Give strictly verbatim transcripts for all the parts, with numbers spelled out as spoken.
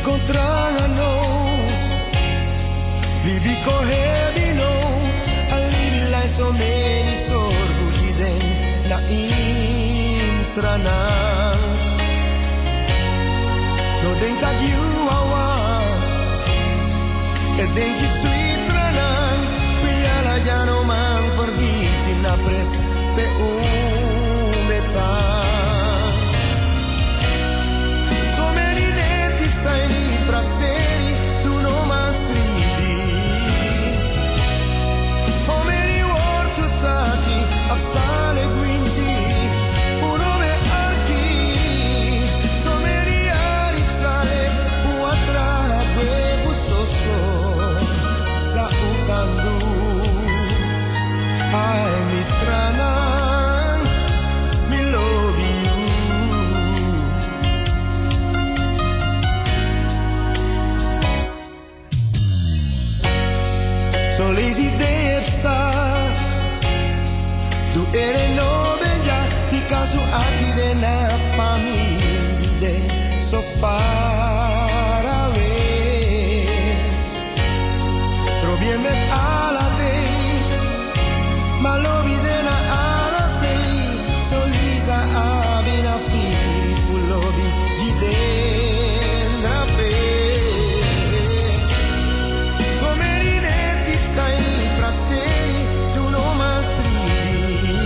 contra no, libi cohebi no, alibi lai so meni sorgu giden na insranang. No denk dat you awa, e denk je sweet ranang, piala ya no man forget in a pres pe un betan. So many natives I need prakseri, do no man stribi. How many words to taki, absale guinti, uno me archi. So many aripsale, uatra kwebu soso, sa ukandu. Ay, mi stranan, mi love you. So lazy depsa, tu ere no benja, ti caso ati de na famiglia de so far away. Trovi me ala dei. Ma lo vide na ala sei, so Lisa abina fili fullobi di dendra pe. So many natives sai prakseri, tu no mastribi.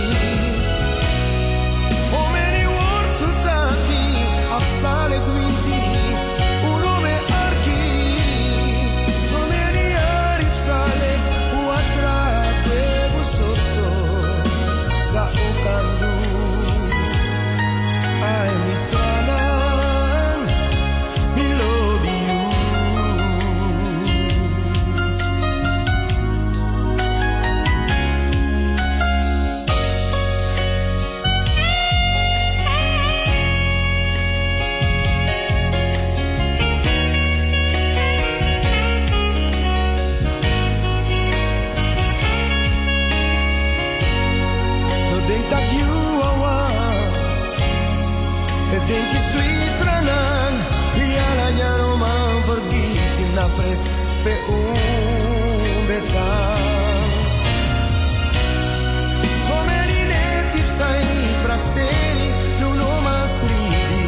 Oh many words to taki, absale guinti, uno me archi. So many aripsale, uatra kwebu soso, sa ukandu. Ay, mi stranan, mi love you. No denk dat you awa, e denk je sweet ranan, piala ya no man forget in a pres pe un betan. So many natives I need prakseri, do no mastribi.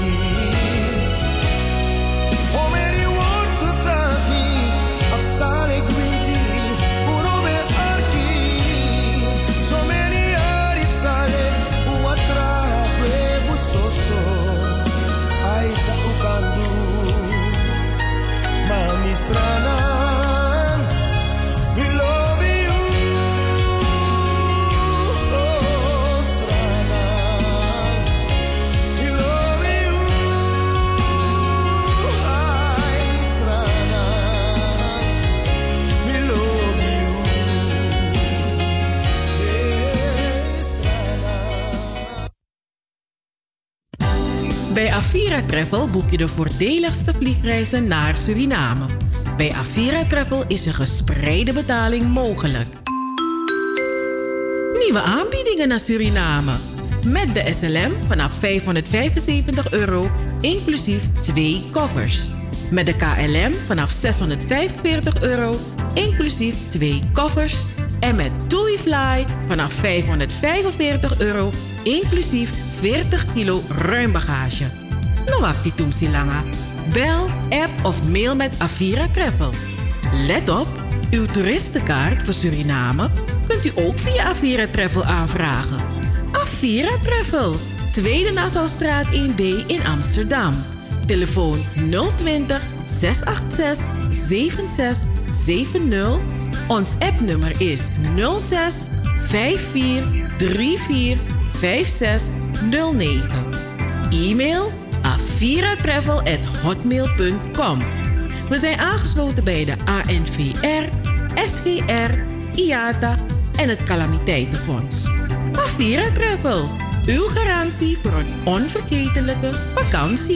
Oh many words to taki, absale guinti, uno me archi. So many aripsale, uatra kwebu soso, ay sa ukandu. Mami stranan, we love you. Oh, stranan, we love you. Ay, stranan, we love you. Yeah, stranan. Bij Avira Travel boek je de voordeligste vliegreizen naar Suriname. Bij Avira Travel is een gespreide betaling mogelijk. Nieuwe aanbiedingen naar Suriname. Met de S L M vanaf vijfhonderdvijfenzeventig euro, inclusief twee koffers. Met de K L M vanaf zeshonderdvijfenveertig euro, inclusief twee koffers. En met TUI Fly vanaf vijfhonderdvijfenveertig euro, inclusief veertig kilo ruim bagage. No wacht die langa. Bel, app of mail met Avira Travel. Let op, uw toeristenkaart voor Suriname kunt u ook via Avira Travel aanvragen. Avira Travel, Tweede Nassaustraat één B in Amsterdam. Telefoon nul twintig, zes acht zes, zeven zes zeven nul. Ons appnummer is nul zes, vijf vier, drie vier, vijf zes nul negen. E-mail aviratravel at hotmail punt com. We zijn aangesloten bij de A N V R, S G R, I A T A en het Calamiteitenfonds. Avira Travel, uw garantie voor een onvergetelijke vakantie.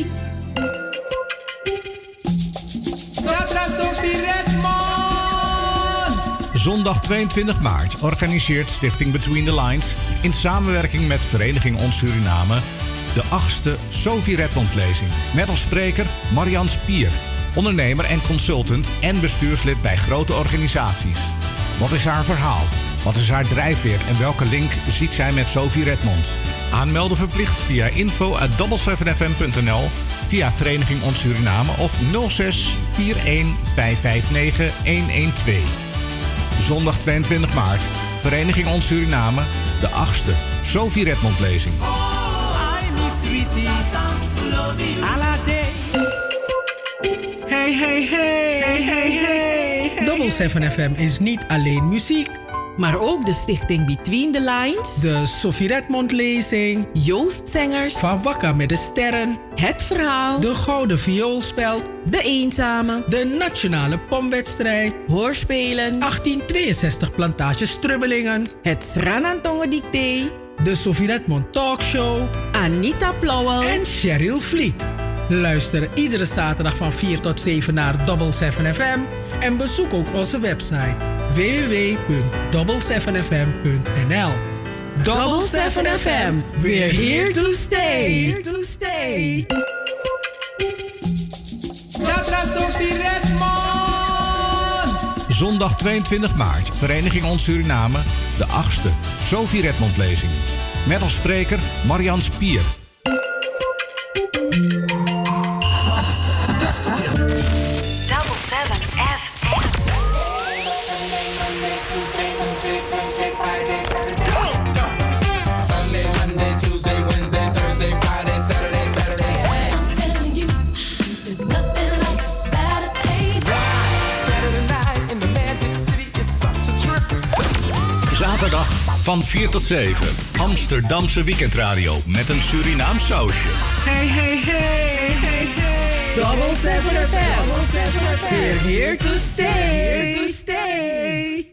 Zondag tweeëntwintig maart organiseert Stichting Between the Lines in samenwerking met Vereniging Ons Suriname de achtste Sophie Redmond-lezing. Met als spreker Marian Spier. ondernemer en consultant en bestuurslid bij grote organisaties. Wat is haar verhaal? Wat is haar drijfveer en welke link ziet zij met Sophie Redmond? Aanmelden verplicht via info at double seven f m punt n l, via Vereniging Ons Suriname of nul zes vier een vijf vijf negen een een twee. Zondag tweeëntwintig maart, Vereniging Ons Suriname, de achtste Sophie Redmond lezing. Hey, hey, hey, hey, hey, hey. Double seven F M is niet alleen muziek, maar ook de stichting Between the Lines, de Sophie Redmond lezing, Joost Zengers, Van Wakker met de Sterren, Het Verhaal, de Gouden Vioolspeld, De Eenzame, de Nationale Pomwedstrijd, Hoorspelen, achttien tweeënzestig Plantage Strubbelingen, het Sranantongen Dicté, de Sophie Redmond Talkshow, Anita Plauwel en Cheryl Vliet. Luister iedere zaterdag van vier tot zeven naar Double seven F M en bezoek ook onze website w w w punt double seven f m punt n l. Double seven F M, we're here to stay. Here to stay. Sophie Redmond! Zondag tweeëntwintig maart, Vereniging Ons Suriname, de achtste Sophie Redmond lezing. Met als spreker Marian Spier. Zaterdag van vier tot zeven. Amsterdamse weekendradio met een Surinaams sausje. Hey, hey, hey, hey, hey. Double seven F M. Double seven F M. We're here to stay. Here to stay.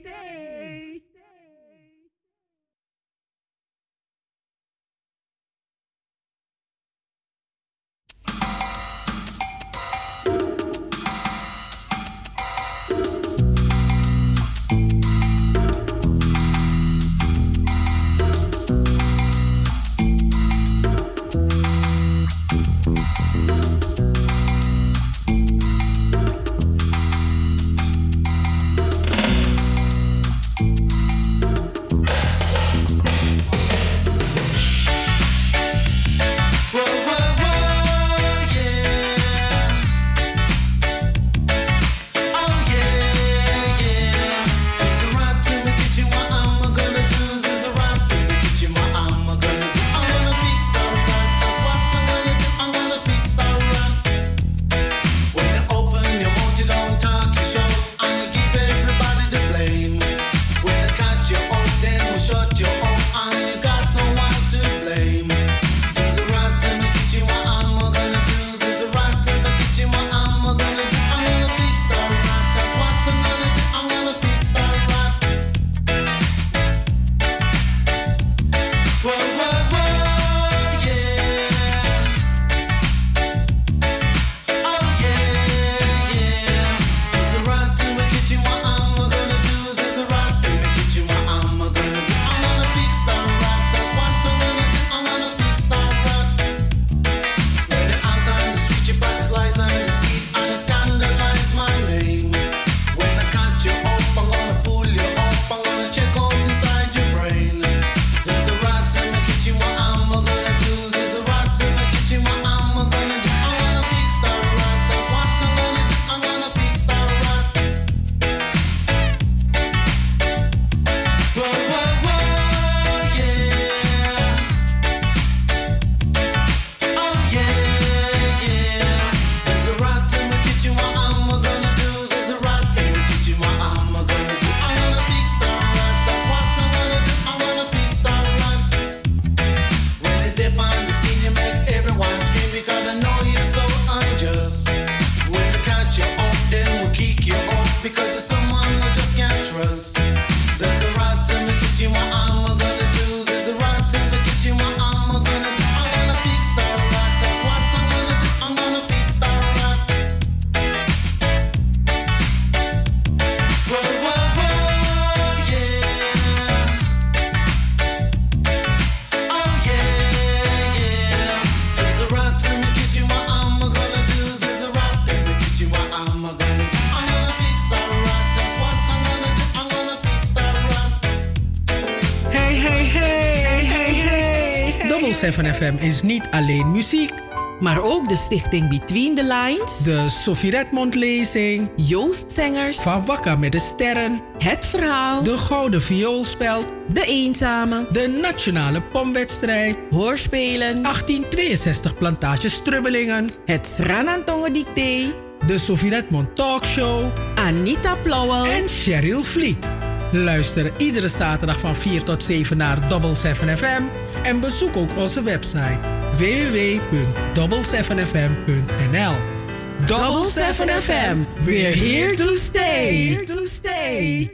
Double zeven F M is niet alleen muziek, maar ook de stichting Between the Lines, de Sophie Redmond lezing, Joost Zengers, Van Wakker met de Sterren, Het Verhaal, de Gouden Vioolspeld, De Eenzame, de Nationale Pomwedstrijd, Hoorspelen, achttien tweeënzestig Plantage Strubbelingen, het Sranantongen Dicté, de Sophie Redmond Talkshow, Anita Plauwel en Cheryl Vliet. Luister iedere zaterdag van vier tot zeven naar Double zeven F M en bezoek ook onze website w w w punt double zeven f m punt n l. Double zeven F M, we're here to stay. Here to stay.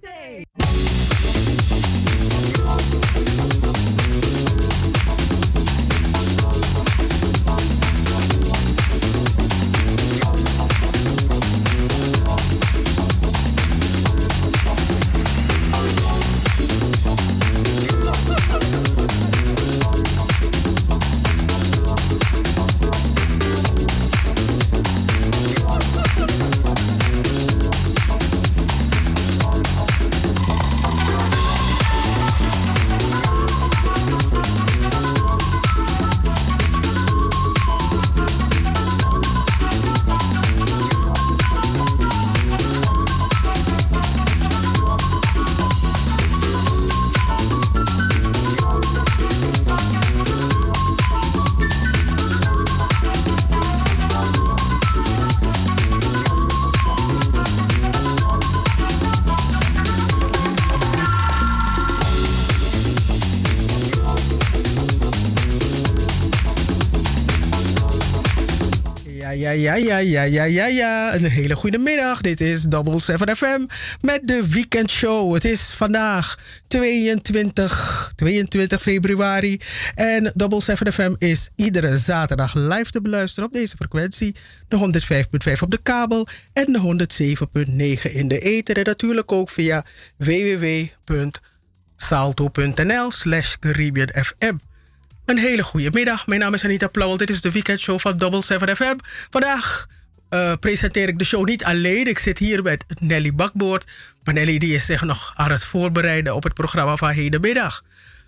Ja, ja, ja, ja, ja, ja, ja. Een hele goede middag. Dit is Double zeven F M met de weekendshow. Het is vandaag tweeëntwintig, tweeëntwintig februari. En Double zeven F M is iedere zaterdag live te beluisteren op deze frequentie. De honderd vijf punt vijf op de kabel en de honderd zeven punt negen in de ether. En natuurlijk ook via w w w punt salto punt n l slash Caribbean F M. Een hele goede middag. Mijn naam is Anita Plauwel. Dit is de weekendshow van Double zeven F M. Vandaag uh, presenteer ik de show niet alleen. Ik zit hier met Nelly Bakboord. Maar Nelly die is zich nog aan het voorbereiden op het programma van hedenmiddag.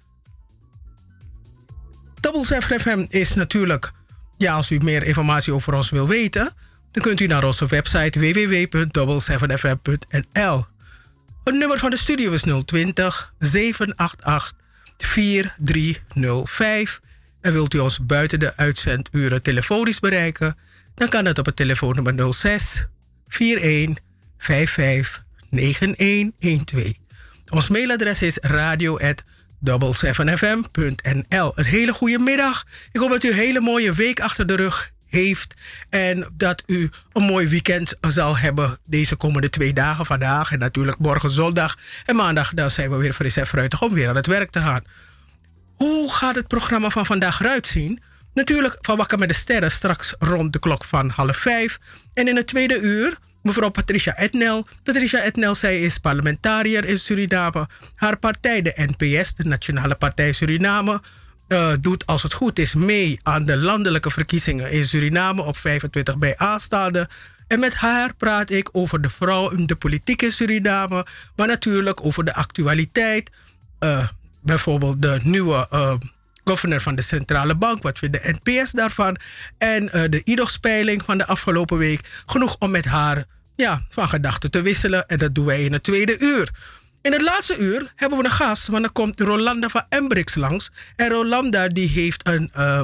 Double zeven F M is natuurlijk... Ja, als u meer informatie over ons wil weten... dan kunt u naar onze website w w w punt double zeven f m punt n l. Het nummer van de studio is nul twintig, zeven acht acht, vier drie nul vijf. En wilt u ons buiten de uitzenduren telefonisch bereiken... dan kan dat op het telefoonnummer nul zes, vier een, vijf vijf, negen een een twee. Ons mailadres is radio at double zeven f m punt n l. Een hele goede middag. Ik hoop dat u een hele mooie week achter de rug heeft... en dat u een mooi weekend zal hebben deze komende twee dagen. Vandaag en natuurlijk morgen zondag. En maandag dan zijn we weer fris en fruitig om weer aan het werk te gaan. Hoe gaat het programma van vandaag eruit zien? Natuurlijk Van Wakker met de Sterren straks rond de klok van half vijf. En in het tweede uur mevrouw Patricia Etnel. Patricia Etnel, zij is parlementariër in Suriname. Haar partij, de N P S, de Nationale Partij Suriname... Uh, doet als het goed is mee aan de landelijke verkiezingen in Suriname op vijfentwintig mei aanstaande. En met haar praat ik over de vrouw in de politiek in Suriname, maar natuurlijk over de actualiteit. Uh, bijvoorbeeld de nieuwe uh, governor van de Centrale Bank, wat vindt de N P S daarvan? En uh, de I D O G-peiling van de afgelopen week. Genoeg om met haar ja, van gedachten te wisselen en dat doen wij in het tweede uur. In het laatste uur hebben we een gast, want dan komt Rolanda van Embrix langs. En Rolanda die heeft een uh,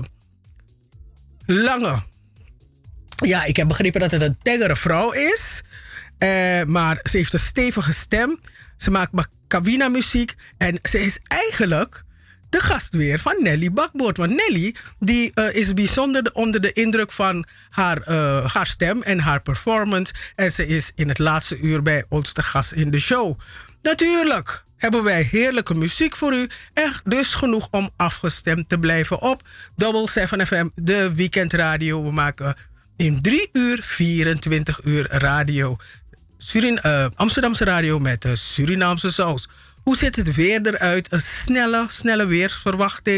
lange... Ja, ik heb begrepen dat het een tengere vrouw is. Uh, maar ze heeft een stevige stem. Ze maakt Makawina muziek. En ze is eigenlijk de gast weer van Nelly Bakboord. Want Nelly die, uh, is bijzonder onder de indruk van haar, uh, haar stem en haar performance. En ze is in het laatste uur bij ons te gast in de show. Natuurlijk hebben wij heerlijke muziek voor u. En dus genoeg om afgestemd te blijven op Double zeven F M, de weekendradio. We maken in drie uur, vierentwintig uur radio. Surin, uh, Amsterdamse radio met de Surinaamse saus. Hoe ziet het weer eruit? Een snelle, snelle weersverwachting.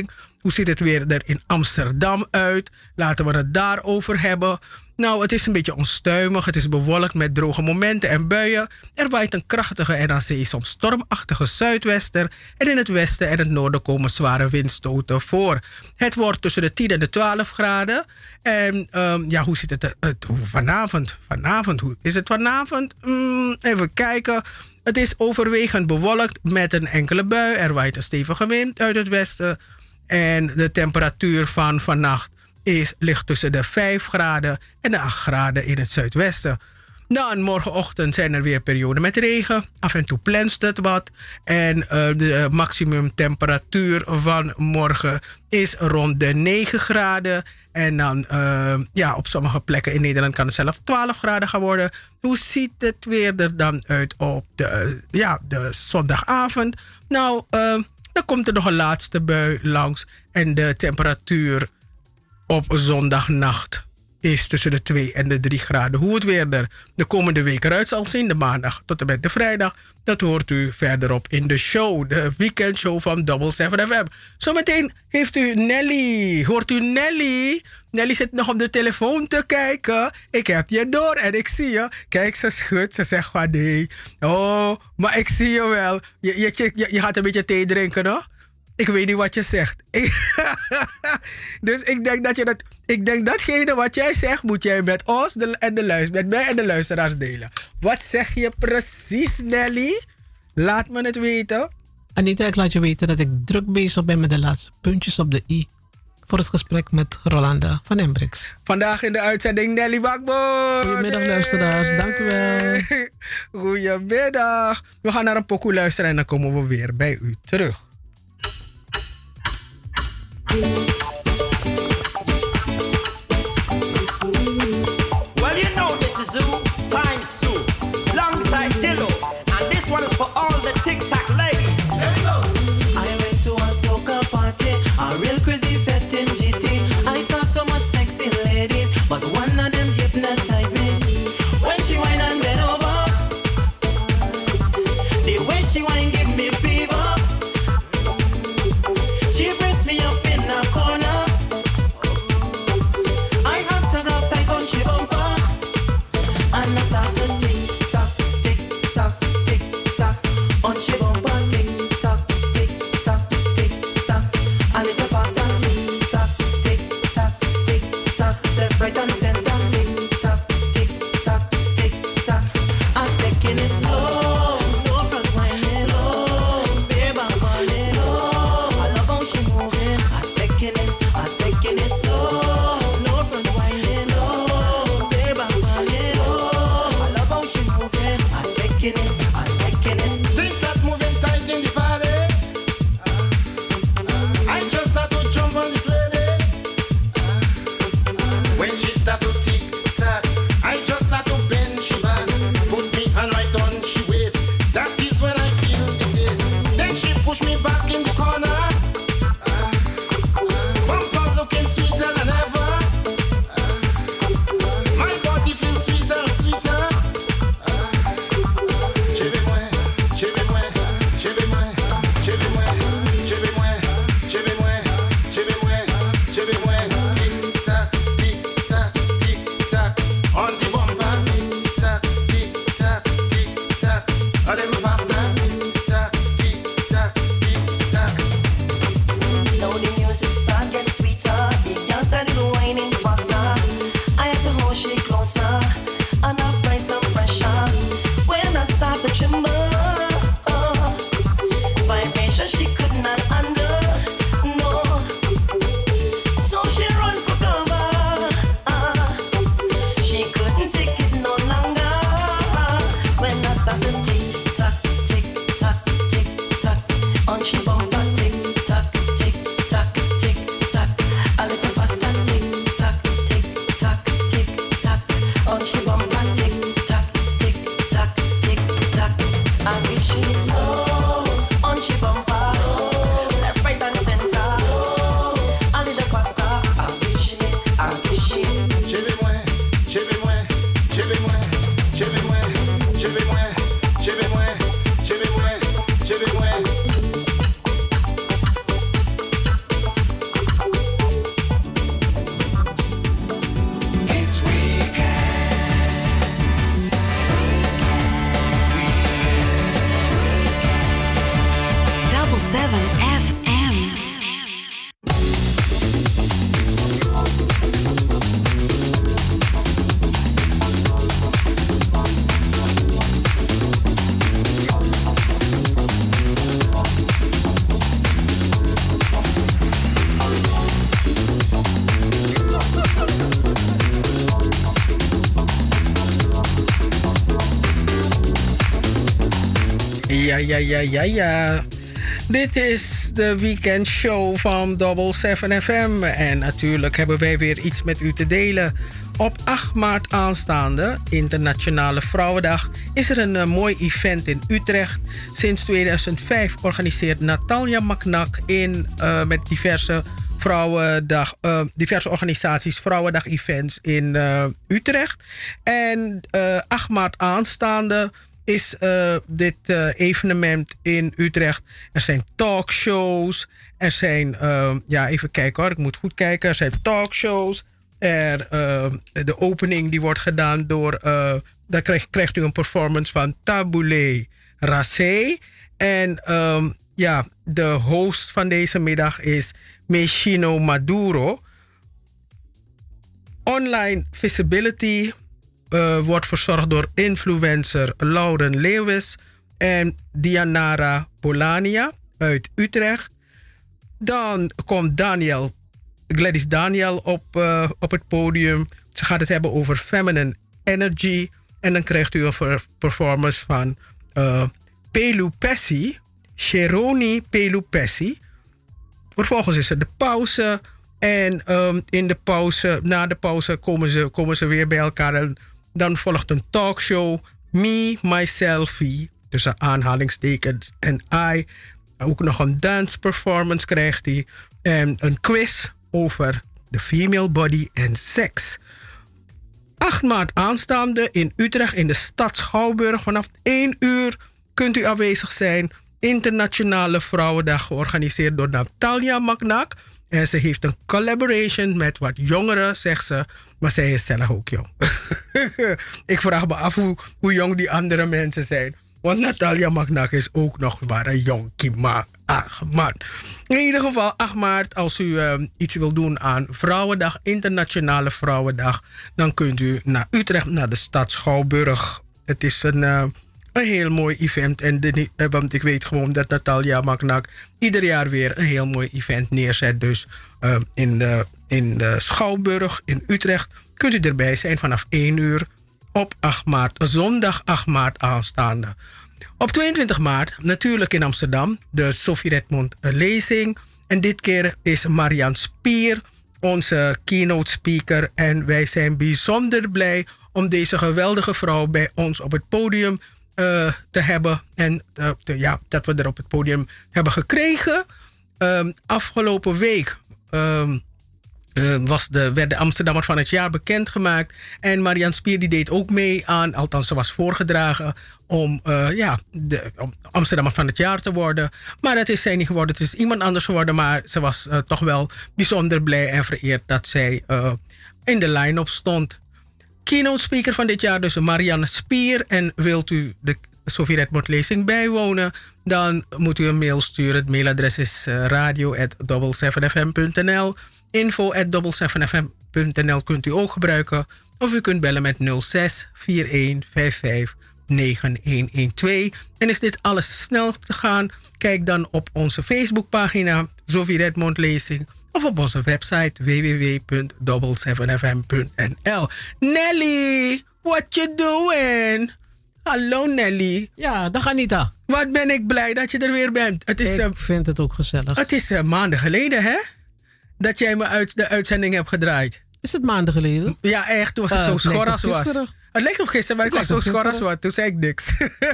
Hoe ziet het weer er in Amsterdam uit? Laten we het daarover hebben. Nou, het is een beetje onstuimig. Het is bewolkt met droge momenten en buien. Er waait een krachtige en aan zee soms stormachtige zuidwester. En in het westen en het noorden komen zware windstoten voor. Het wordt tussen de tien en de twaalf graden. En um, ja, hoe zit het er? Het, vanavond, vanavond, hoe is het vanavond? Mm, even kijken. Het is overwegend bewolkt met een enkele bui. Er waait een stevige wind uit het westen. En de temperatuur van vannacht is, ligt tussen de vijf graden en de acht graden in het zuidwesten. Dan morgenochtend zijn er weer perioden met regen. Af en toe plenst het wat. En uh, de maximumtemperatuur van morgen is rond de negen graden. En dan uh, ja, op sommige plekken in Nederland kan het zelfs twaalf graden gaan worden. Hoe ziet het weer er dan uit op de, ja, de zondagavond? Nou, uh, dan komt er nog een laatste bui langs. En de temperatuur op zondagnacht is tussen de twee en de drie graden. Hoe het weer er de komende week eruit zal zien, de maandag tot en met de vrijdag, dat hoort u verderop in de show. De weekendshow van Double seven F M. Zometeen heeft u Nelly. Hoort u Nelly? Nelly zit nog op de telefoon te kijken. Ik heb je door en ik zie je. Kijk, ze schudt. Ze zegt van nee. Oh, maar ik zie je wel. Je, je, je, je gaat een beetje thee drinken, hoor. Ik weet niet wat je zegt. Dus ik denk dat je dat. Ik denk datgene wat jij zegt, moet jij met ons de, en de luister, met mij en de luisteraars delen. Wat zeg je precies, Nelly? Laat me het weten. Anita, ik laat je weten dat ik druk bezig ben met de laatste puntjes op de i voor het gesprek met Rolanda van Embrex. Vandaag in de uitzending Nelly Bakboord. Goedemiddag, luisteraars. Dank u wel. Goedemiddag. We gaan naar een pokoe luisteren en dan komen we weer bij u terug. Well, you know this is Zoo times two, alongside Dillo, and this one is for all the tic-tac ladies. Here we go. I went to a soca party, a real crazy fete in G T. I saw so much sexy ladies, but one of them hypnotized me. When she wine and bend over, the way she wine give me fever. She pressed me up in a corner. I had to grab tight on she bumper, and I started tick tock, tick tock, tick tock on she bumper, tick tock, tick tock, tick tock. A little faster, tick tock, tick tock, tick tock. Left, right, and center, tick tock, tick tock, tick tock. I'm taking it slow, no front whining, slow, bare back whining, slow. I love how she moving. I'm taking it, I'm taking it slow, no front whining, slow, bare back whining, slow. I love Ja, ja, ja, ja, ja. Dit is de weekendshow van Double seven F M. En natuurlijk hebben wij weer iets met u te delen. Op acht maart aanstaande, Internationale Vrouwendag, is er een uh, mooi event in Utrecht. Sinds tweeduizend vijf organiseert Natalia Maknak in, uh, met diverse, vrouwendag, uh, diverse organisaties Vrouwendag-events in uh, Utrecht. En uh, acht maart aanstaande is uh, dit uh, evenement in Utrecht. Er zijn talkshows. Er zijn, uh, ja even kijken hoor, ik moet goed kijken. Er zijn talkshows. Er, uh, de opening die wordt gedaan door, uh, daar krijgt, krijgt u een performance van Tabule Racé. En um, ja, de host van deze middag is Mechino Maduro. Online visibility Uh, wordt verzorgd door influencer Lauren Lewis en Dianara Polania uit Utrecht. Dan komt Daniel, Gladys Daniel op, uh, op het podium. Ze gaat het hebben over feminine energy. En dan krijgt u een performance van uh, Pelu Pessi, Sheroni Pelu Pessi. Vervolgens is er de pauze. En um, in de pauze, na de pauze komen ze, komen ze weer bij elkaar. En dan volgt een talkshow. Me, Myselfie, tussen aanhalingstekens en I. Ook nog een dance performance krijgt hij. En een quiz over de female body en seks. acht maart aanstaande in Utrecht in de stad Schouwburg. Vanaf één uur kunt u aanwezig zijn. Internationale Vrouwendag georganiseerd door Natalia Maknak. En ze heeft een collaboration met wat jongeren, zegt ze. Maar zij is zelf ook jong. Ik vraag me af hoe, hoe jong die andere mensen zijn. Want Natalia Maknak is ook nog maar een jong kima. Ach man. In ieder geval acht maart, als u uh, iets wil doen aan Vrouwendag, Internationale Vrouwendag, dan kunt u naar Utrecht, naar de stad Schouwburg. Het is een, uh, een heel mooi event. En de, uh, want ik weet gewoon dat Natalia Maknak ieder jaar weer een heel mooi event neerzet. Dus uh, in, de, in de Schouwburg in Utrecht kunt u erbij zijn vanaf één uur op acht maart, zondag acht maart aanstaande. Op tweeëntwintig maart, natuurlijk in Amsterdam, de Sophie Redmond lezing. En dit keer is Marianne Spier onze keynote speaker. En wij zijn bijzonder blij om deze geweldige vrouw bij ons op het podium uh, te hebben. En uh, te, ja, dat we er op het podium hebben gekregen. Um, afgelopen week Um, Uh, was de, werd de Amsterdammer van het jaar bekendgemaakt. En Marianne Spier die deed ook mee aan, althans ze was voorgedragen om uh, ja, de om Amsterdammer van het jaar te worden. Maar dat is zij niet geworden. Het is iemand anders geworden. Maar ze was uh, toch wel bijzonder blij en vereerd dat zij uh, in de line-up stond. Keynote speaker van dit jaar dus Marianne Spier. En wilt u de Sophie Redmond lezing bijwonen, dan moet u een mail sturen. Het mailadres is uh, radio at double seven f m punt n l. info at double seven f m punt n l kunt u ook gebruiken. Of u kunt bellen met nul zes vier een vijf vijf negen een een twee. En is dit alles snel te gaan? Kijk dan op onze Facebookpagina Sophie Redmond Lezing. Of op onze website w w w punt double seven f m punt n l. Nelly, what you doing? Hallo Nelly. Ja, dag Anita. Wat ben ik blij dat je er weer bent. Het is, ik uh, vind het ook gezellig. Het is uh, maanden geleden, hè? Dat jij me uit de uitzending hebt gedraaid. Is het maanden geleden? Ja, echt. Toen was ik uh, zo schor als was. Gisteren. Het leek op gisteren, maar ik was zo schor als wat. Toen zei ik niks.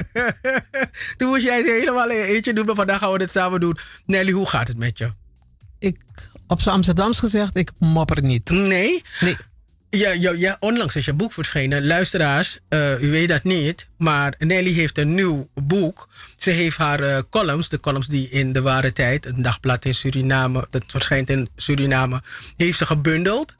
Toen moest jij het helemaal in je eentje doen, maar vandaag gaan we het samen doen. Nelly, hoe gaat het met je? Ik, op z'n Amsterdams gezegd, ik mopper niet. Nee? Nee. Ja, ja, ja, onlangs is je boek verschenen. Luisteraars, uh, u weet dat niet, maar Nelly heeft een nieuw boek. Ze heeft haar uh, columns, de columns die in De Ware Tijd, een dagblad in Suriname, dat verschijnt in Suriname, heeft ze gebundeld.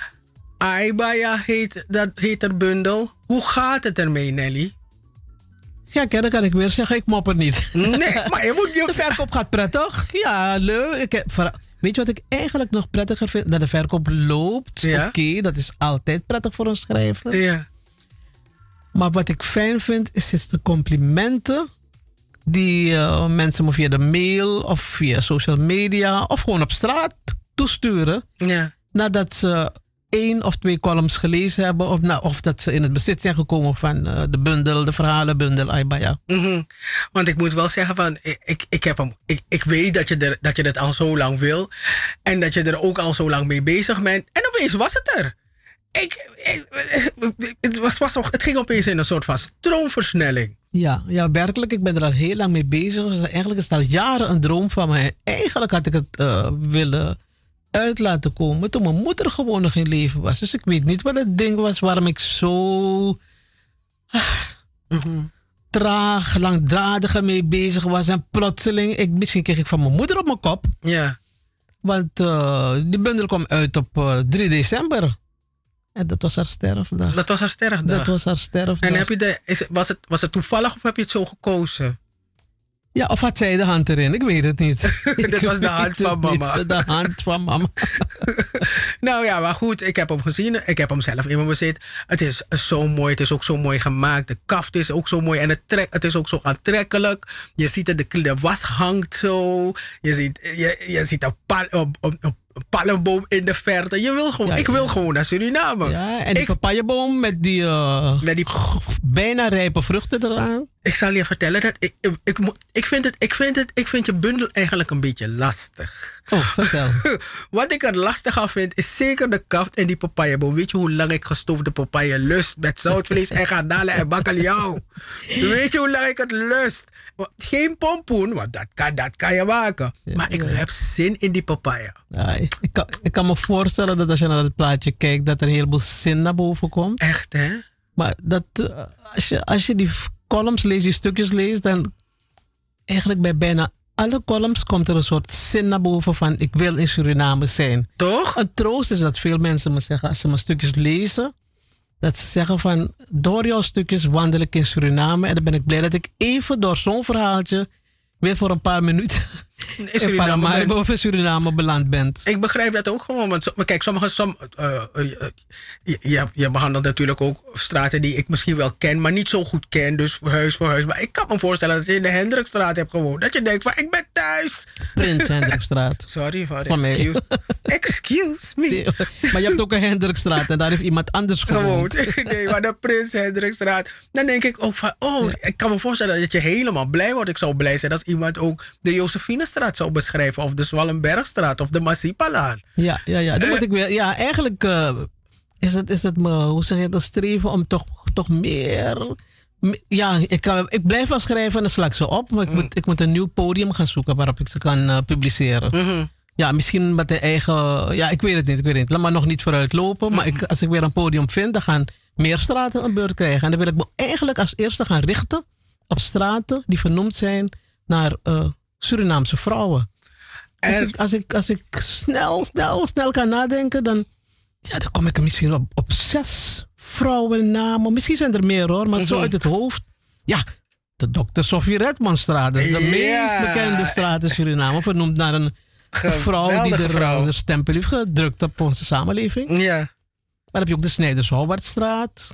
Aibaya heet, dat heet er bundel. Hoe gaat het ermee, Nelly? Ja, dan kan ik weer zeggen, ik mopper niet. Nee, maar je moet... Je... De verkoop gaat prettig. Ja, leuk. Ik, weet je wat ik eigenlijk nog prettiger vind? Dat de verkoop loopt. Ja. Oké, okay, dat is altijd prettig voor een schrijver. Ja. Maar wat ik fijn vind, is, is de complimenten die uh, mensen me via de mail of via social media of gewoon op straat toesturen. Ja. Nadat ze één of twee columns gelezen hebben. Of, nou, of dat ze in het bezit zijn gekomen van uh, de bundel, de verhalenbundel Aibaya. Mm-hmm. Want ik moet wel zeggen van, ik, ik, ik, heb hem, ik, ik weet dat je, er, dat je het al zo lang wil. En dat je er ook al zo lang mee bezig bent. En opeens was het er. Ik, ik, het, was, was, het ging opeens in een soort van stroomversnelling. Ja, ja, werkelijk. Ik ben er al heel lang mee bezig. Dus eigenlijk is het al jaren een droom van me. En eigenlijk had ik het uh, willen uit laten komen toen mijn moeder gewoon nog in leven was. Dus ik weet niet wat het ding was waarom ik zo mm-hmm. traag, langdradig ermee bezig was. En plotseling, ik, misschien kreeg ik van mijn moeder op mijn kop. Ja. Want uh, die bundel kwam uit op uh, drie december. En dat was haar sterfdag. Dat was haar sterfdag? Dat was haar sterfdag. En heb je de, is, was, het, was het toevallig of heb je het zo gekozen? Ja, of had zij de hand erin? Ik weet het niet. Dat was de hand van mama. Niet, de hand van mama. Nou ja, maar goed. Ik heb hem gezien. Ik heb hem zelf in mijn bezit. Het is zo mooi. Het is ook zo mooi gemaakt. De kaft is ook zo mooi. En het, trek, het is ook zo aantrekkelijk. Je ziet het, de, de was hangt zo. Je ziet, je, je ziet een, pal, een, een, een palmboom in de verte. Je wil gewoon, ja, ik wil ja. gewoon naar Suriname. Ja, en die ik, papayeboom met die, uh, met die bijna rijpe vruchten eraan. Ik zal je vertellen dat ik, ik, ik, ik, vind het, ik, vind het, ik vind je bundel eigenlijk een beetje lastig. Oh, vertel. Wat ik er lastig aan vind is zeker de kaft en die papayeboom. Weet je hoe lang ik gestoofde papaya lust met zoutvlees en garnalen en bacalhau? Weet je hoe lang ik het lust? Geen pompoen, want dat kan, dat kan je maken. Ja, maar ik ja. heb zin in die papaya. Ja, ik, kan, ik kan me voorstellen dat als je naar het plaatje kijkt, dat er een heleboel zin naar boven komt. Echt, hè? Maar dat, als, je, als je die columns leest, die stukjes leest, dan eigenlijk bij bijna alle columns komt er een soort zin naar boven van ik wil in Suriname zijn. Toch? Een troost is dat veel mensen me zeggen, als ze mijn stukjes lezen, dat ze zeggen van door jouw stukjes wandel ik in Suriname. En dan ben ik blij dat ik even door zo'n verhaaltje weer voor een paar minuten in, in Paramaribo of in Suriname beland bent. Ik begrijp dat ook gewoon. Want kijk, sommige, som, uh, uh, je, je, je behandelt natuurlijk ook straten die ik misschien wel ken, maar niet zo goed ken. Dus huis voor huis. Maar ik kan me voorstellen dat je in de Hendrikstraat hebt gewoond. Dat je denkt van, ik ben thuis. Prins Hendrikstraat. Sorry, voor excuse, excuse me. Nee, maar je hebt ook een Hendrikstraat en daar heeft iemand anders gewoond. gewoond. Nee, maar de Prins Hendrikstraat. Dan denk ik ook van, oh, ja. ik kan me voorstellen dat je helemaal blij wordt. Ik zou blij zijn als iemand ook de Josephinestraat zou beschrijven. Of de Zwallenbergstraat of de Massipalaan. Ja, ja, ja. Dan uh, moet ik weer, ja, eigenlijk uh, is het, is het me, hoe zeg je dat, streven om toch, toch meer. Ja, ik, kan, ik blijf wel schrijven en dan sla ik ze op. Maar ik, mm. moet, ik moet een nieuw podium gaan zoeken waarop ik ze kan uh, publiceren. Mm-hmm. Ja, misschien met de eigen. Ja, ik weet het niet. Ik weet het niet. Laat maar nog niet vooruit lopen. Mm-hmm. Maar ik, als ik weer een podium vind, dan gaan meer straten een beurt krijgen. En dan wil ik me eigenlijk als eerste gaan richten op straten die vernoemd zijn naar uh, Surinaamse vrouwen. Als ik, als, ik, als ik snel, snel, snel kan nadenken, dan, ja, dan kom ik er misschien op, op zes vrouwennamen. Misschien zijn er meer hoor, maar mm-hmm. zo uit het hoofd. Ja, de dokter Sofie Redmanstraat. Dat is de ja. meest bekende straat in Suriname. Vernoemd naar een vrouw die de, vrouw. de stempel heeft gedrukt op onze samenleving. Ja. Maar dan heb je ook de Snijders-Howardstraat.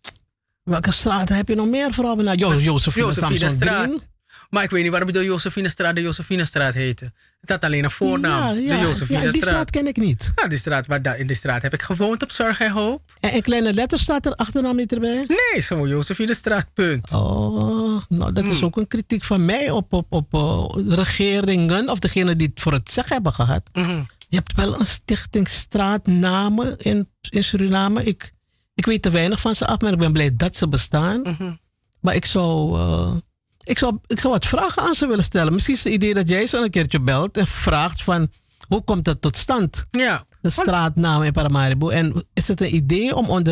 Welke straat heb je nog meer vrouwen? Nou, jo- Josephine Samson-Green. Maar ik weet niet waarom de Josephinestraat de Josephinestraat heette. Het had alleen een voornaam. Ja, ja, de Josephinestraat. Ja, die straat ken ik niet. Ja, die straat, waar, daar, in die straat heb ik gewoond op Zorg en Hoop. En een kleine letter staat er achternaam niet erbij? Nee, zo Josephinestraat, punt. Oh, nou dat mm. is ook een kritiek van mij op, op, op uh, regeringen of degene die het voor het zeggen hebben gehad. Mm-hmm. Je hebt wel een stichting straatnamen in, in Suriname. Ik, ik weet te weinig van ze af, maar ik ben blij dat ze bestaan. Mm-hmm. Maar ik zou... Uh, Ik zou, ik zou wat vragen aan ze willen stellen. Misschien is het idee dat jij zo een keertje belt en vraagt van hoe komt dat tot stand? Ja. De straatnaam in Paramaribo. En is het een idee om onder,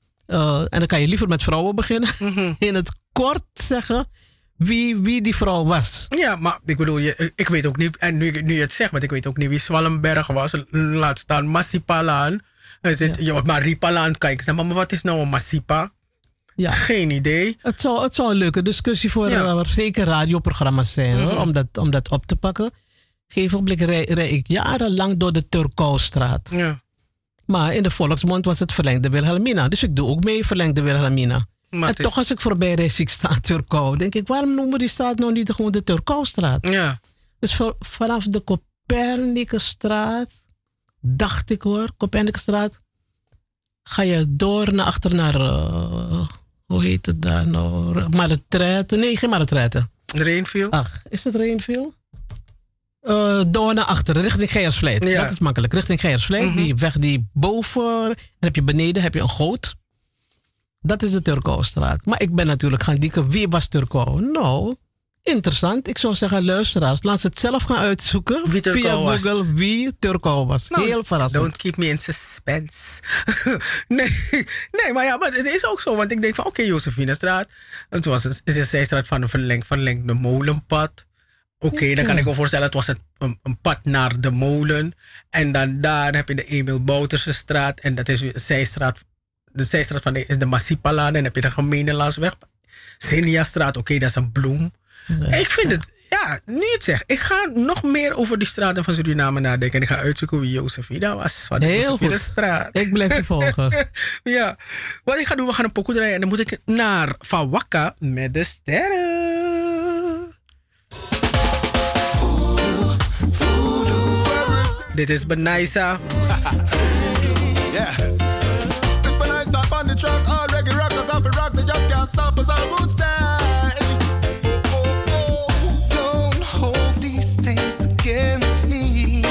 uh, en dan kan je liever met vrouwen beginnen, mm-hmm. in het kort zeggen wie, wie die vrouw was. Ja, maar ik bedoel, je, ik weet ook niet, en nu, nu je het zegt, want ik weet ook niet wie Zwallenberg was. Laat staan Massipalaan. Is het, ja. Maripalaan, kijk, zeg maar, maar wat is nou een Massipa? Ja. Geen idee. Het zou, het zou een leuke discussie voor ja. uh, zeker radioprogramma's zijn, mm-hmm. hoor, om, dat, om dat op te pakken. Geef op blik rij, rij ik jarenlang door de Turkoustraat. Ja. Maar in de volksmond was het verlengde Wilhelmina. Dus ik doe ook mee verlengde Wilhelmina. Maar en toch als ik voorbij reis, zie ik staan Turkou. Denk ik, waarom noemen we die straat nou niet gewoon de Turkoustraat? Ja. Dus voor, vanaf de Copernicusstraat, dacht ik hoor, Copernicusstraat, ga je door naar achter naar, uh, hoe heet het daar nou? Maretraite? Nee, geen Maretraite. Rainfield? Ach, is het Rainfield? Uh, door naar achter, richting Geiersvliet. Ja. Dat is makkelijk. Richting Geiersvliet, Mhm. die weg die boven, en heb je beneden heb je een goot. Dat is de Turkouwstraat. Maar ik ben natuurlijk gaan dieken, wie was Turkouw? Nou, interessant. Ik zou zeggen, luisteraars, laat ze het zelf gaan uitzoeken. Wie Turkouw via was. Google wie Turkouw was. Nou, Heel verrassend. Don't keep me in suspense. nee, nee, maar ja, maar het is ook zo. Want ik denk van, oké, okay, Josephinestraat. Het was een, is een zijstraat van een verlengd, verlengde molenpad. Oké, okay, dan kan ik me voorstellen, het was een, een, een pad naar de molen. En dan daar heb je de Emil Bouterse straat. En dat is weer een zijstraat. De zijstraat van de, is de Massipalaan. En dan heb je de Gemeenenlandsweg. Zenia-straat, oké, okay, dat is een bloem. Nee. Ik vind het, ja, nu het zeg. Ik ga nog meer over die straten van Suriname nadenken. En ik ga uitzoeken wie Josefina was. Van de Josefina straat. Ik blijf je volgen. Ja. Wat ik ga doen, we gaan een pokoe draaien. En dan moet ik naar Fawaka met de sterren. Dit is Benaisa. Yeah. It's Benaisa on the track. All reggae rockers off the rock. They just can't stop us. All would say. Against me,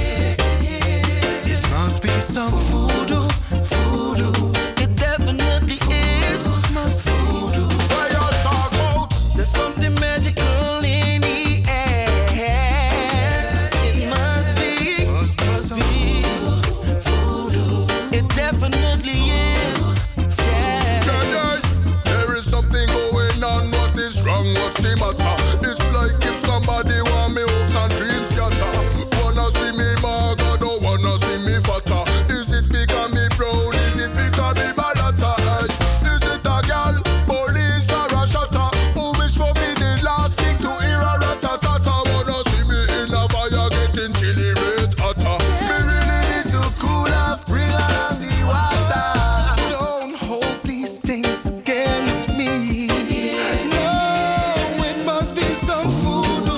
it must be some voodoo, voodoo. It definitely is. Must voodoo. What you talk about? There's something magical in the air. It must be, must be some voodoo, voodoo. It definitely is. Yeah. Yeah, yeah. There is something going on. What is wrong? What's the matter? It's like if somebody want me hopes and dreams. Wanna see me maga, don't wanna see me fatter. Is it because me brown? Is it because me balata? Is it a girl, police or a shutter? Who wish for me the last thing to hear a rat-a-tat-a? Wanna see me in a fire getting chilly red hotter? Me really need to cool off, bring along the water. Don't hold these things against me. No, it must be some voodoo.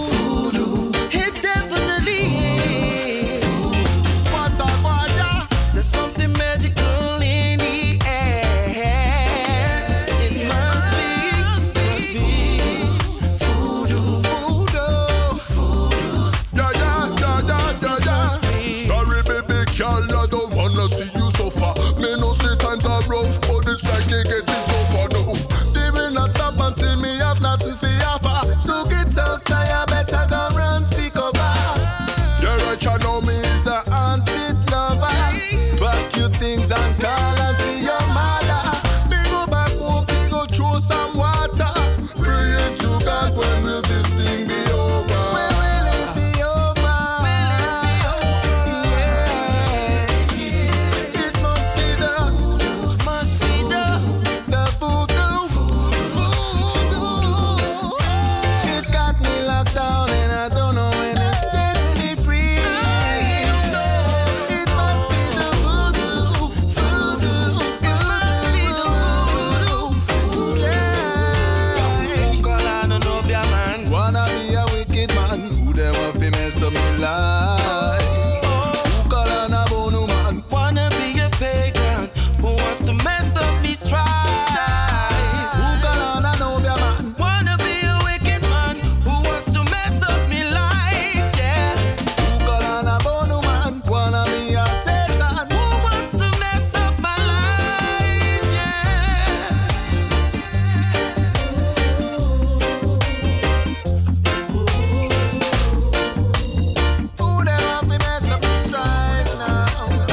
See you so far. Me no say times are rough, but it's like they getting so far now. They will not stop until me have nothing for offer. So get out, I better go run, pick up. Yeah, right, you know me is a haunted lover. But you things and call and for your mother. Me go back home, me go throw some water. Pray to God, when will this thing be over? When will it be over? Will it be over? Yeah. It must be the, must be the, the voodoo, voodoo. It got me locked down and I don't know when it sets me free. It must be the voodoo, voodoo. It must be the voodoo, yeah. Colana no be a man. Wanna be a wicked man. Who them want to mess up me life? Who Colana bonu man? Wanna be a pagan who wants to mess up me stride. Who Colana no be a man? Wanna be a wicked man who wants to mess up me life, yeah. Who Colana bonu man? Wanna be a Satan who wants to mess up my life, yeah. Who they want to mess up my stride now?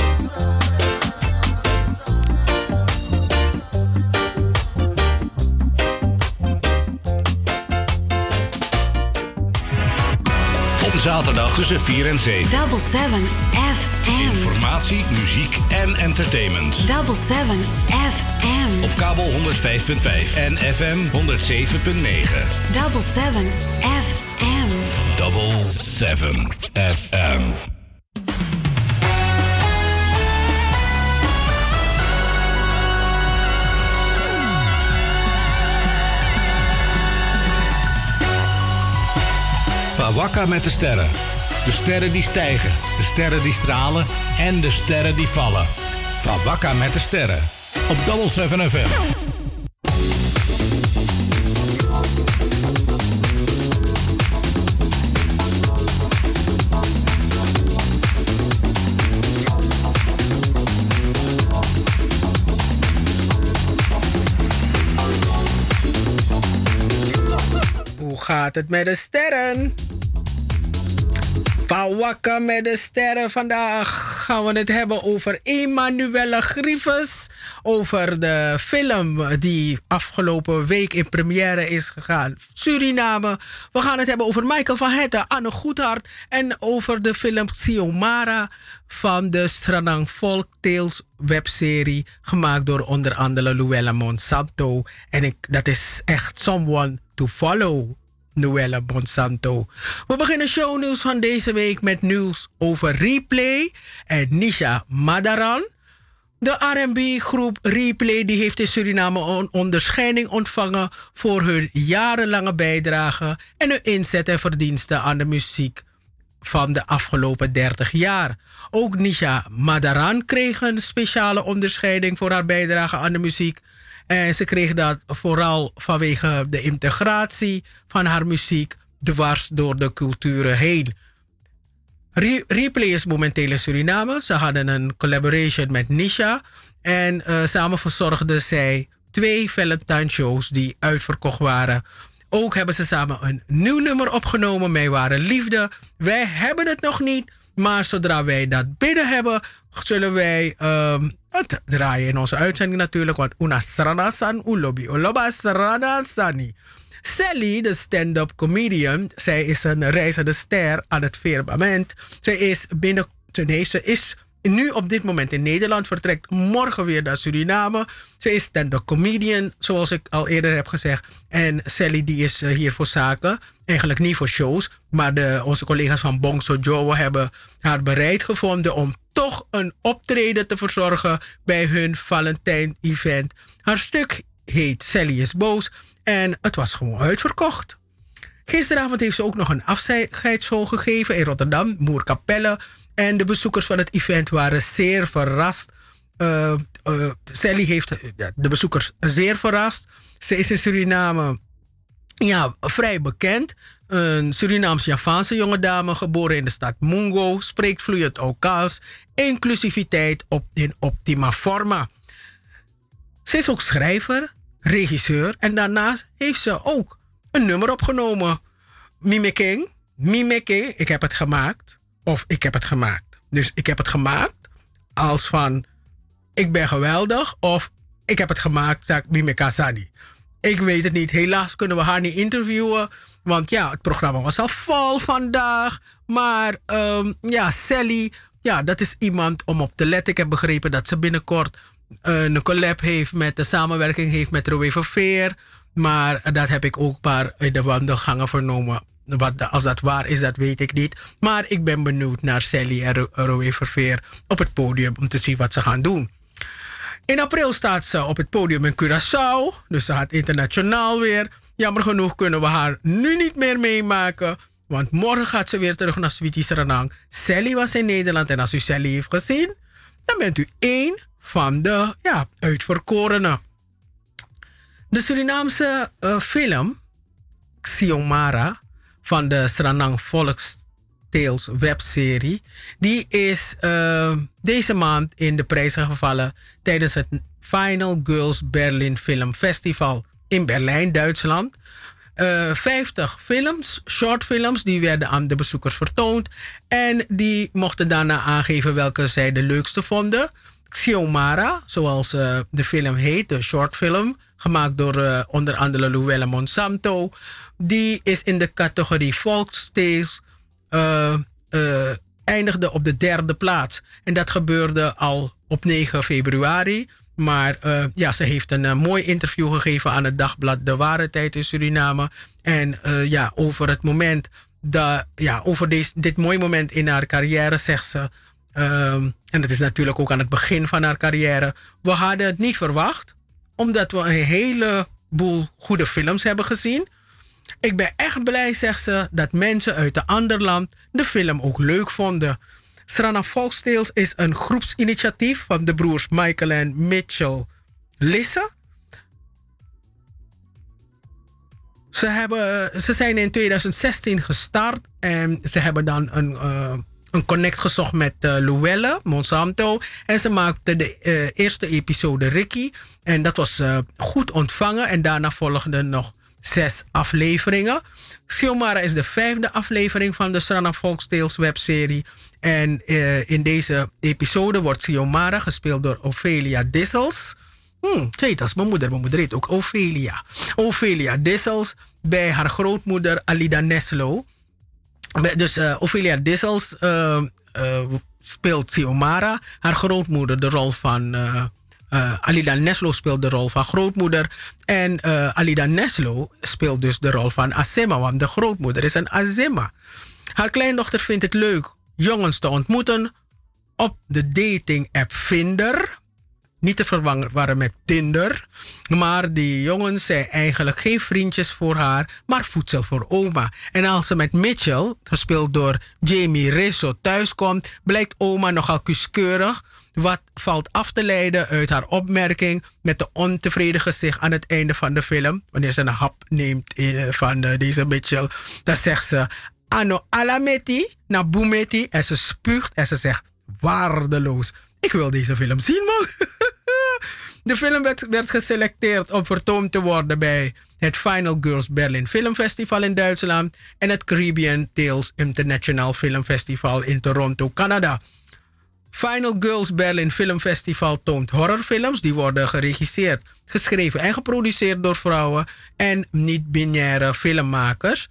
Op zaterdag tussen vier en zeven. Double seven F M. Informatie, muziek en entertainment. Double seven F M. Op kabel honderd vijf komma vijf en F M honderd zeven komma negen. Double seven F M. Double seven F M. Fawaka met de sterren. De sterren die stijgen, de sterren die stralen en de sterren die vallen. Van Wakka met de sterren. Op Double seven F M. Hoe gaat het met de sterren? Van Wakka met de sterren. Vandaag gaan we het hebben over Emanuelle Grievous. Over de film die afgelopen week in première is gegaan. Suriname. We gaan het hebben over Michael van Hetten, Anne Goedhart. En over de film Xiomara van de Sranang Folktales webserie. Gemaakt door onder andere Luella Monsanto. En ik, dat is echt someone to follow. Luella Monsanto. We beginnen shownieuws van deze week met nieuws over Replay en Nisha Madaran. De R en B-groep Replay die heeft in Suriname een onderscheiding ontvangen voor hun jarenlange bijdrage en hun inzet en verdiensten aan de muziek van de afgelopen dertig jaar. Ook Nisha Madaran kreeg een speciale onderscheiding voor haar bijdrage aan de muziek. En ze kreeg dat vooral vanwege de integratie van haar muziek dwars door de culturen heen. Re- Replay is momenteel in Suriname. Ze hadden een collaboration met Nisha. En uh, samen verzorgden zij twee Valentine-shows die uitverkocht waren. Ook hebben ze samen een nieuw nummer opgenomen, Mij Ware Liefde. Wij hebben het nog niet, maar zodra wij dat binnen hebben, zullen wij um, het draaien in onze uitzending natuurlijk. Want una srana san ulobi, uloba srana sani. Sally, de stand-up comedian, zij is een reizende ster aan het firmament. Zij is binnen, nee, ze is nu op dit moment in Nederland, vertrekt morgen weer naar Suriname. Ze is stand-up comedian, zoals ik al eerder heb gezegd. En Sally die is uh, hier voor zaken. Eigenlijk niet voor shows, maar de, onze collega's van Bongso Joe hebben haar bereid gevonden om toch een optreden te verzorgen bij hun Valentijn-event. Haar stuk heet Sally is boos en het was gewoon uitverkocht. Gisteravond heeft ze ook nog een afscheidsshow gegeven in Rotterdam, Moerkapelle. En de bezoekers van het event waren zeer verrast. Uh, uh, Sally heeft de bezoekers zeer verrast. Ze is in Suriname ja, vrij bekend. Een Surinaams-Javaanse jonge dame, geboren in de stad Mungo, spreekt vloeiend Okaals, inclusiviteit op, in optima forma. Ze is ook schrijver, regisseur en daarnaast heeft ze ook een nummer opgenomen. Mimikking, Mimikking, ik heb het gemaakt of ik heb het gemaakt. Dus ik heb het gemaakt als van ik ben geweldig of ik heb het gemaakt, zeg Mimika Sani. Ik weet het niet. Helaas kunnen we haar niet interviewen. Want ja, het programma was al vol vandaag. Maar um, ja, Sally, ja, dat is iemand om op te letten. Ik heb begrepen dat ze binnenkort uh, een collab heeft met de samenwerking heeft met Roé Verveer. Maar dat heb ik ook maar in de wandelgangen vernomen. Wat, als dat waar is, dat weet ik niet. Maar ik ben benieuwd naar Sally en Ro- Roé Verveer op het podium om te zien wat ze gaan doen. In april staat ze op het podium in Curaçao. Dus ze gaat internationaal weer. Jammer genoeg kunnen we haar nu niet meer meemaken. Want morgen gaat ze weer terug naar Sweetie Sranang. Sally was in Nederland. En als u Sally heeft gezien, dan bent u één van de ja, uitverkorenen. De Surinaamse uh, film Xiomara van de Sranang Folktales webserie, die is uh, deze maand in de prijzen gevallen tijdens het Final Girls Berlin Film Festival in Berlijn, Duitsland. Uh, vijftig films, shortfilms, die werden aan de bezoekers vertoond. En die mochten daarna aangeven welke zij de leukste vonden. Xiomara, zoals uh, de film heet, de shortfilm, gemaakt door uh, onder andere Luella Monsanto. Die is in de categorie Folktales uh, uh, eindigde op de derde plaats. En dat gebeurde al op negen februari. Maar uh, ja, ze heeft een uh, mooi interview gegeven aan het dagblad De Ware Tijd in Suriname. En uh, ja, over het moment, dat, ja, over deze, dit mooie moment in haar carrière zegt ze. Um, en het is natuurlijk ook aan het begin van haar carrière. We hadden het niet verwacht, omdat we een heleboel goede films hebben gezien. Ik ben echt blij, zegt ze, dat mensen uit een ander land de film ook leuk vonden. Srana Folktales is een groepsinitiatief van de broers Michael en Mitchell Lisse. Ze, hebben, ze zijn in twintig zestien gestart en ze hebben dan een, uh, een connect gezocht met uh, Luelle Monsanto. En ze maakten de uh, eerste episode Ricky. En dat was uh, goed ontvangen. En daarna volgden nog zes afleveringen. Xiomara is de vijfde aflevering van de Srana Folktales webserie. En uh, in deze episode wordt Xiomara gespeeld door Ophelia Dissels. Hmm, weet als mijn moeder. Mijn moeder heet ook Ophelia. Ophelia Dissels bij haar grootmoeder Alida Neslo. Dus uh, Ophelia Dissels uh, uh, speelt Xiomara. Haar grootmoeder de rol van... Uh, uh, Alida Neslo speelt de rol van grootmoeder. En uh, Alida Neslo speelt dus de rol van Azema. Want de grootmoeder is een Azema. Haar kleindochter vindt het leuk jongens te ontmoeten op de dating app Finder. Niet te verwarren met Tinder. Maar die jongens zijn eigenlijk geen vriendjes voor haar, maar voedsel voor oma. En als ze met Mitchell, gespeeld door Jamie Rizzo, thuiskomt, blijkt oma nogal kieskeurig. Wat valt af te leiden uit haar opmerking met de ontevreden gezicht aan het einde van de film. Wanneer ze een hap neemt van deze Mitchell, dan zegt ze Ano alameti, na boemeti. En ze spuugt en ze zegt waardeloos. Ik wil deze film zien, man. De film werd, werd geselecteerd om vertoond te worden bij het Final Girls Berlin Film Festival in Duitsland en het Caribbean Tales International Film Festival in Toronto, Canada. Final Girls Berlin Film Festival toont horrorfilms die worden geregisseerd, geschreven en geproduceerd door vrouwen en niet-binaire filmmakers.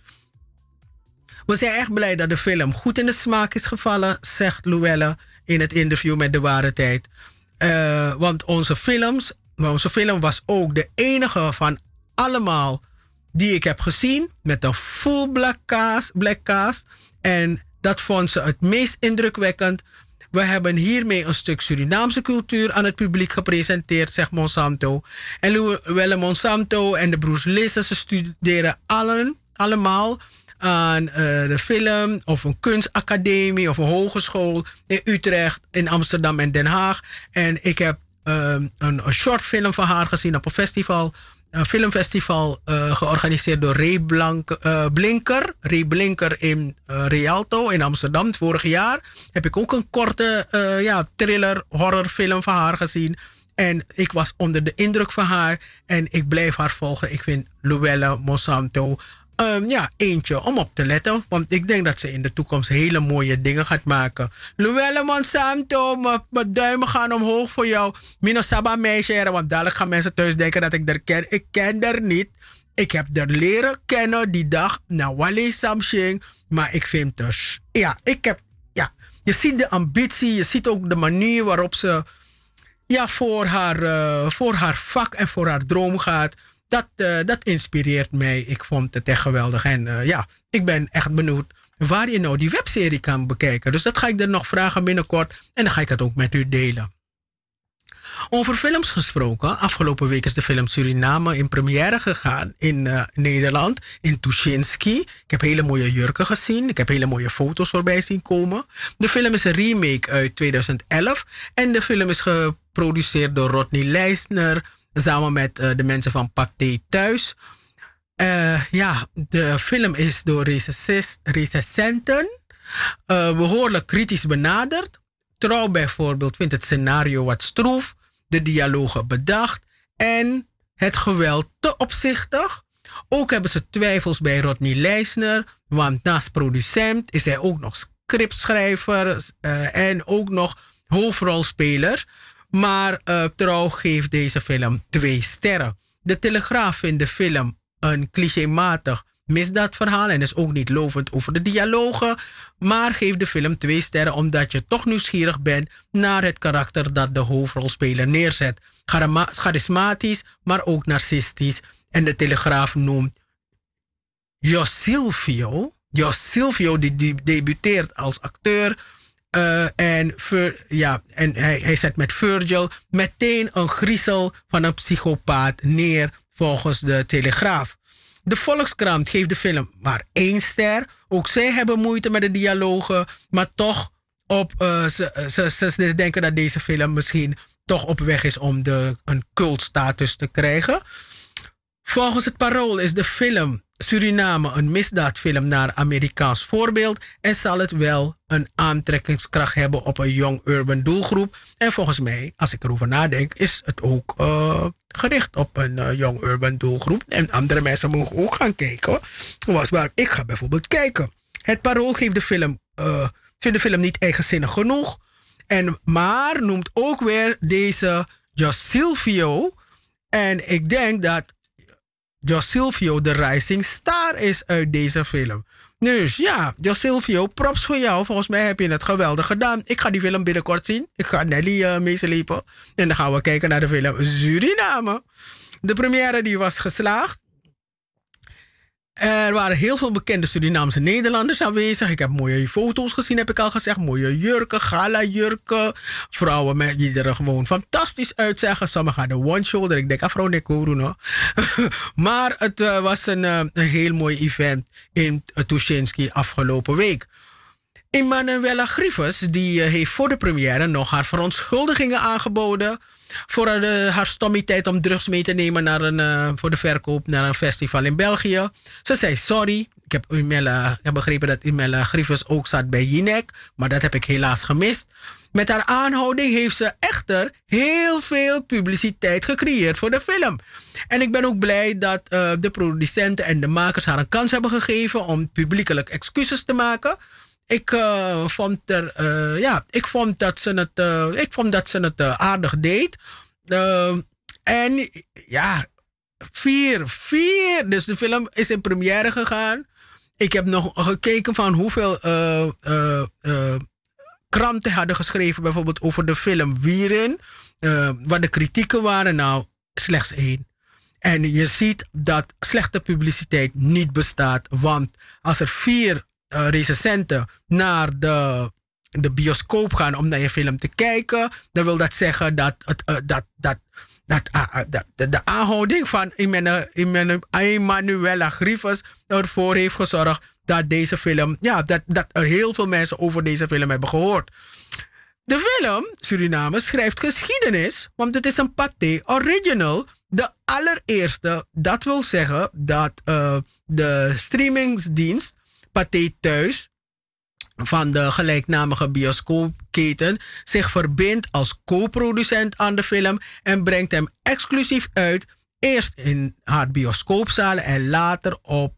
We zijn echt blij dat de film goed in de smaak is gevallen, zegt Luelle in het interview met De Ware Tijd. Uh, want onze films, onze film was ook de enige van allemaal die ik heb gezien met een full black cast, black cast. En dat vond ze het meest indrukwekkend. We hebben hiermee een stuk Surinaamse cultuur aan het publiek gepresenteerd, zegt Monsanto. En Luelle Monsanto en de broers Lisse, ze studeren allen, allemaal aan uh, de film of een kunstacademie of een hogeschool in Utrecht, in Amsterdam en Den Haag. En ik heb uh, een, een shortfilm van haar gezien op een festival, een filmfestival uh, georganiseerd door Ray Blank, uh, Blinker. Ray Blinker in uh, Rialto in Amsterdam. Vorig jaar heb ik ook een korte uh, ja, thriller horrorfilm van haar gezien. En ik was onder de indruk van haar en ik blijf haar volgen. Ik vind Luelle Monsanto Um, ja, eentje om op te letten. Want ik denk dat ze in de toekomst hele mooie dingen gaat maken. Luelle Monsanto, mijn duimen gaan omhoog voor jou. Mino Saba meisje, want dadelijk gaan mensen thuis denken dat ik er ken. Ik ken er niet. Ik heb er leren kennen die dag. Nou, Wale Samsing. Maar ik vind dus, ja, ik heb, ja, je ziet de ambitie, je ziet ook de manier waarop ze, ja, voor haar, uh, voor haar vak en voor haar droom gaat. Dat, uh, dat inspireert mij. Ik vond het echt geweldig. En uh, ja, ik ben echt benieuwd waar je nou die webserie kan bekijken. Dus dat ga ik er nog vragen binnenkort. En dan ga ik het ook met u delen. Over films gesproken. Afgelopen week is de film Suriname in première gegaan in uh, Nederland. In Tuschinski. Ik heb hele mooie jurken gezien. Ik heb hele mooie foto's voorbij zien komen. De film is een remake uit tweeduizend elf. En de film is geproduceerd door Rodney Leisner. Samen met uh, de mensen van Pathé Thuis. Uh, ja, de film is door recensenten uh, behoorlijk kritisch benaderd. Trouw bijvoorbeeld vindt het scenario wat stroef, de dialogen bedacht en het geweld te opzichtig. Ook hebben ze twijfels bij Rodney Leisner, want naast producent is hij ook nog scriptschrijver uh, en ook nog hoofdrolspeler. Maar uh, Trouw geeft deze film twee sterren. De Telegraaf vindt de film een clichématig misdaadverhaal en is ook niet lovend over de dialogen. Maar geeft de film twee sterren omdat je toch nieuwsgierig bent naar het karakter dat de hoofdrolspeler neerzet. Charismatisch, maar ook narcistisch. En de Telegraaf noemt Jos Silvio. Jos Silvio die, die debuteert als acteur. Uh, en Vir, ja, en hij, hij zet met Virgil meteen een griezel van een psychopaat neer volgens de Telegraaf. De Volkskrant geeft de film maar één ster. Ook zij hebben moeite met de dialogen, maar toch op, uh, ze, ze, ze denken dat deze film misschien toch op weg is om de, een cultstatus te krijgen. Volgens het Parool is de film Suriname een misdaadfilm naar Amerikaans voorbeeld en zal het wel een aantrekkingskracht hebben op een young urban doelgroep. En volgens mij, als ik erover nadenk, is het ook uh, gericht op een uh, young urban doelgroep. En andere mensen mogen ook gaan kijken. Zoals waar ik ga bijvoorbeeld kijken. Het Parool geeft de film, uh, vindt de film niet eigenzinnig genoeg. En, maar noemt ook weer deze Jos Silvio. En ik denk dat Jos Silvio de rising star is uit deze film. Dus ja, Jos Silvio, props voor jou. Volgens mij heb je het geweldig gedaan. Ik ga die film binnenkort zien. Ik ga Nelly uh, meeslepen. En dan gaan we kijken naar de film Suriname. De première die was geslaagd. Er waren heel veel bekende Surinaamse Nederlanders aanwezig. Ik heb mooie foto's gezien, heb ik al gezegd. Mooie jurken, gala-jurken. Vrouwen met, die er gewoon fantastisch uitzagen. Sommigen hadden one-shoulder. Ik denk, afro Nekoro. Maar het uh, was een, uh, een heel mooi event in uh, Tuschinski afgelopen week. Emanuela Grievous die, uh, heeft voor de première nog haar verontschuldigingen aangeboden voor uh, haar stommiteit om drugs mee te nemen naar een, uh, voor de verkoop naar een festival in België. Ze zei sorry. Ik heb, Imella, ik heb begrepen dat Imella Grievous ook zat bij Jinek, maar dat heb ik helaas gemist. Met haar aanhouding heeft ze echter heel veel publiciteit gecreëerd voor de film. En ik ben ook blij dat uh, de producenten en de makers haar een kans hebben gegeven om publiekelijk excuses te maken. Ik, uh, vond er, uh, ja, ik vond dat ze het, uh, ik vond dat ze het uh, aardig deed. Uh, en ja, vier, vier. Dus de film is in première gegaan. Ik heb nog gekeken van hoeveel uh, uh, uh, kranten hadden geschreven, bijvoorbeeld over de film Wierin. Uh, wat de kritieken waren, nou, slechts één. En je ziet dat slechte publiciteit niet bestaat. Want als er vier Uh, recensenten naar de, de bioscoop gaan om naar je film te kijken, dan wil dat zeggen dat, het, uh, dat, dat, dat, uh, dat de, de aanhouding van Emanuela Grievous ervoor heeft gezorgd dat deze film, ja, dat, dat er heel veel mensen over deze film hebben gehoord. De film Suriname schrijft geschiedenis, want het is een Pathé original. De allereerste, dat wil zeggen dat uh, de streamingsdienst Pathé Thuis van de gelijknamige bioscoopketen zich verbindt als co-producent aan de film en brengt hem exclusief uit, eerst in haar bioscoopzalen en later op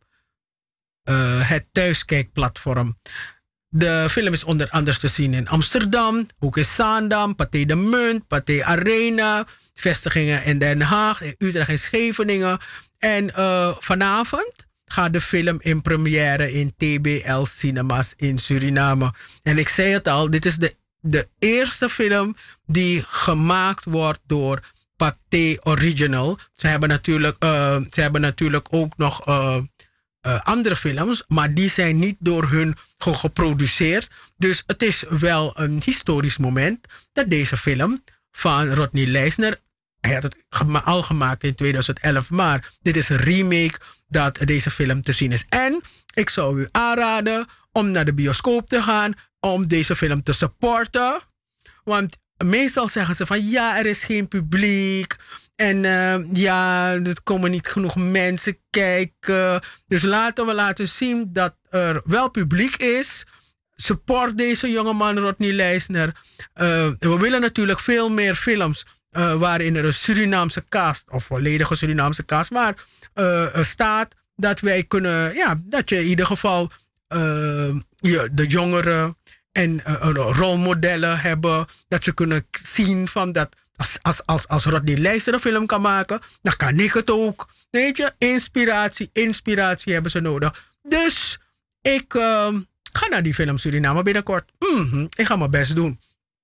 uh, het thuiskijkplatform. De film is onder andere te zien in Amsterdam, ook in Zaandam, Pathé de Munt, Pathé Arena, vestigingen in Den Haag, in Utrecht en Scheveningen. En uh, vanavond gaat de film in première in T B L Cinemas in Suriname. En ik zei het al, dit is de, de eerste film die gemaakt wordt door Pathé Original. Ze hebben natuurlijk, uh, ze hebben natuurlijk ook nog uh, uh, andere films, maar die zijn niet door hun geproduceerd. Dus het is wel een historisch moment dat deze film van Rodney Leisner, hij had het al gemaakt in tweeduizend elf, maar dit is een remake dat deze film te zien is. En ik zou u aanraden om naar de bioscoop te gaan, om deze film te supporten. Want meestal zeggen ze van ja, er is geen publiek. En uh, ja, er komen niet genoeg mensen kijken. Dus laten we laten zien dat er wel publiek is. Support deze jongeman Rodney Leisner. Uh, we willen natuurlijk veel meer films uh, waarin er een Surinaamse cast, of volledige Surinaamse cast, maar uh, staat dat wij kunnen, ja, dat je in ieder geval uh, je, de jongeren en uh, rolmodellen hebben, dat ze kunnen zien van dat als, als, als, als Rodney Leisner een film kan maken, dan kan ik het ook. Weet je, inspiratie, inspiratie hebben ze nodig. Dus ik uh, ga naar die film Suriname binnenkort. Mm-hmm, ik ga mijn best doen.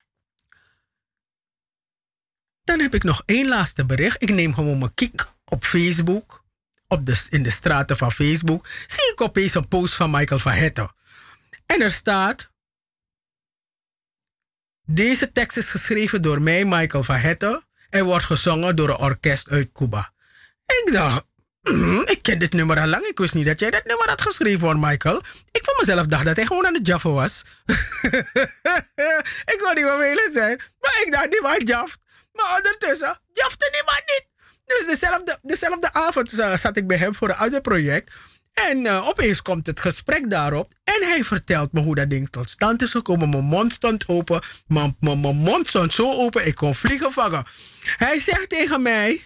Dan heb ik nog één laatste bericht. Ik neem gewoon mijn kiek op Facebook. Op de, in de straten van Facebook. Zie ik opeens een post van Michael van Hetten. En er staat: deze tekst is geschreven door mij, Michael van Hetten, en wordt gezongen door een orkest uit Cuba. Ik dacht, "Mm, ik ken dit nummer al lang. Ik wist niet dat jij dat nummer had geschreven hoor, Michael. Ik van mezelf dacht dat hij gewoon aan het jaffen was. Ik wou niet vervelend zijn, maar ik dacht niemand jaft. Maar ondertussen jafte niemand niet. Dus dezelfde, dezelfde avond uh, zat ik bij hem voor een ander project. En uh, opeens komt het gesprek daarop. En hij vertelt me hoe dat ding tot stand is gekomen. Mijn mond stond open. Mijn, mijn, mijn mond stond zo open. Ik kon vliegen vangen. Hij zegt tegen mij: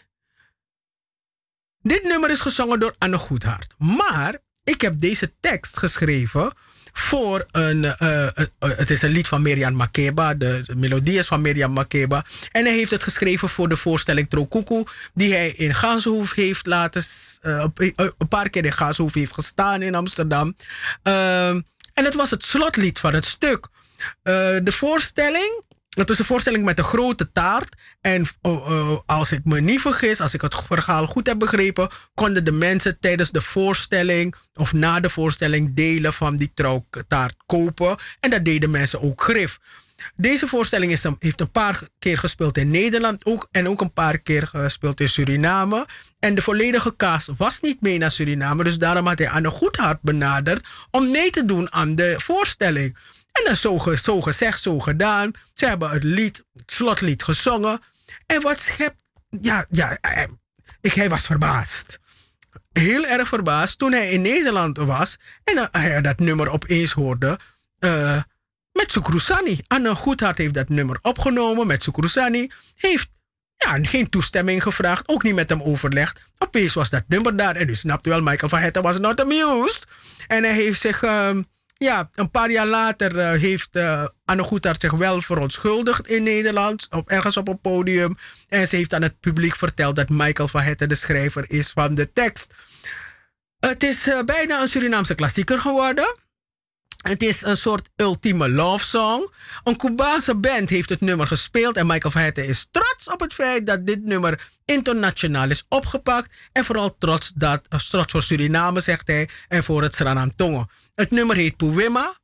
dit nummer is gezongen door Anne Goedhart. Maar ik heb deze tekst geschreven voor een... Uh, uh, uh, het is een lied van Miriam Makeba. De, de melodie is van Miriam Makeba. En hij heeft het geschreven voor de voorstelling Trokuku, die hij in Ganzenhoef heeft laten... Uh, een paar keer in Ganzenhoef heeft gestaan in Amsterdam. Uh, en het was het slotlied van het stuk. Uh, de voorstelling... Het is een voorstelling met een grote taart. En uh, uh, als ik me niet vergis, als ik het verhaal goed heb begrepen, konden de mensen tijdens de voorstelling of na de voorstelling delen van die trouwtaart kopen. En dat deden mensen ook grif. Deze voorstelling is een, heeft een paar keer gespeeld in Nederland ook, en ook een paar keer gespeeld in Suriname. En de volledige cast was niet mee naar Suriname. Dus daarom had hij Anne Goedhart benaderd om mee te doen aan de voorstelling. En dan zo, zo gezegd, zo gedaan. Ze hebben het lied, het slotlied gezongen. En wat schept... Ja, ja ik, hij was verbaasd. Heel erg verbaasd toen hij in Nederland was. En uh, hij dat nummer opeens hoorde. Uh, met Sukrusani. Anne Goedhart heeft dat nummer opgenomen met Sukrusani. Heeft ja, geen toestemming gevraagd. Ook niet met hem overlegd. Opeens was dat nummer daar. En u snapt wel, Michael van Hetten was not amused. En hij heeft zich... Uh, Ja, een paar jaar later uh, heeft uh, Anne Goedhart zich wel verontschuldigd in Nederland, op, ergens op een podium. En ze heeft aan het publiek verteld dat Michael van Hetten de schrijver is van de tekst. Het is uh, bijna een Surinaamse klassieker geworden. Het is een soort ultieme love song. Een Cubaanse band heeft het nummer gespeeld en Michael van Hetten is trots op het feit dat dit nummer internationaal is opgepakt. En vooral trots, dat, trots voor Suriname, zegt hij, en voor het Sranam Tongo. Het nummer heet Poema.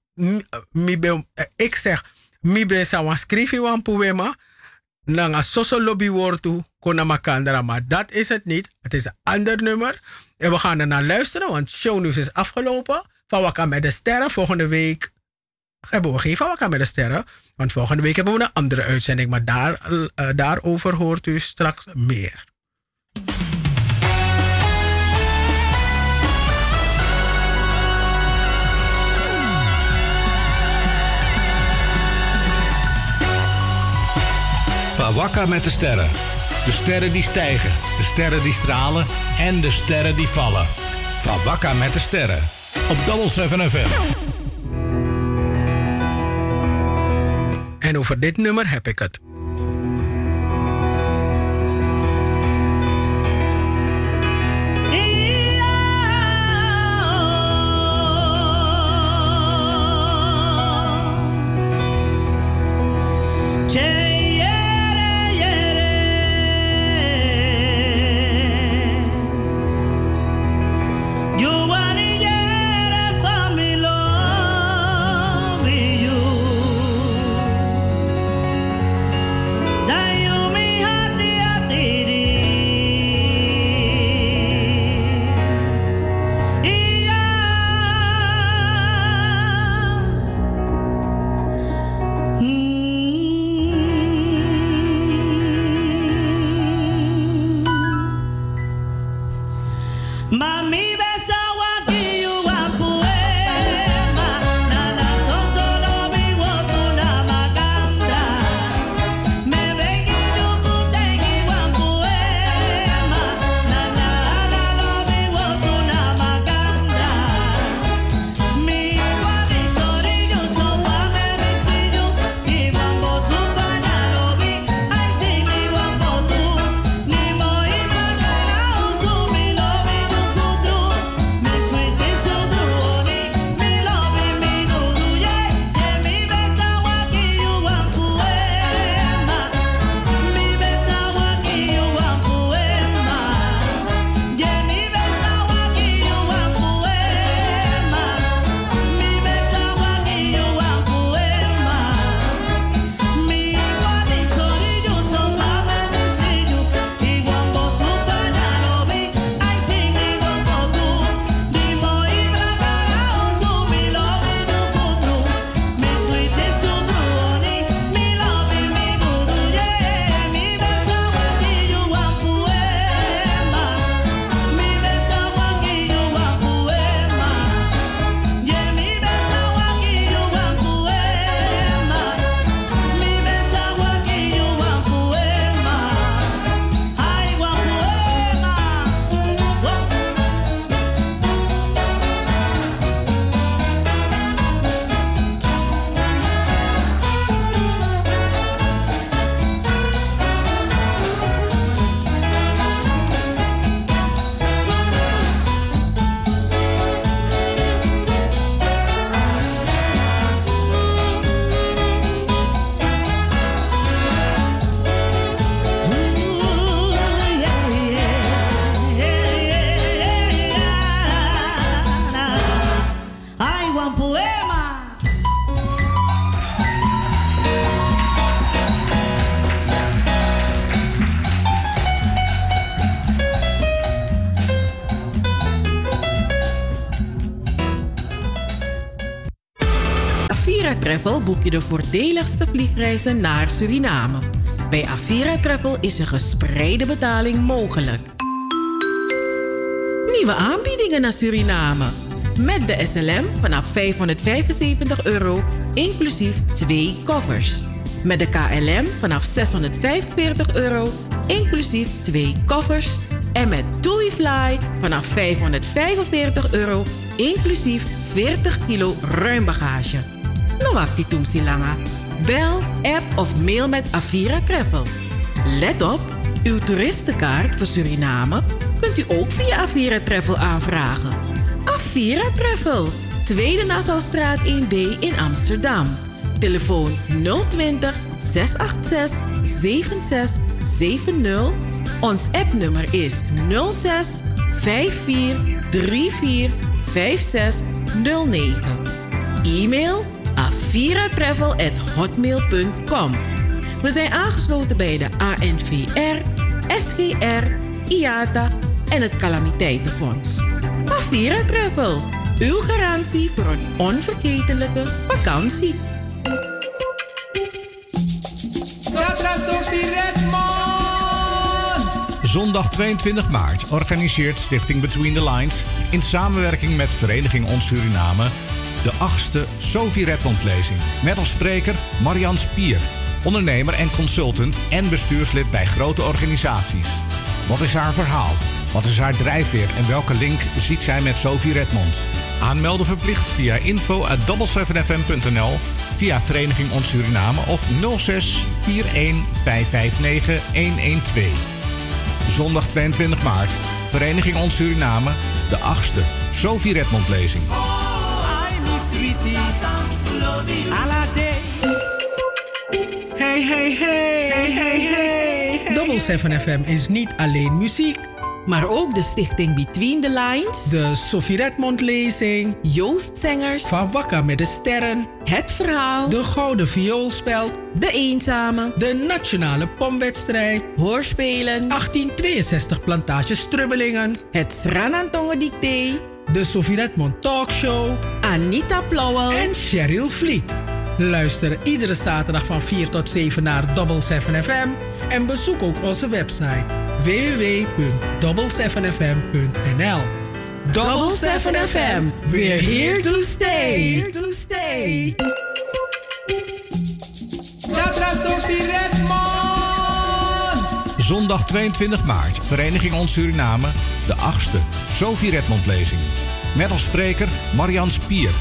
Ik zeg, mi ben sawan skrivi wan poema. Nanga soso lobby woordu kona makandara. Maar dat is het niet. Het is een ander nummer. En we gaan er naar luisteren, want shownieuws is afgelopen. Van Wakka met de Sterren. Volgende week hebben we geen Van Wakka met de Sterren. Want volgende week hebben we een andere uitzending. Maar daar, uh, daarover hoort u straks meer. Van Wakka met de Sterren. De sterren die stijgen, de sterren die stralen en de sterren die vallen. Van Wakka met de Sterren. Op Double zeven F M. En over dit nummer heb ik het. Avira Travel boek je de voordeligste vliegreizen naar Suriname. Bij Avira Travel is een gespreide betaling mogelijk. Nieuwe aanbiedingen naar Suriname. Met de S L M vanaf vijfhonderdvijfenzeventig euro, inclusief twee koffers. Met de K L M vanaf zeshonderdvijfenveertig euro, inclusief twee koffers. En met TUI Fly vanaf vijfhonderdvijfenveertig euro, inclusief veertig kilo ruim bagage. Nou wacht die toemsilanga. Bel, app of mail met Avira Travel. Let op, uw toeristenkaart voor Suriname kunt u ook via Avira Travel aanvragen. Avira Travel, Tweede Nassaustraat één B in Amsterdam. Telefoon nul twintig, zeshonderdachtzestig, zevenenzestig zeventig. Ons appnummer is nul zes, vijf vier, drie vier, vijf zes nul negen. E-mail aviratravel at hotmail punt com. We zijn aangesloten bij de A N V R, S G R, I A T A en het Calamiteitenfonds. Avira Travel, uw garantie voor een onvergetelijke vakantie. Zondag tweeëntwintig maart organiseert Stichting Between the Lines in samenwerking met Vereniging Ons Suriname de achtste Sophie Redmond-lezing. Met als spreker Marian Spier, ondernemer en consultant en bestuurslid bij grote organisaties. Wat is haar verhaal? Wat is haar drijfveer en welke link ziet zij met Sophie Redmond? Aanmelden verplicht via info at double seven f m punt n l, via Vereniging Ons Suriname of nul zes vier een vijf vijf negen een een twee. Zondag tweeëntwintig maart, Vereniging Ons Suriname, de achtste Sophie Redmond-lezing. Hey, hey, hey, hey, hey, hey. Double seven F M is niet alleen muziek, maar ook de stichting Between the Lines, de Sophie Redmond-lezing, Joost Zengers, Van Wakka met de Sterren, Het Verhaal, de Gouden Vioolspeld, De Eenzame, de Nationale Pomwedstrijd, Hoorspelen, achttien tweeënzestig Plantage Strubbelingen, het Sranantongen Dicté, de Sophie Redmond Talkshow, Anita Plauwel en Cheryl Vliet. Luister iedere zaterdag van vier tot zeven naar Double seven F M en bezoek ook onze website w w w punt double seven f m punt n l. Double seven F M, we're here to stay. Here to stay. Zondag tweeëntwintig maart, Vereniging Ons Suriname, de achtste Sophie Redmond-lezing. Met als spreker Marian Spier.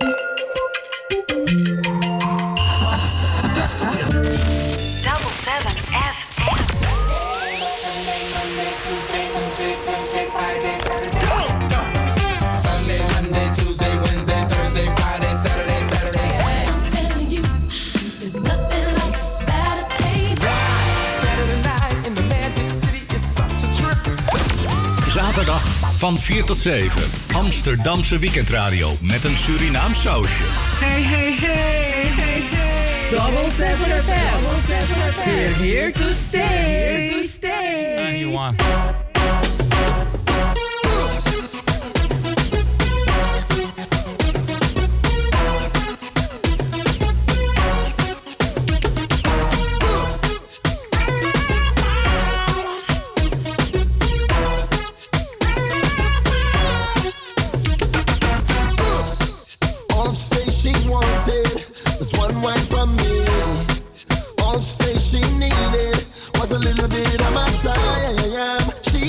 Zaterdag van vier tot zeven. Amsterdamse weekendradio met een Surinaams sausje. Hey, hey, hey, hey, hey. Double seven F M. We're here to stay. Here to stay. ninety-one. All she said she needed was a little bit of my time. She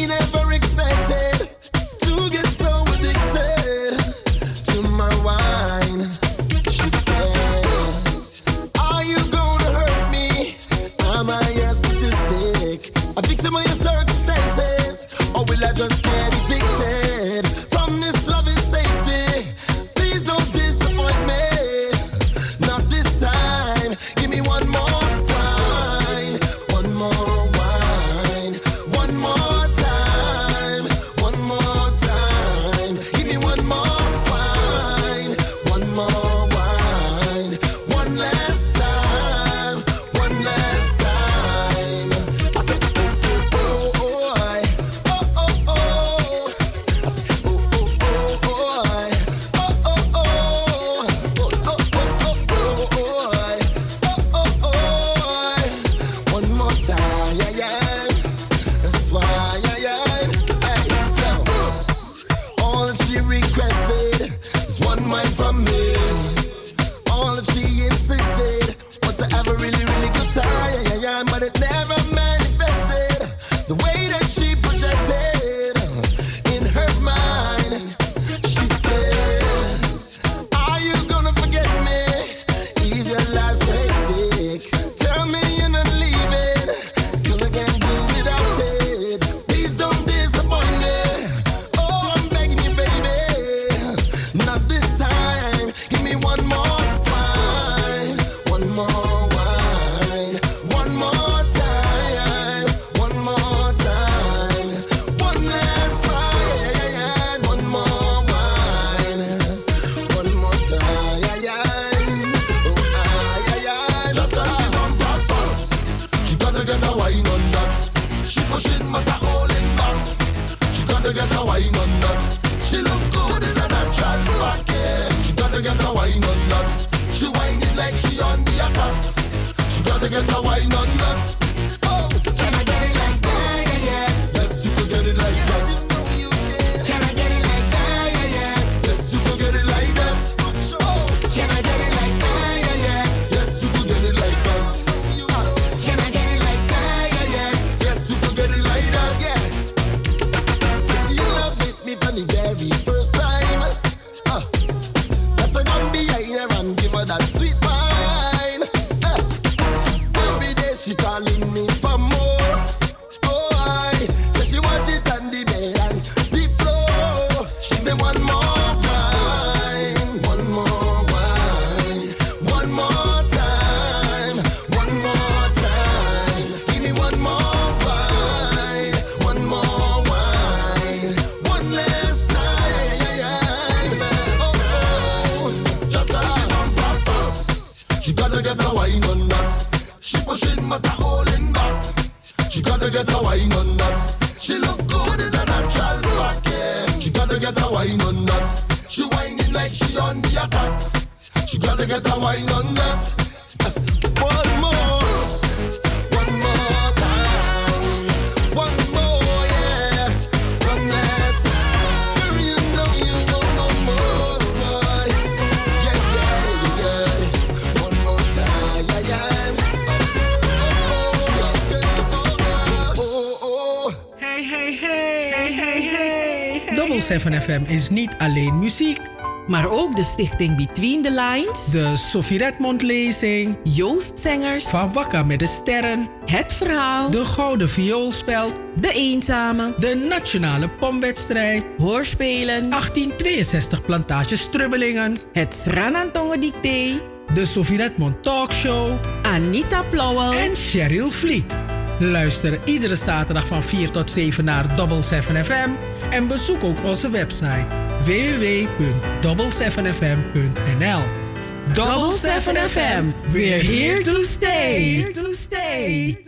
she requested is one wine from me. All that she insisted was to have a really, really good time, yeah, yeah, yeah, but it never manifested the way that she projected in her mind. She said, are you gonna forget me? Is your life so hectic? Tell me you're not leaving, 'cause I can't do without it. Please don't disappoint me. Oh, I'm begging you, baby. Not this time. Give me one more wine. One more wine. One more time. One more time. One last wine. One more wine. One more time. Yeah, yeah. Oh, ah, yeah, yeah. Just 'cause she bump her foot, she gotta get a wine on that. She pushing but a holding back. She gotta get a wine on that. She look good as a natural rocket. She gotta get a wine on that. She whining like she on the attack. She gotta get a wine on that. Oh, can I get it like that? Yeah, yeah. Yes, you could get it like that. Can I get it like that? Yeah, yeah. Yes, you could get it like that. Oh, can I get it like that? Yeah, yeah. Yes, you could get it like that. Can I get it like that? Yeah, yeah. Yes, you could get it like that. Yeah. So she loved it me from the very first time. Uh, that I gone behind her and give her that sweet wine. Uh, every day she calling me for more. Oh, I say she want it on the bed and the floor. She say one more wine, one more wine, one more time, one more time. Give me one more wine, one more wine, one last time. Oh, oh. Just 'cause she bump her foot, she gotta get a wine on that. She pushing but a holding back. She gotta get a wine on that. She look good as a natural rocket. She gotta get a wine on that. She whining like she on the attack. She gotta get a wine on that. One more, one more time, one more, yeah, one last time. You know you want no more, boy. Yeah, yeah, yeah. One more time, yeah, yeah. Oh, oh, oh. Hey, hey, hey, hey, hey, hey. Double seven F M is niet alleen muziek. Maar ook de stichting Between the Lines, De Sophie Redmond lezing, Joost Zengers, Van Wakker met de Sterren, Het Verhaal, De Gouden Vioolspeld, De Eenzame, de Nationale Pomwedstrijd, Hoorspelen, achttien tweeënzestig Plantage Strubbelingen, Het Sranantongen Dicté, de Sophie Redmond Talkshow Anita Plauwel en Cheryl Vliet. Luister iedere zaterdag van vier tot zeven naar Double seven F M en bezoek ook onze website w w w punt double seven f m punt n l. Double seven F M, we're here to stay. Here to stay.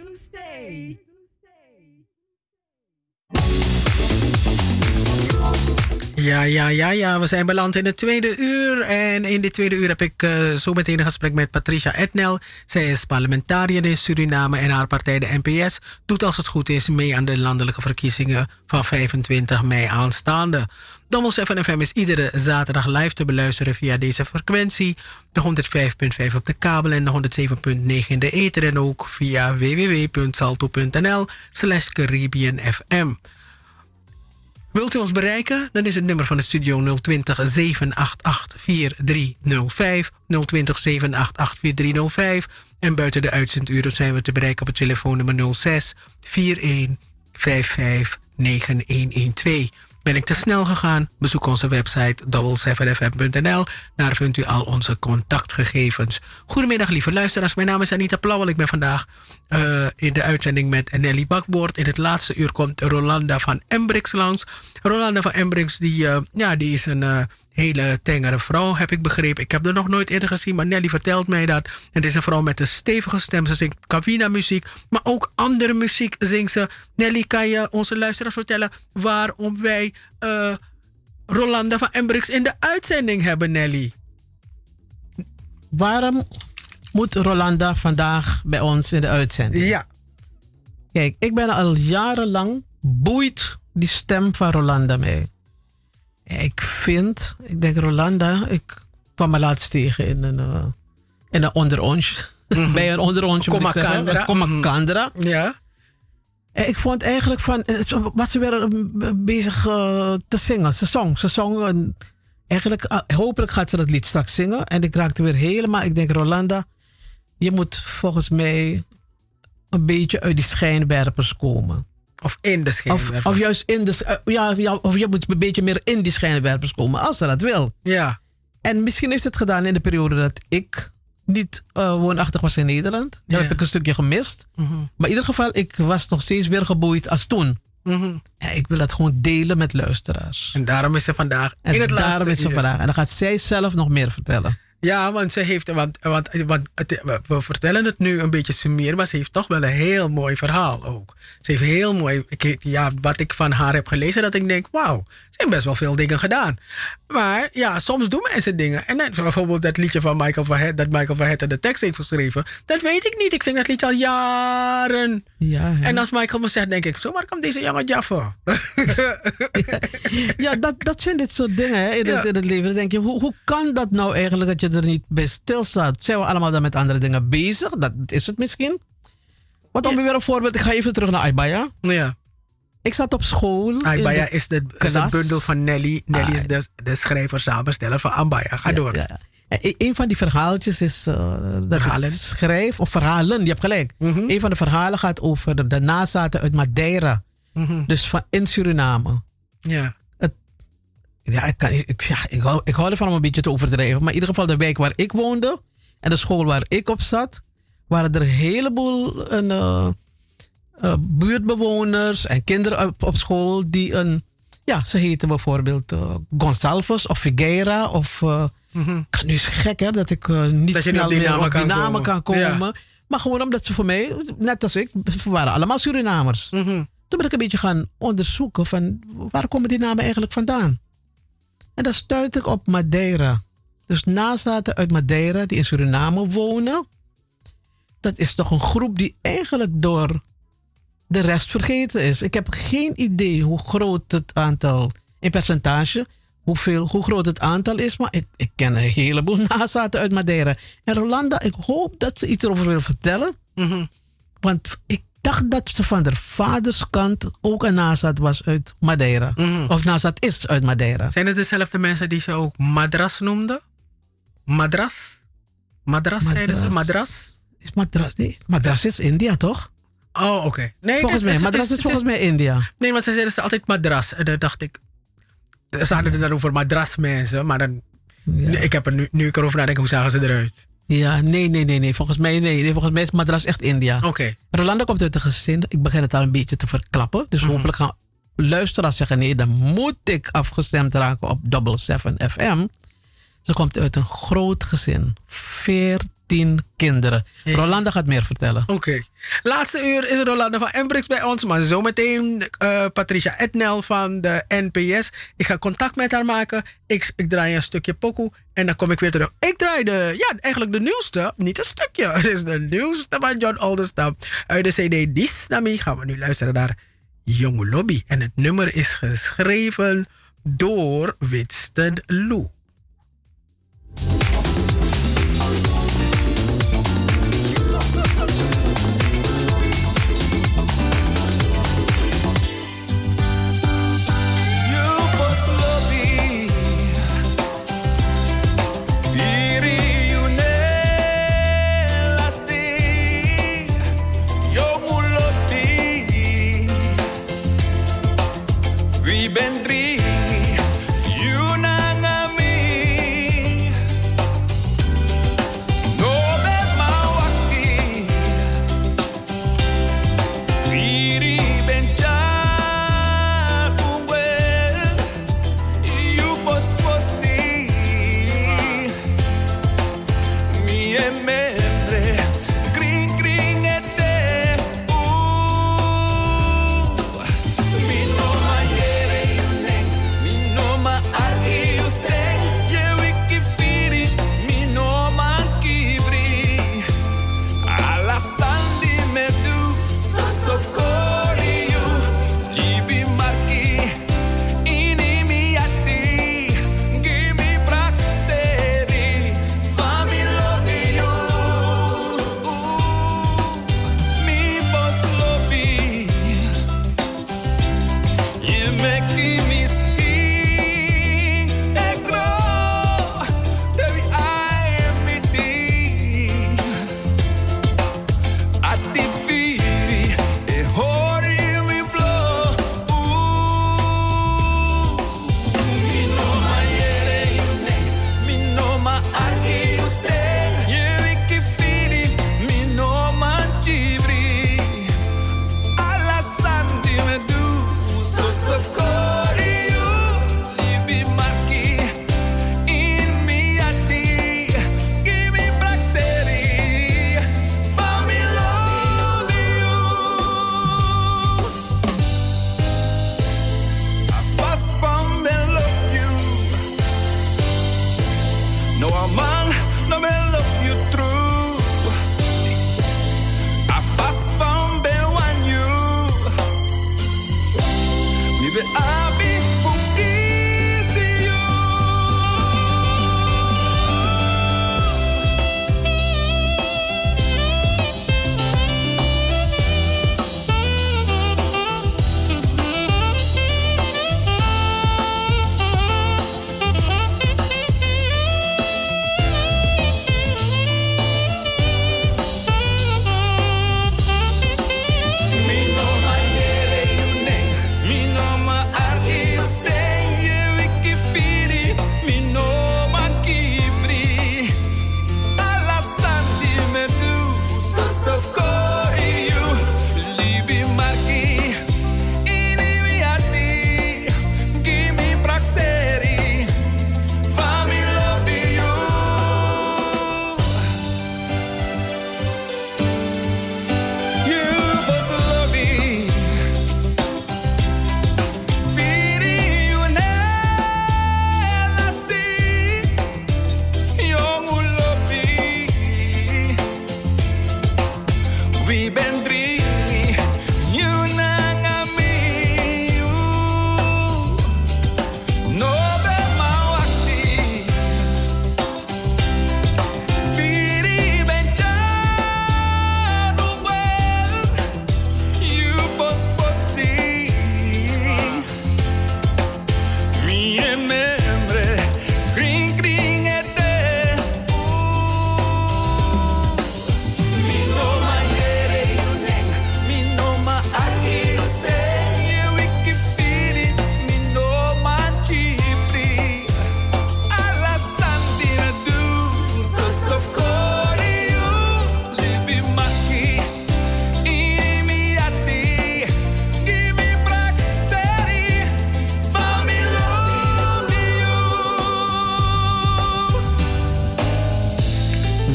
Ja, ja, ja, ja. We zijn beland in het tweede uur. En in dit tweede uur heb ik uh, zo meteen een gesprek met Patricia Etnel. Zij is parlementariër in Suriname en haar partij, de N P S, doet als het goed is mee aan de landelijke verkiezingen van vijfentwintig mei aanstaande. Double seven F M is iedere zaterdag live te beluisteren via deze frequentie. De honderd vijf punt vijf op de kabel en de honderd zeven punt negen in de ether. En ook via w w w punt salto punt n l slash Caribbean F M. Wilt u ons bereiken? Dan is het nummer van de studio nul twintig, zeven acht acht, vier drie nul vijf. nul twintig, zeven acht acht, vier drie nul vijf. En buiten de uitzenduren zijn we te bereiken op het telefoonnummer nul zes, vier een, vijf vijf, negen een een twee. Ben ik te snel gegaan? Bezoek onze website double seven f m punt n l. Daar vindt u al onze contactgegevens. Goedemiddag lieve luisteraars, mijn naam is Anita Plauwel. Ik ben vandaag uh, in de uitzending met Nelly Bakboord. In het laatste uur komt Rolanda van Embrix langs. Rolanda van Embrix die, uh, ja, die is een uh, hele tengere vrouw, heb ik begrepen. Ik heb er nog nooit eerder gezien, maar Nelly vertelt mij dat. Het is een vrouw met een stevige stem. Ze zingt Kawina muziek, maar ook andere muziek zingt ze. Nelly, kan je onze luisteraars vertellen waarom wij uh, Rolanda van Embrix in de uitzending hebben, Nelly? Waarom moet Rolanda vandaag bij ons in de uitzending? Ja. Kijk, ik ben al jarenlang, boeit die stem van Rolanda mij. Ik vind, ik denk Rolanda, ik kwam me laatst tegen in een, uh, in een onderonsje. Mm-hmm. Bij een onderonsje. Komakandra. Komakandra. Mm-hmm. Ja. En ik vond eigenlijk van, was ze weer bezig uh, te zingen. Ze zong, ze zong. En eigenlijk, uh, hopelijk gaat ze dat lied straks zingen. En ik raakte weer helemaal, ik denk Rolanda, je moet volgens mij een beetje uit die schijnwerpers komen. Of in de schijnwerpers. Of, of juist in de, uh, ja, ja, of je moet een beetje meer in die schijnwerpers komen, als ze dat wil. Ja. En misschien heeft ze het gedaan in de periode dat ik niet uh, woonachtig was in Nederland. Dan Ja. heb ik een stukje gemist. Mm-hmm. Maar in ieder geval, ik was nog steeds weer geboeid als toen. Mm-hmm. Ja, ik wil dat gewoon delen met luisteraars. En daarom is ze vandaag En in het laatste daarom is ze uur. vandaag. En dan gaat zij zelf nog meer vertellen. Ja, want ze heeft, want, want, want het, we vertellen het nu een beetje sumier, maar ze heeft toch wel een heel mooi verhaal ook. Ze heeft heel mooi, ik, ja, wat ik van haar heb gelezen, dat ik denk, wauw, ze heeft best wel veel dingen gedaan. Maar ja, soms doen mensen dingen. En dan, bijvoorbeeld dat liedje van Michael van Het, dat Michael van Het de tekst heeft geschreven, dat weet ik niet. Ik zing dat liedje al jaren. Ja, hè? En als Michael me zegt, denk ik, zo waar komt deze jongen Jaffa? Ja, dat, dat zijn dit soort dingen hè, in, Ja. het, in het leven. Dan denk je, hoe, hoe kan dat nou eigenlijk dat je er niet bij stilstaat? Zijn we allemaal dan met andere dingen bezig? Dat is het misschien. Wat dan weer een voorbeeld. Ik ga even terug naar Aibaya. Ja. Ik zat op school. Ambaya in de is de, is klas. het bundel van Nelly. Nelly is Ah. de, de schrijver, samensteller van Ambaya. Ga door. Ja, ja. En e- een van die verhaaltjes is uh, dat Verhalen? ik schrijf, of verhalen, je hebt gelijk. Mhm. Een van de verhalen gaat over de, de nazaten uit Madeira. Mhm. Dus van, in Suriname. Ja. Ja, ik, kan, niet- ik, ja ik, hou, ik hou ervan om een beetje te overdrijven. Maar in ieder geval de wijk waar ik woonde en de school waar ik op zat, waren er een heleboel een, uh, uh, buurtbewoners en kinderen op, op school die een, ja, ze heten bijvoorbeeld uh, Gonçalves of Figueira of, uh, Mhm. kan nu is gek hè, dat ik uh, niet Dat je niet snel op die meer namen op die kan namen komen. kan komen. Ja. Maar gewoon omdat ze voor mij, net als ik, we waren allemaal Surinamers. Mhm. Toen ben ik een beetje gaan onderzoeken van waar komen die namen eigenlijk vandaan. En dan stuit ik op Madeira. Dus nazaten uit Madeira die in Suriname wonen. Dat is toch een groep die eigenlijk door de rest vergeten is. Ik heb geen idee hoe groot het aantal, in percentage, hoeveel, hoe groot het aantal is. Maar ik, ik ken een heleboel nazaten uit Madeira. En Rolanda, ik hoop dat ze iets erover wil vertellen. Mhm. Want ik dacht dat ze van de vaderskant ook een nazaat was uit Madeira. Mhm. Of nazaat is uit Madeira. Zijn het dezelfde mensen die ze ook Madras noemden? Madras? Madras, zeiden ze? Madras? Is Madras, nee, Madras is India, toch? Oh, oké. Nee, Volgens dit- mij, het Madras het is volgens mij India. Nee, want ze zeiden ze altijd Madras. En dan dacht ik... Ze hadden het dan over Madras mensen, maar dan... Ja. Nee, ik heb er nu, nu ik erover nadenk, hoe zagen ze eruit? Ja, nee, nee, nee, nee. Volgens mij, nee. nee. Volgens mij is Madras echt India. Oké. Rolanda komt uit een gezin. Ik begin het al een beetje te verklappen. Dus Mhm. hopelijk gaan luisteraars zeggen: nee, dan moet ik afgestemd raken op Double Seven F M. Ze komt uit een groot gezin. Veertien kinderen. Hey. Rolanda gaat meer vertellen. Oké. Laatste uur is Rolanda van Embrix bij ons. Maar zometeen uh, Patricia Etnel van de N P S. Ik ga contact met haar maken. Ik, ik draai een stukje pokoe. En dan kom ik weer terug. Ik draai de, ja, eigenlijk de nieuwste. Niet een stukje. Het is de nieuwste van John Oldestam. Uit de C D Disnami gaan we nu luisteren naar Jonge Lobby. En het nummer is geschreven door Winston Lou. Ben dringi, you nangami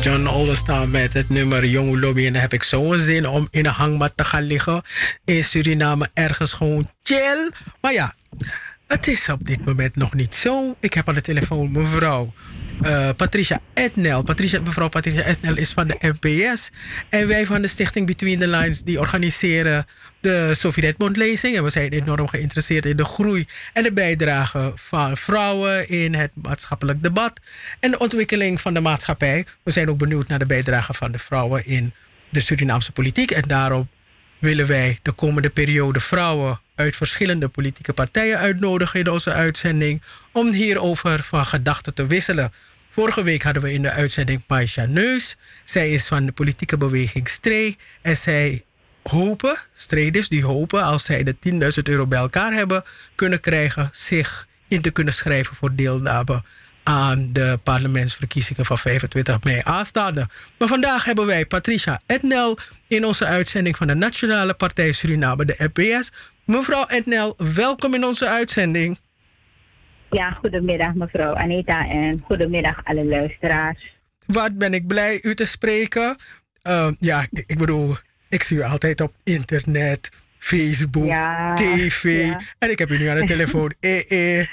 John Olderstam met het nummer Jonge Lobby. En dan heb ik zo'n zin om in een hangmat te gaan liggen. In Suriname ergens gewoon chill. Maar ja, het is op dit moment nog niet zo. Ik heb aan de telefoon mevrouw uh, Patricia Etnel. Patricia, mevrouw Patricia Etnel is van de N P S. En wij van de stichting Between the Lines die organiseren de Sophie Redmond-lezing. En we zijn enorm geïnteresseerd in de groei en de bijdrage van vrouwen in het maatschappelijk debat en de ontwikkeling van de maatschappij. We zijn ook benieuwd naar de bijdrage van de vrouwen in de Surinaamse politiek. En daarom willen wij de komende periode vrouwen uit verschillende politieke partijen uitnodigen in onze uitzending om hierover van gedachten te wisselen. Vorige week hadden we in de uitzending Maisha Neus. Zij is van de politieke beweging Stree en zij hopen, strijders die hopen als zij de tienduizend euro bij elkaar hebben kunnen krijgen, zich in te kunnen schrijven voor deelname aan de parlementsverkiezingen van vijfentwintig mei aanstaande. Maar vandaag hebben wij Patricia Etnel in onze uitzending van de Nationale Partij Suriname, de N P S. Mevrouw Etnel, welkom in onze uitzending. Ja, goedemiddag mevrouw Anita en goedemiddag alle luisteraars. Wat ben ik blij u te spreken. Uh, ja, ik, ik bedoel, ik zie u altijd op internet, Facebook, ja, tv. Ja. En ik heb u nu aan de telefoon. eh, eh.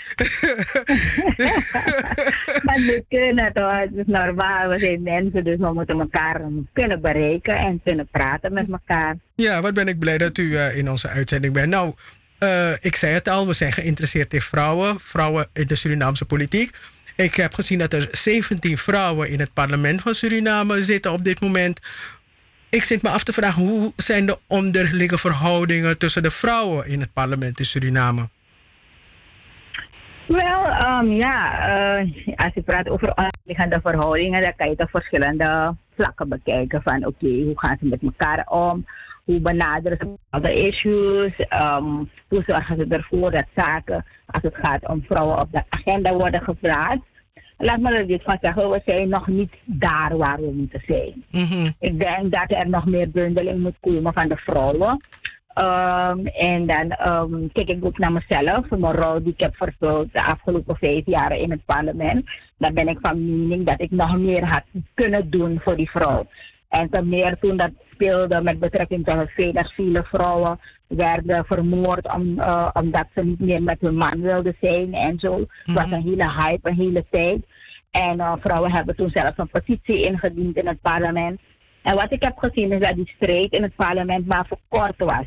Maar we kunnen toch, het is normaal. We zijn mensen, dus we moeten elkaar kunnen bereiken en kunnen praten met elkaar. Ja, wat ben ik blij dat u uh, in onze uitzending bent. Nou, uh, ik zei het al, we zijn geïnteresseerd in vrouwen. Vrouwen in de Surinaamse politiek. Ik heb gezien dat er zeventien vrouwen in het parlement van Suriname zitten op dit moment. Ik zit me af te vragen, hoe zijn de onderlinge verhoudingen tussen de vrouwen in het parlement in Suriname? Wel, um, ja, uh, als je praat over onderliggende verhoudingen, dan kan je toch verschillende vlakken bekijken van oké, okay, hoe gaan ze met elkaar om? Hoe benaderen ze bepaalde issues? Um, hoe zorgen ze ervoor dat zaken, als het gaat om vrouwen, op de agenda worden geplaatst? Laat me er dit van zeggen, we zijn nog niet daar waar we moeten zijn. Mm-hmm. Ik denk dat er nog meer bundeling moet komen van de vrouwen. Um, en dan um, kijk ik ook naar mezelf, mijn rol die ik heb vervuld de afgelopen vijf jaar in het parlement. Dan ben ik van mening dat ik nog meer had kunnen doen voor die vrouw. En ten meer toen dat speelde met betrekking tot het feit dat vele vrouwen werden vermoord om, uh, omdat ze niet meer met hun man wilden zijn en zo. Het mm-hmm. was een hele hype, een hele tijd. En uh, vrouwen hebben toen zelfs een petitie ingediend in het parlement. En wat ik heb gezien is dat die strijd in het parlement maar voor kort was.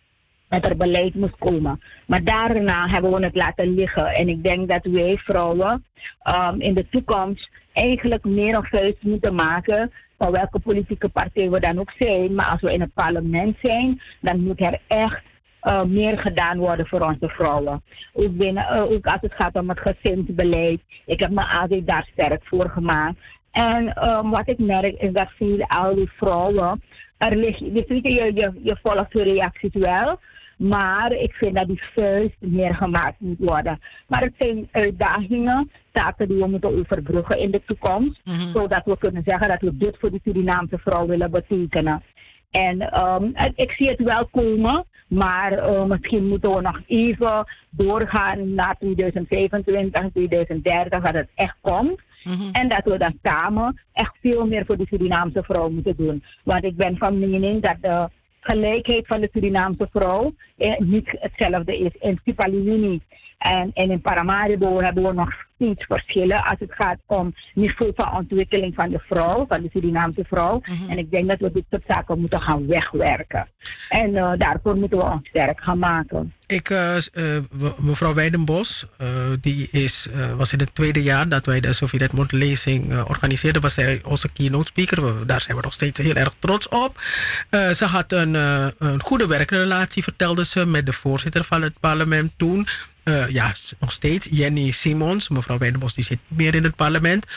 Dat er beleid moest komen. Maar daarna hebben we het laten liggen. En ik denk dat wij vrouwen um, in de toekomst eigenlijk meer of vuist moeten maken van welke politieke partij we dan ook zijn. Maar als we in het parlement zijn, dan moet er echt uh, meer gedaan worden voor onze vrouwen. Ook, binnen, uh, ook als het gaat om het gezinsbeleid. Ik heb me altijd daar sterk voor gemaakt. En um, wat ik merk is dat veel al die vrouwen, er ligt, dus weet je, je, je, je volgt de reacties wel. Maar ik vind dat die vuist meer gemaakt moet worden. Maar het zijn uitdagingen, taken die we moeten overbruggen in de toekomst. Mm-hmm. Zodat we kunnen zeggen dat we dit voor de Surinaamse vrouw willen betekenen. En um, ik zie het wel komen, maar uh, misschien moeten we nog even doorgaan naar tweeduizend vijfentwintig, tweeduizend dertig, dat het echt komt. Mm-hmm. En dat we dan samen echt veel meer voor de Surinaamse vrouw moeten doen. Want ik ben van mening dat de gelijkheid van de Surinaamse vrouw eh, niet hetzelfde is. In Sipaliwini en, en in Paramaribo hebben we nog steeds verschillen als het gaat om niveau van ontwikkeling van de vrouw, van de Surinaamse vrouw. Mm-hmm. En ik denk dat we dit soort zaken moeten gaan wegwerken. En uh, daarvoor moeten we ons sterk gaan maken. Ik, uh, uh, mevrouw Weidenbos, uh, die is, uh, was in het tweede jaar dat wij de Sophie Redmond lezing uh, organiseerden, was zij onze keynote speaker. We, daar zijn we nog steeds heel erg trots op. Uh, ze had een, uh, een goede werkrelatie, vertelde ze, met de voorzitter van het parlement toen. Uh, ja, nog steeds, Jenny Simons. Mevrouw Weidenbos die zit niet meer in het parlement.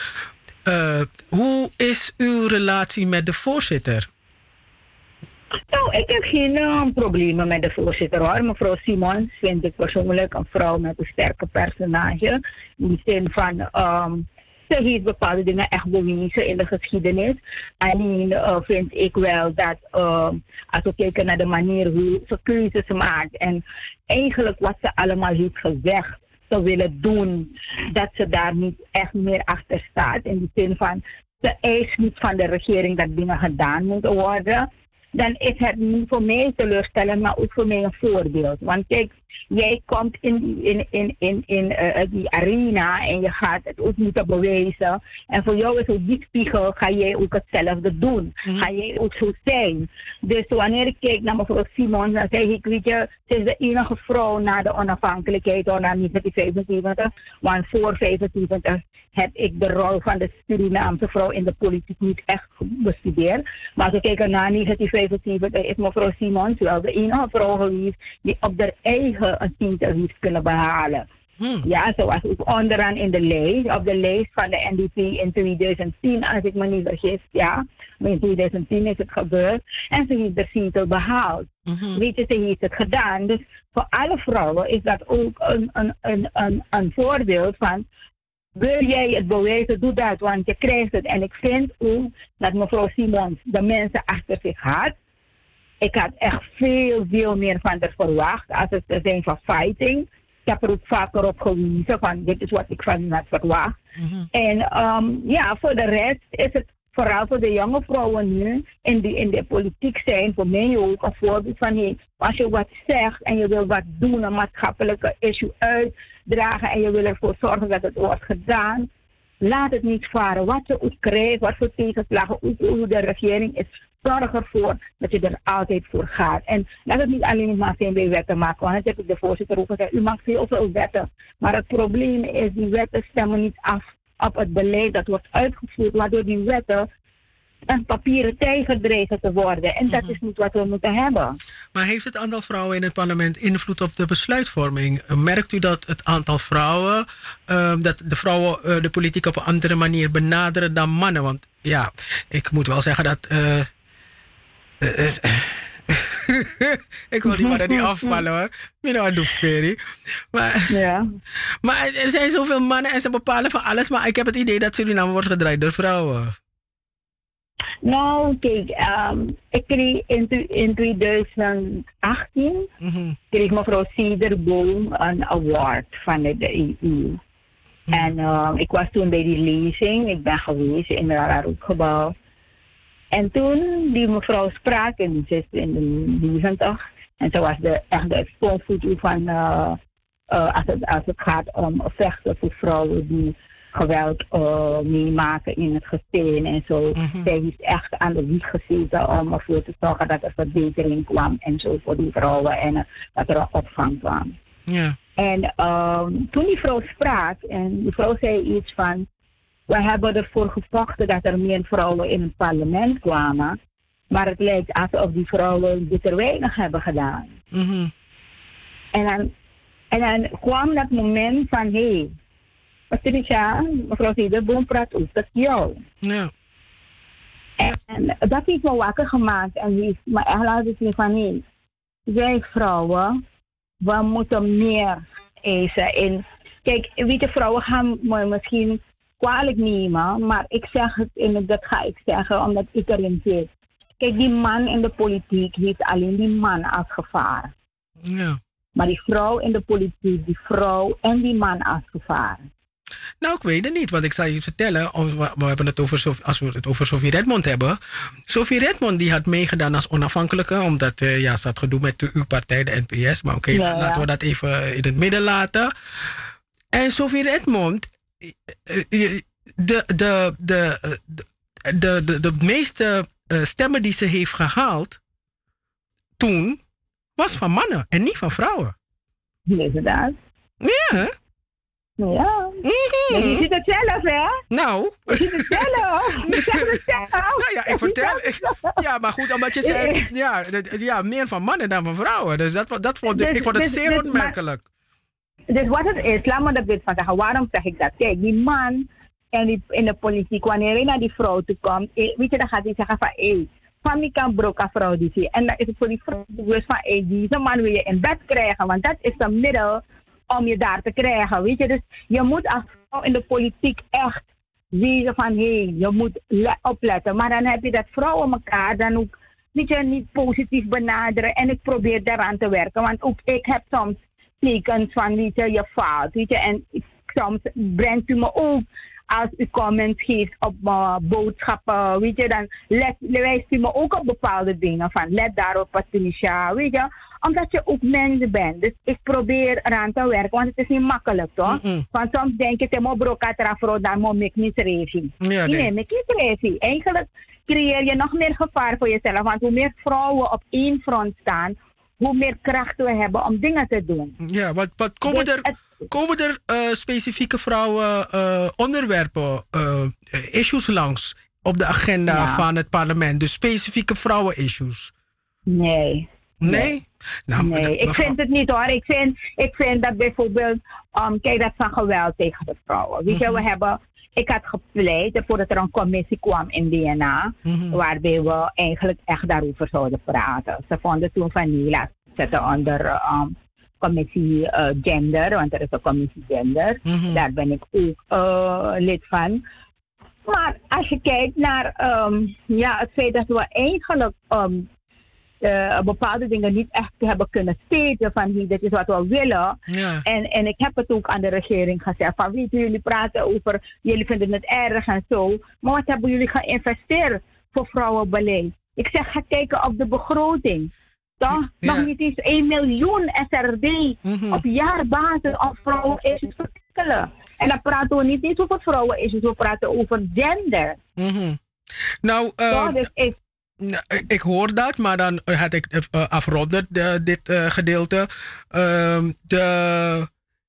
Uh, hoe is uw relatie met de voorzitter? Nou, ik heb geen uh, problemen met de voorzitter hoor. Mevrouw Simons vind ik persoonlijk een vrouw met een sterke personage. In de zin van, um, ze heeft bepaalde dingen echt bewezen in de geschiedenis. Alleen uh, vind ik wel dat uh, als we kijken naar de manier hoe ze keuzes maakt en eigenlijk wat ze allemaal heeft gezegd te willen doen, dat ze daar niet echt meer achter staat. In de zin van, de eis niet van de regering dat dingen gedaan moeten worden, dan is het niet voor mij teleurstellend, maar ook voor mij een voorbeeld. Want kijk, jij komt in, in, in, in, in uh, die arena en je gaat het ook moeten bewijzen. En voor jou is ook die spiegel, ga jij ook hetzelfde doen. Mm. Ga jij ook zo zijn. Dus wanneer ik keek naar mevrouw Simons, dan zei ik, weet je, ze is de enige vrouw na de onafhankelijkheid, of na negentien vijfenzeventig. Want voor vijfenzeventig heb ik de rol van de Surinaamse vrouw in de politiek niet echt bestudeerd. Maar als we kijken naar negentien vijfenzeventig is mevrouw Simons wel de enige vrouw geweest die op haar eigen een titel heeft kunnen behalen. Hmm. Ja, ze was ook onderaan in de lijst, op de lijst van de N D P in twintig tien, als ik me niet vergis, ja. Maar in twintig tien is het gebeurd en ze heeft de zetel behaald. Mm-hmm. Weet je, ze heeft het gedaan. Dus voor alle vrouwen is dat ook een, een, een, een, een voorbeeld van, wil jij het bewijzen, doe dat, want je krijgt het. En ik vind ook dat mevrouw Simons de mensen achter zich had. Ik had echt veel, veel meer van haar verwacht als het zijn van fighting. Ik heb er ook vaker op gewezen van dit is wat ik van hen had verwacht. Mm-hmm. En um, ja, voor de rest is het vooral voor de jonge vrouwen nu in de, in de politiek zijn, voor mij ook een voorbeeld van hey, als je wat zegt en je wil wat doen, een maatschappelijke issue uitdragen en je wil ervoor zorgen dat het wordt gedaan, laat het niet varen. Wat je ook krijgt, wat voor tegenslagen, ook hoe de regering is, zorg ervoor dat je er altijd voor gaat. En laat het niet alleen maar zijn bij wetten maken. Want dat heb ik de voorzitter ook gezegd. U maakt heel veel wetten. Maar het probleem is, die wetten stemmen niet af op het beleid dat wordt uitgevoerd. Waardoor die wetten een papieren tijger dreigen te worden. En dat is niet wat we moeten hebben. Maar heeft het aantal vrouwen in het parlement invloed op de besluitvorming? Merkt u dat het aantal vrouwen, uh, dat de vrouwen uh, de politiek op een andere manier benaderen dan mannen? Want ja, ik moet wel zeggen dat... Uh, Uh, ik wil die mannen niet afvallen hoor. Ik ben doe ferry. Maar, ja. maar er zijn zoveel mannen en ze bepalen van alles. Maar ik heb het idee dat Suriname wordt gedraaid door vrouwen. Nou, kijk, um, ik kreeg in, in twintig achttien mm-hmm. kreeg mevrouw Cederboom een award van de E U. Mm-hmm. En um, ik was toen bij die lezing. Ik ben geweest in het Raroekgebouw. En toen die mevrouw sprak in de negentig en ze was de, echt de expoonvoet van uh, uh, als, het, als het gaat om vechten voor vrouwen die geweld uh, meemaken in het gezin en zo. Mm-hmm. Zij heeft echt aan de wieg gezeten om ervoor te zorgen dat er verbetering kwam en zo voor die vrouwen en uh, dat er een opvang kwam. Yeah. En um, toen die vrouw sprak en die vrouw zei iets van, we hebben ervoor gevochten dat er meer vrouwen in het parlement kwamen. Maar het lijkt alsof die vrouwen dit er weinig hebben gedaan. Mm-hmm. En, dan, en dan kwam dat moment van, hé, hey, Patricia, mevrouw Cederboom praat ook tot jou. Ja. En, en dat heeft me wakker gemaakt en heeft me echt laten zien van, hé, hey, wij vrouwen, we moeten meer eisen. En kijk, weet je, vrouwen gaan me misschien kwalijk nemen, maar ik zeg het, en dat ga ik zeggen omdat ik erin zit. Kijk, die man in de politiek heeft alleen die man als gevaar. Ja. Maar die vrouw in de politiek, die vrouw en die man als gevaar. Nou, ik weet het niet, want ik zal je vertellen, we hebben het over, als we het over Sophie Redmond hebben. Sophie Redmond die had meegedaan als onafhankelijke, omdat uh, ja, ze had gedoe met de, uw partij, de N P S. Maar oké, okay, ja, ja. laten we dat even in het midden laten. En Sophie Redmond, de, de, de, de, de, de, de meeste stemmen die ze heeft gehaald toen, was van mannen en niet van vrouwen. Inderdaad. Ja. Ja. Mm-hmm. Je ziet het zelf, hè? Nou. Je ziet het zelf. Je zegt het zelf. Nou ja, ik vertel. Ik, ja, maar goed, omdat je zei, ja, ja, meer van mannen dan van vrouwen. Dus dat, dat vond ik, dus, ik vond het dus, zeer dus, onmerkelijk. Dus wat het is, laat me dat dit van zeggen. Waarom zeg ik dat? Kijk, die man en die, in de politiek, wanneer hij naar die vrouw toe komt, weet je, dan gaat hij zeggen van, hé, hey, van die kan broka vrouw die zie. En dan is het voor die vrouw bewust van, hé, hey, deze man wil je in bed krijgen, want dat is een middel om je daar te krijgen, weet je. Dus je moet als vrouw in de politiek echt wezen van, hé, hey, je moet le- opletten. Maar dan heb je dat vrouwen elkaar dan ook, weet je, niet positief benaderen. En ik probeer daaraan te werken, want ook ik heb soms tekens van, weet je, je faalt, weet je. En ik, soms brengt u me ook als u comments geeft op uh, boodschappen, weet je, dan let, wijst u me ook op bepaalde dingen van let daarop Patricia, weet je, omdat je ook mens bent. Dus ik probeer eraan te werken, want het is niet makkelijk, toch? Mm-mm. Want soms denk je, te broka trafro, dan moet ik niet reageren. Ja, nee. Nee, ik niet reageren. Eigenlijk creëer je nog meer gevaar voor jezelf, want hoe meer vrouwen op één front staan, hoe meer kracht we hebben om dingen te doen. Ja, wat, wat komen Dus er, het- komen er uh, specifieke vrouwen uh, onderwerpen, uh, issues langs op de agenda Ja. van het parlement? Dus specifieke vrouwen-issues? Nee. Nee? Nou, Nee, dat- ik mevrouw- vind het niet hoor. Ik vind, ik vind dat bijvoorbeeld, um, kijk, dat van geweld tegen de vrouwen. Weet je, we hebben, ik had gepleit voordat er een commissie kwam in D N A, Mhm. waarbij we eigenlijk echt daarover zouden praten. Ze vonden toen van nee, laat zetten onder um, commissie uh, gender, want er is een commissie gender. Mhm. Daar ben ik ook uh, lid van. Maar als je kijkt naar um, ja, het feit dat we eigenlijk um, uh, bepaalde dingen niet echt hebben kunnen steden van hey, dit is wat we willen. Ja. En, en ik heb het ook aan de regering gezegd van weet je, jullie praten over, jullie vinden het erg en zo. Maar wat hebben jullie geïnvesteerd voor vrouwenbeleid? Ik zeg ga kijken op de begroting. Toch? Ja. Nog niet eens één miljoen S R D Mhm. op jaarbasis om vrouwen issues te tackelen. En dan praten we niet eens over vrouwen issues, we praten over gender. Mhm. Nou, uh, Ja, dus ik, Nou, ik, ik hoor dat, maar dan had ik uh, afrondend uh, dit uh, gedeelte. Uh, de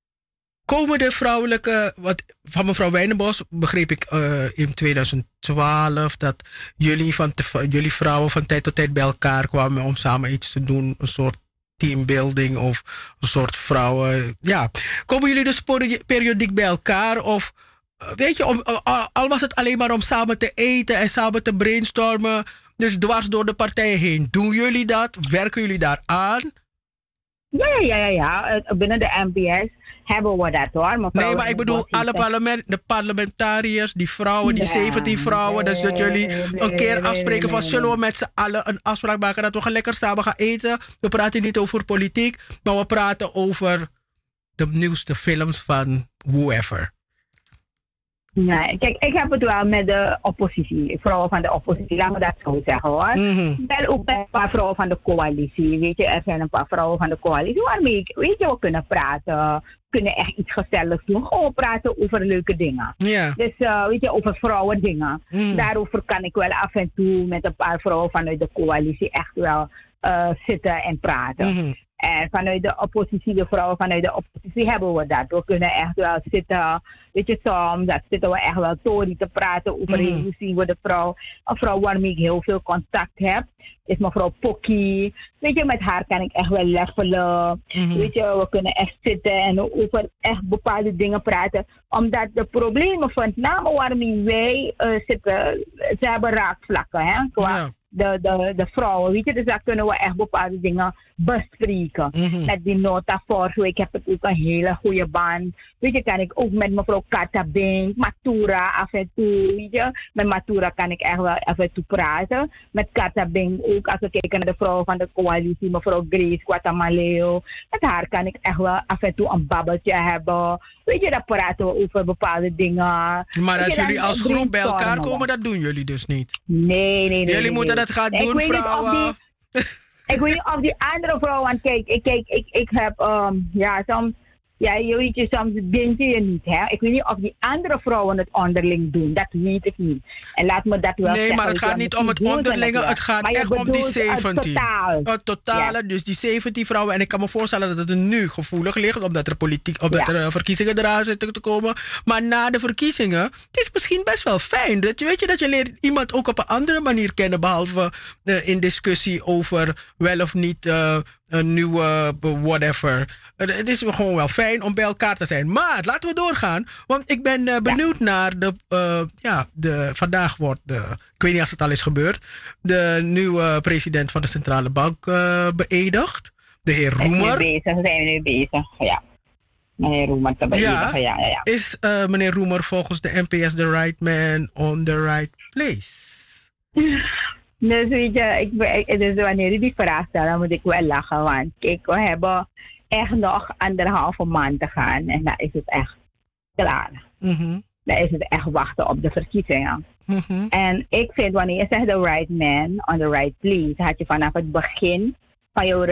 komende vrouwelijke, wat, van mevrouw Wijnenbos begreep ik uh, in twintig twaalf dat jullie, van te, jullie vrouwen van tijd tot tijd bij elkaar kwamen om samen iets te doen, een soort teambuilding of een soort vrouwen. Ja, komen jullie dus peri- periodiek bij elkaar of uh, weet je, om, uh, al was het alleen maar om samen te eten en samen te brainstormen. Dus dwars door de partijen heen. Doen jullie dat? Werken jullie daar aan? ja, ja, ja, ja, ja. Uh, binnen de M P S hebben we dat hoor. Mevrouw Nee, maar ik bedoel Wijnenbos alle heeft- parlement, de parlementariërs, die vrouwen, die Nee, zeventien vrouwen. Dus dat jullie nee, een nee, keer nee, afspreken van nee, zullen we nee. met z'n allen een afspraak maken dat we gaan lekker samen gaan eten. We praten niet over politiek, maar we praten over de nieuwste films van whoever. Nee, kijk, ik heb het wel met de oppositie, vrouwen van de oppositie, laat me dat zo zeggen hoor. Mhm. Wel ook met een paar vrouwen van de coalitie, weet je, er zijn een paar vrouwen van de coalitie waarmee ik, weet je, we kunnen praten, kunnen echt iets gezelligs doen, gewoon praten over leuke dingen. Ja. Dus uh, weet je, over vrouwendingen. Mhm. Daarover kan ik wel af en toe met een paar vrouwen vanuit de coalitie echt wel uh, zitten en praten. Mhm. En vanuit de oppositie, de vrouwen vanuit de oppositie hebben we dat. We kunnen echt wel zitten, weet je, soms dat zitten we echt wel Tory te praten over Mhm. hoe zien we de vrouw. Een vrouw waarmee ik heel veel contact heb, is mevrouw Pokkie. Weet je, met haar kan ik echt wel levelen. Mhm. Weet je, we kunnen echt zitten en over echt bepaalde dingen praten. Omdat de problemen van het name waarmee wij uh, zitten, ze hebben raakvlakken, hè, qua Ja. de, de, de vrouwen, weet je. Dus daar kunnen we echt bepaalde dingen bespreken. Mhm. Met die nota vorige week heb ik ook een hele goede band. Weet je, kan ik ook met mevrouw Kata Bink, Matura af en toe, weet je. Met Matura kan ik echt wel af en toe praten. Met Kata Bink ook, als we kijken naar de vrouwen van de coalitie, mevrouw Grace Guatamaleo. Met haar kan ik echt wel af en toe een babbeltje hebben. Weet je, dan praten we over bepaalde dingen. Maar Weet als je, dan jullie als groep bij elkaar brainstormen we. komen, dat doen jullie dus niet. Nee, nee, nee. Jullie nee, moeten nee. dat gaan Ik doen, weet niet of vrouwen. die- ik weet niet of die andere vrouwen, want kijk, ik, kijk, ik, ik heb, um, ja, soms, ja, je weet je, soms denk je je niet, hè. Ik weet niet of die andere vrouwen het onderling doen, dat weet ik niet. En laat me dat wel Nee, zeggen. maar het weet gaat je, niet om het misschien doen ze onderlinge, wel. het gaat Maar je echt om die bedoelt het zeventien. totaal. Het totale, dus die zeventien vrouwen. En ik kan me voorstellen dat het er nu gevoelig ligt, omdat er, politiek, omdat Ja. er uh, verkiezingen eraan zitten te komen. Maar na de verkiezingen, het is misschien best wel fijn. Dat je, weet je, dat je leert iemand ook op een andere manier kennen, behalve uh, in discussie over wel of niet uh, een nieuwe uh, whatever. Uh, het is gewoon wel fijn om bij elkaar te zijn. Maar laten we doorgaan, want ik ben uh, benieuwd naar de, uh, ja, de, vandaag wordt de, ik weet niet als het al is gebeurd, de nieuwe president van de Centrale Bank uh, beëdigd, de heer Zijn we nu Roemer. bezig, zijn we nu bezig, ja. Meneer Roemer te beëdigen, ja, ja, ja. Is uh, meneer Roemer volgens de N P S the right man on the right place? Dus weet je, ik, ben- ik- dus wanneer je die vraag stelt, dan moet ik wel lachen. Want kijk, we hebben echt nog anderhalve maand te gaan. En dan is het echt klaar. Mhm. dan is het echt wachten op de verkiezingen. Mhm. En ik vind, wanneer je zegt the right man on the right place, had je vanaf het begin van jouw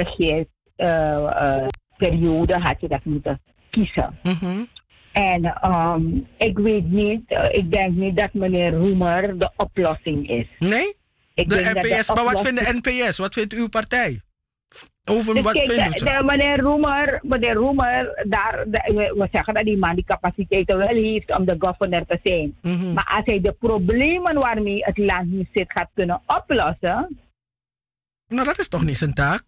regeerperiode uh, uh, had je dat moeten kiezen. Mhm. En um, ik weet niet, uh, ik denk niet dat meneer Roemer de oplossing is. Nee? Ik De denk dat N P S, maar wat oplossing- vindt de N P S? Wat vindt uw partij? Over Dus wat kijk, vinden de, ze? de- meneer Roemer, meneer Roemer daar, de- we, we zeggen dat die man die capaciteiten wel heeft om de governor te zijn. Mhm. Maar als hij de problemen waarmee het land nu zit gaat kunnen oplossen, Nou, dat is toch niet zijn taak?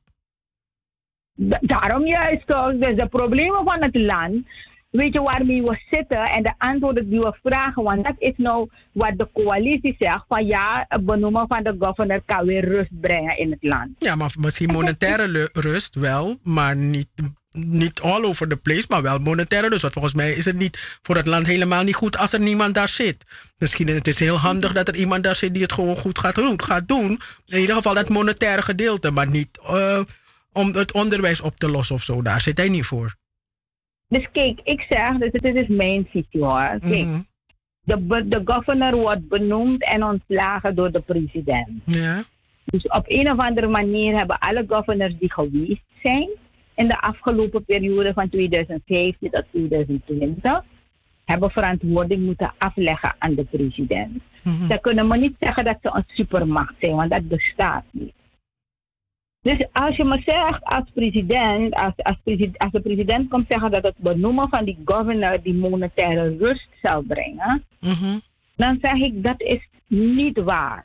da- daarom juist toch. Dus de problemen van het land, weet je waarmee we zitten en de antwoorden die we vragen, want dat is nou wat de coalitie zegt, van ja, het benoemen van de governor kan weer rust brengen in het land. Ja, maar misschien monetaire lu- rust wel, maar niet, niet all over the place, maar wel monetaire rust. Want volgens mij is het niet voor het land helemaal niet goed als er niemand daar zit. Misschien is het is heel handig dat er iemand daar zit die het gewoon goed gaat doen. Gaat doen. In ieder geval dat monetaire gedeelte, maar niet eh, om het onderwijs op te lossen of zo. Daar zit hij niet voor. Dus kijk, ik zeg, dus dit is mijn visie hoor. Kijk, Mhm. de, be- de governor wordt benoemd en ontslagen door de president. Ja. Dus op een of andere manier hebben alle governors die geweest zijn in de afgelopen periode van tweeduizend vijftien tot tweeduizend twintig, hebben verantwoording moeten afleggen aan de president. Mhm. Ze kunnen maar niet zeggen dat ze een supermacht zijn, want dat bestaat niet. Dus als je me zegt als president, als, als, president, als de president komt zeggen dat het benoemen van die governor die monetaire rust zal brengen, Mhm. dan zeg ik dat is niet waar.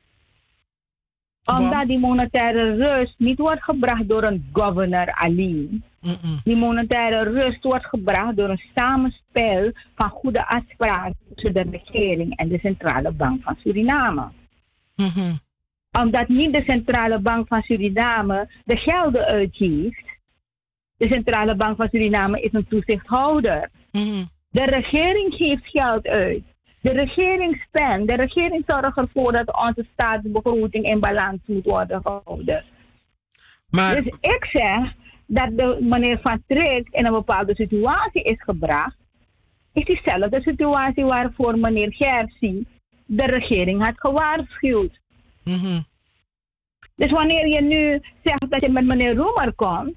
Omdat Want? die monetaire rust niet wordt gebracht door een governor alleen. Mhm. Die monetaire rust wordt gebracht door een samenspel van goede afspraken tussen de regering en de Centrale Bank van Suriname. Mhm. Omdat niet de Centrale Bank van Suriname de gelden uitgeeft. De Centrale Bank van Suriname is een toezichthouder. Mhm. De regering geeft geld uit. De regering spendt. De regering zorgt ervoor dat onze staatsbegroting in balans moet worden gehouden. Maar, Dus ik zeg dat de meneer Van Trick in een bepaalde situatie is gebracht. Is diezelfde situatie waarvoor meneer Gersie de regering had gewaarschuwd. mhm. Dus wanneer je nu zegt dat je met meneer Roemer komt,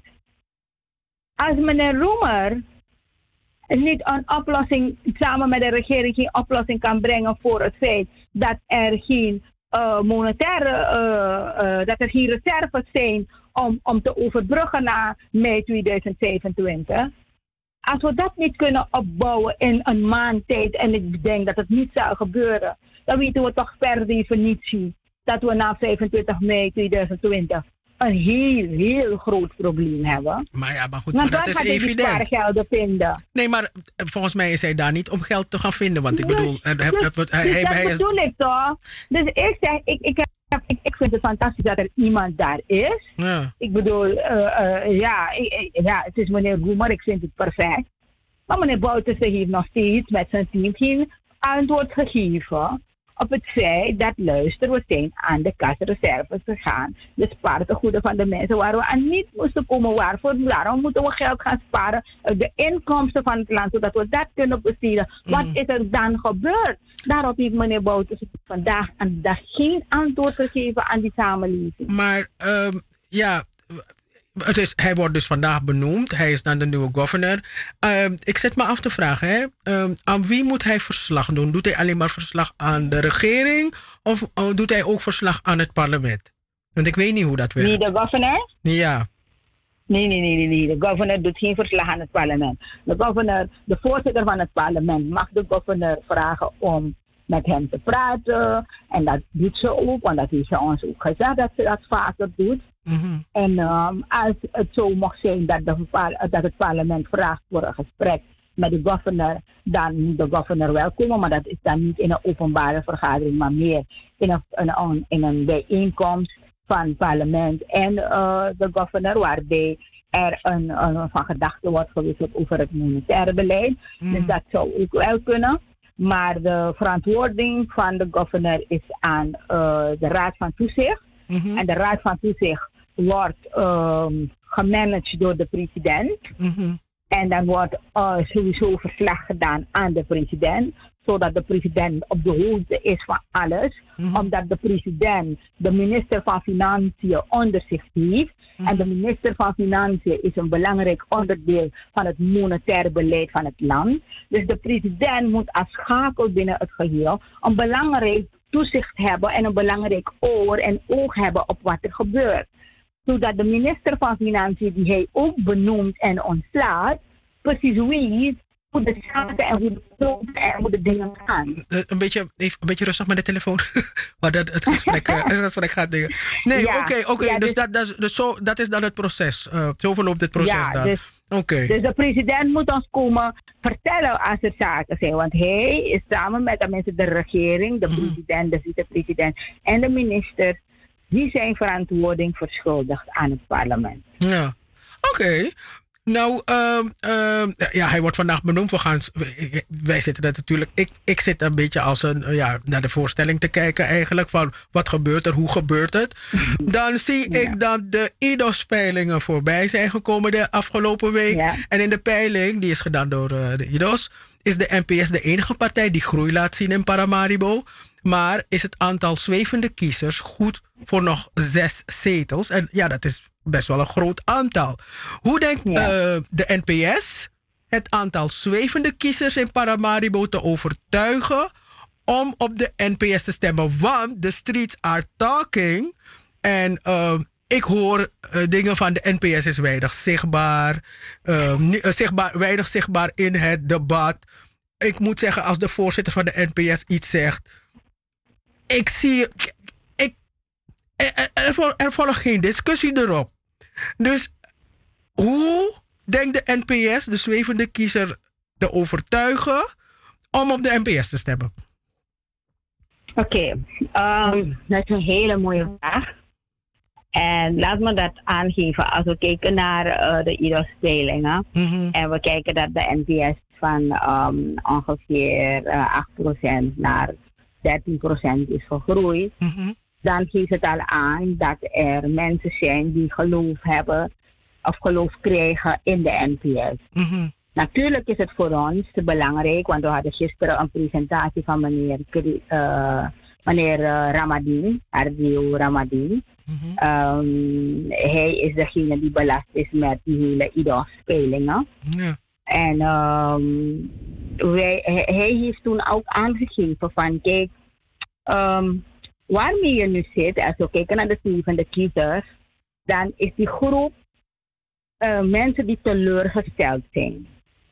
als meneer Roemer niet een oplossing samen met de regering geen oplossing kan brengen voor het feit dat er geen uh, monetaire, uh, uh, dat er geen reserves zijn om, om te overbruggen naar mei tweeduizend zevenentwintig. Als we dat niet kunnen opbouwen in een maand tijd, en ik denk dat het niet zal gebeuren, dan weten we toch per definitie dat we na vijfentwintig mei tweeduizend twintig een heel, heel groot probleem hebben. maar ja, maar goed, Want maar dan dat is gaat hij die evident. spaargelden vinden. Nee, maar eh, volgens mij is hij daar niet om geld te gaan vinden. Want ik Dus- bedoel, hij, hij, dus- hij, hij, dus hij- dat hij is... bedoel ik toch? Dus ik zeg, ik, ik, heb, ik, ik vind het fantastisch dat er iemand daar is. Ja. Ik bedoel, eh, eh, ja, ik- ik- ja, het is meneer Roemer, ik vind het perfect. Maar meneer Bouterse heeft nog steeds met zijn team geen antwoord gegeven op het feit dat, luister, we zijn aan de kasreserves gegaan. De spaartegoeden van de mensen waar we aan niet moesten komen. Waarvoor? Daarom moeten we geld gaan sparen uit de inkomsten van het land, zodat we dat kunnen besteden. Wat is er dan gebeurd? Daarop heeft meneer Bouterse vandaag aan de dag geen antwoord gegeven aan die samenleving. Maar ehm, ja, het is, hij wordt dus vandaag benoemd. Hij is dan de nieuwe governor. Ehm, ik zet me af te vragen, hè, ehm, aan wie moet hij verslag doen? Doet hij alleen maar verslag aan de regering? Of oh, doet hij ook verslag aan het parlement? Want ik weet niet hoe dat werkt. Wie, de governor? Ja. Nee, nee, nee, nee, nee. De governor doet geen verslag aan het parlement. De governor, de voorzitter van het parlement mag de governor vragen om met hem te praten. En dat doet ze ook, want dat heeft ze ons ook gezegd dat ze dat vaker doet. Mhm. En um, als het zo mag zijn dat, de, dat het parlement vraagt voor een gesprek met de governor, dan moet de governor wel komen. Maar dat is dan niet in een openbare vergadering, maar meer in een, in een, in een bijeenkomst van het parlement en uh, de governor, waarbij er een, een, van gedachten wordt gewisseld over het monetaire beleid. Mhm. Dus dat zou ook wel kunnen. Maar de verantwoording van de governor is aan uh, de Raad van Toezicht. Mhm. En de Raad van Toezicht wordt um, gemanaged door de president. Mhm. En dan wordt uh, sowieso verslag gedaan aan de president. zodat de president op de hoogte is van alles. Mm-hmm. Omdat de president de minister van Financiën onder zich heeft. Mm-hmm. En de minister van Financiën is een belangrijk onderdeel van het monetaire beleid van het land. Dus de president moet als schakel binnen het geheel een belangrijk toezicht hebben en een belangrijk oor en oog hebben op wat er gebeurt. Zodat de minister van Financiën, die hij ook benoemt en ontslaat, precies weet hoe de zaken en hoe de proeven en hoe de dingen gaan. Een beetje, even, een beetje rustig met de telefoon. Maar dat het gesprek, uh, het gesprek gaat dingen. Nee, oké, ja, oké. Okay, okay, ja, dus, dus, dat, dat, dus zo, dat is dan het proces. Uh, zo verloopt het proces ja, dan. Dus, okay. dus de president moet ons komen vertellen als er zaken zijn. Want hij is samen met de mensen, de regering, de president, de vicepresident en de minister, die zijn verantwoording verschuldigd aan het parlement. Ja, oké. Okay. Nou, uh, uh, ja, hij wordt vandaag benoemd. We gaan, wij zitten er natuurlijk. Ik, ik zit een beetje als een, ja, naar de voorstelling te kijken eigenlijk. Van wat gebeurt er, hoe gebeurt het. Dan zie ja. ik dat de I D O S-peilingen voorbij zijn gekomen de afgelopen week. Ja. En in de peiling, die is gedaan door uh, de I D O S, is de N P S de enige partij die groei laat zien in Paramaribo. Maar is het aantal zwevende kiezers goed voor nog zes zetels. En ja, dat is best wel een groot aantal. Hoe denkt ja. uh, de N P S het aantal zwevende kiezers in Paramaribo te overtuigen om op de N P S te stemmen? Want the streets are talking. En uh, ik hoor uh, dingen van de N P S is weinig zichtbaar, uh, nie, uh, zichtbaar. Weinig zichtbaar in het debat. Ik moet zeggen, als de voorzitter van de N P S iets zegt, ik zie... Ik, er, er, er volgt geen discussie erop. Dus hoe denkt de N P S, de zwevende kiezer, te overtuigen om op de N P S te stemmen? Oké, okay, um, dat is een hele mooie vraag. En laat me dat aangeven. Als we kijken naar uh, de I D O S-peilingen mm-hmm. en we kijken dat de N P S van um, ongeveer uh, acht procent naar dertien procent is gegroeid, mm-hmm. dan geeft het al aan dat er mensen zijn die geloof hebben of geloof krijgen in de N P S. Mm-hmm. Natuurlijk is het voor ons te belangrijk, want we hadden gisteren een presentatie van meneer, uh, meneer uh, Ramadien, Ardio Ramadien. Mm-hmm. Um, hij is degene die belast is met die hele I D O S-spelingen. Ja. En um, wij, hij, hij heeft toen ook aangegeven van, kijk, um, waarmee je nu zit, als we kijken naar de zwevende kiezers, dan is die groep uh, mensen die teleurgesteld zijn.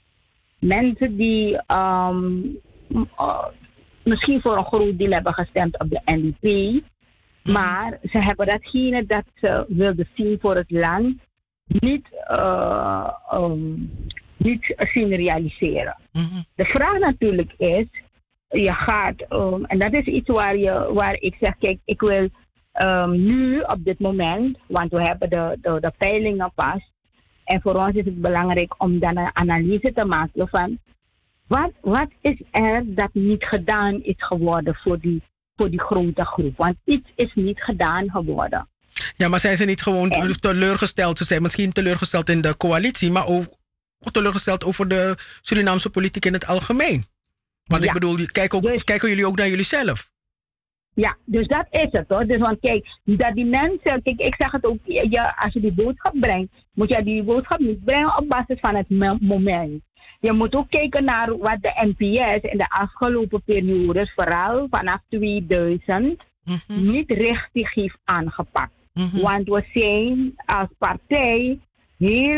Mensen die um, uh, misschien voor een groot deel hebben gestemd op de N D P, maar ze hebben datgene dat ze wilden zien voor het land niet, uh, um, niet zien realiseren. Mm-hmm. De vraag natuurlijk is, je gaat, um, en dat is iets waar, je, waar ik zeg, kijk, ik wil um, nu op dit moment, want we hebben de, de, de peilingen pas, en voor ons is het belangrijk om dan een analyse te maken van wat, wat is er dat niet gedaan is geworden voor die, voor die grote groep. Want iets is niet gedaan geworden. Ja, maar zijn ze niet gewoon en, teleurgesteld? Ze zijn misschien teleurgesteld in de coalitie, maar ook teleurgesteld over de Surinaamse politiek in het algemeen. Want ja, ik bedoel, kijk ook, dus, kijken jullie ook naar jullie zelf? Ja, dus dat is het hoor. Dus want kijk, dat die mensen, kijk, ik zeg het ook, je, als je die boodschap brengt, moet je die boodschap niet brengen op basis van het moment. Je moet ook kijken naar wat de N P S in de afgelopen periodes, vooral vanaf tweeduizend, mm-hmm. niet richtig heeft aangepakt. Mm-hmm. Want we zijn als partij heel,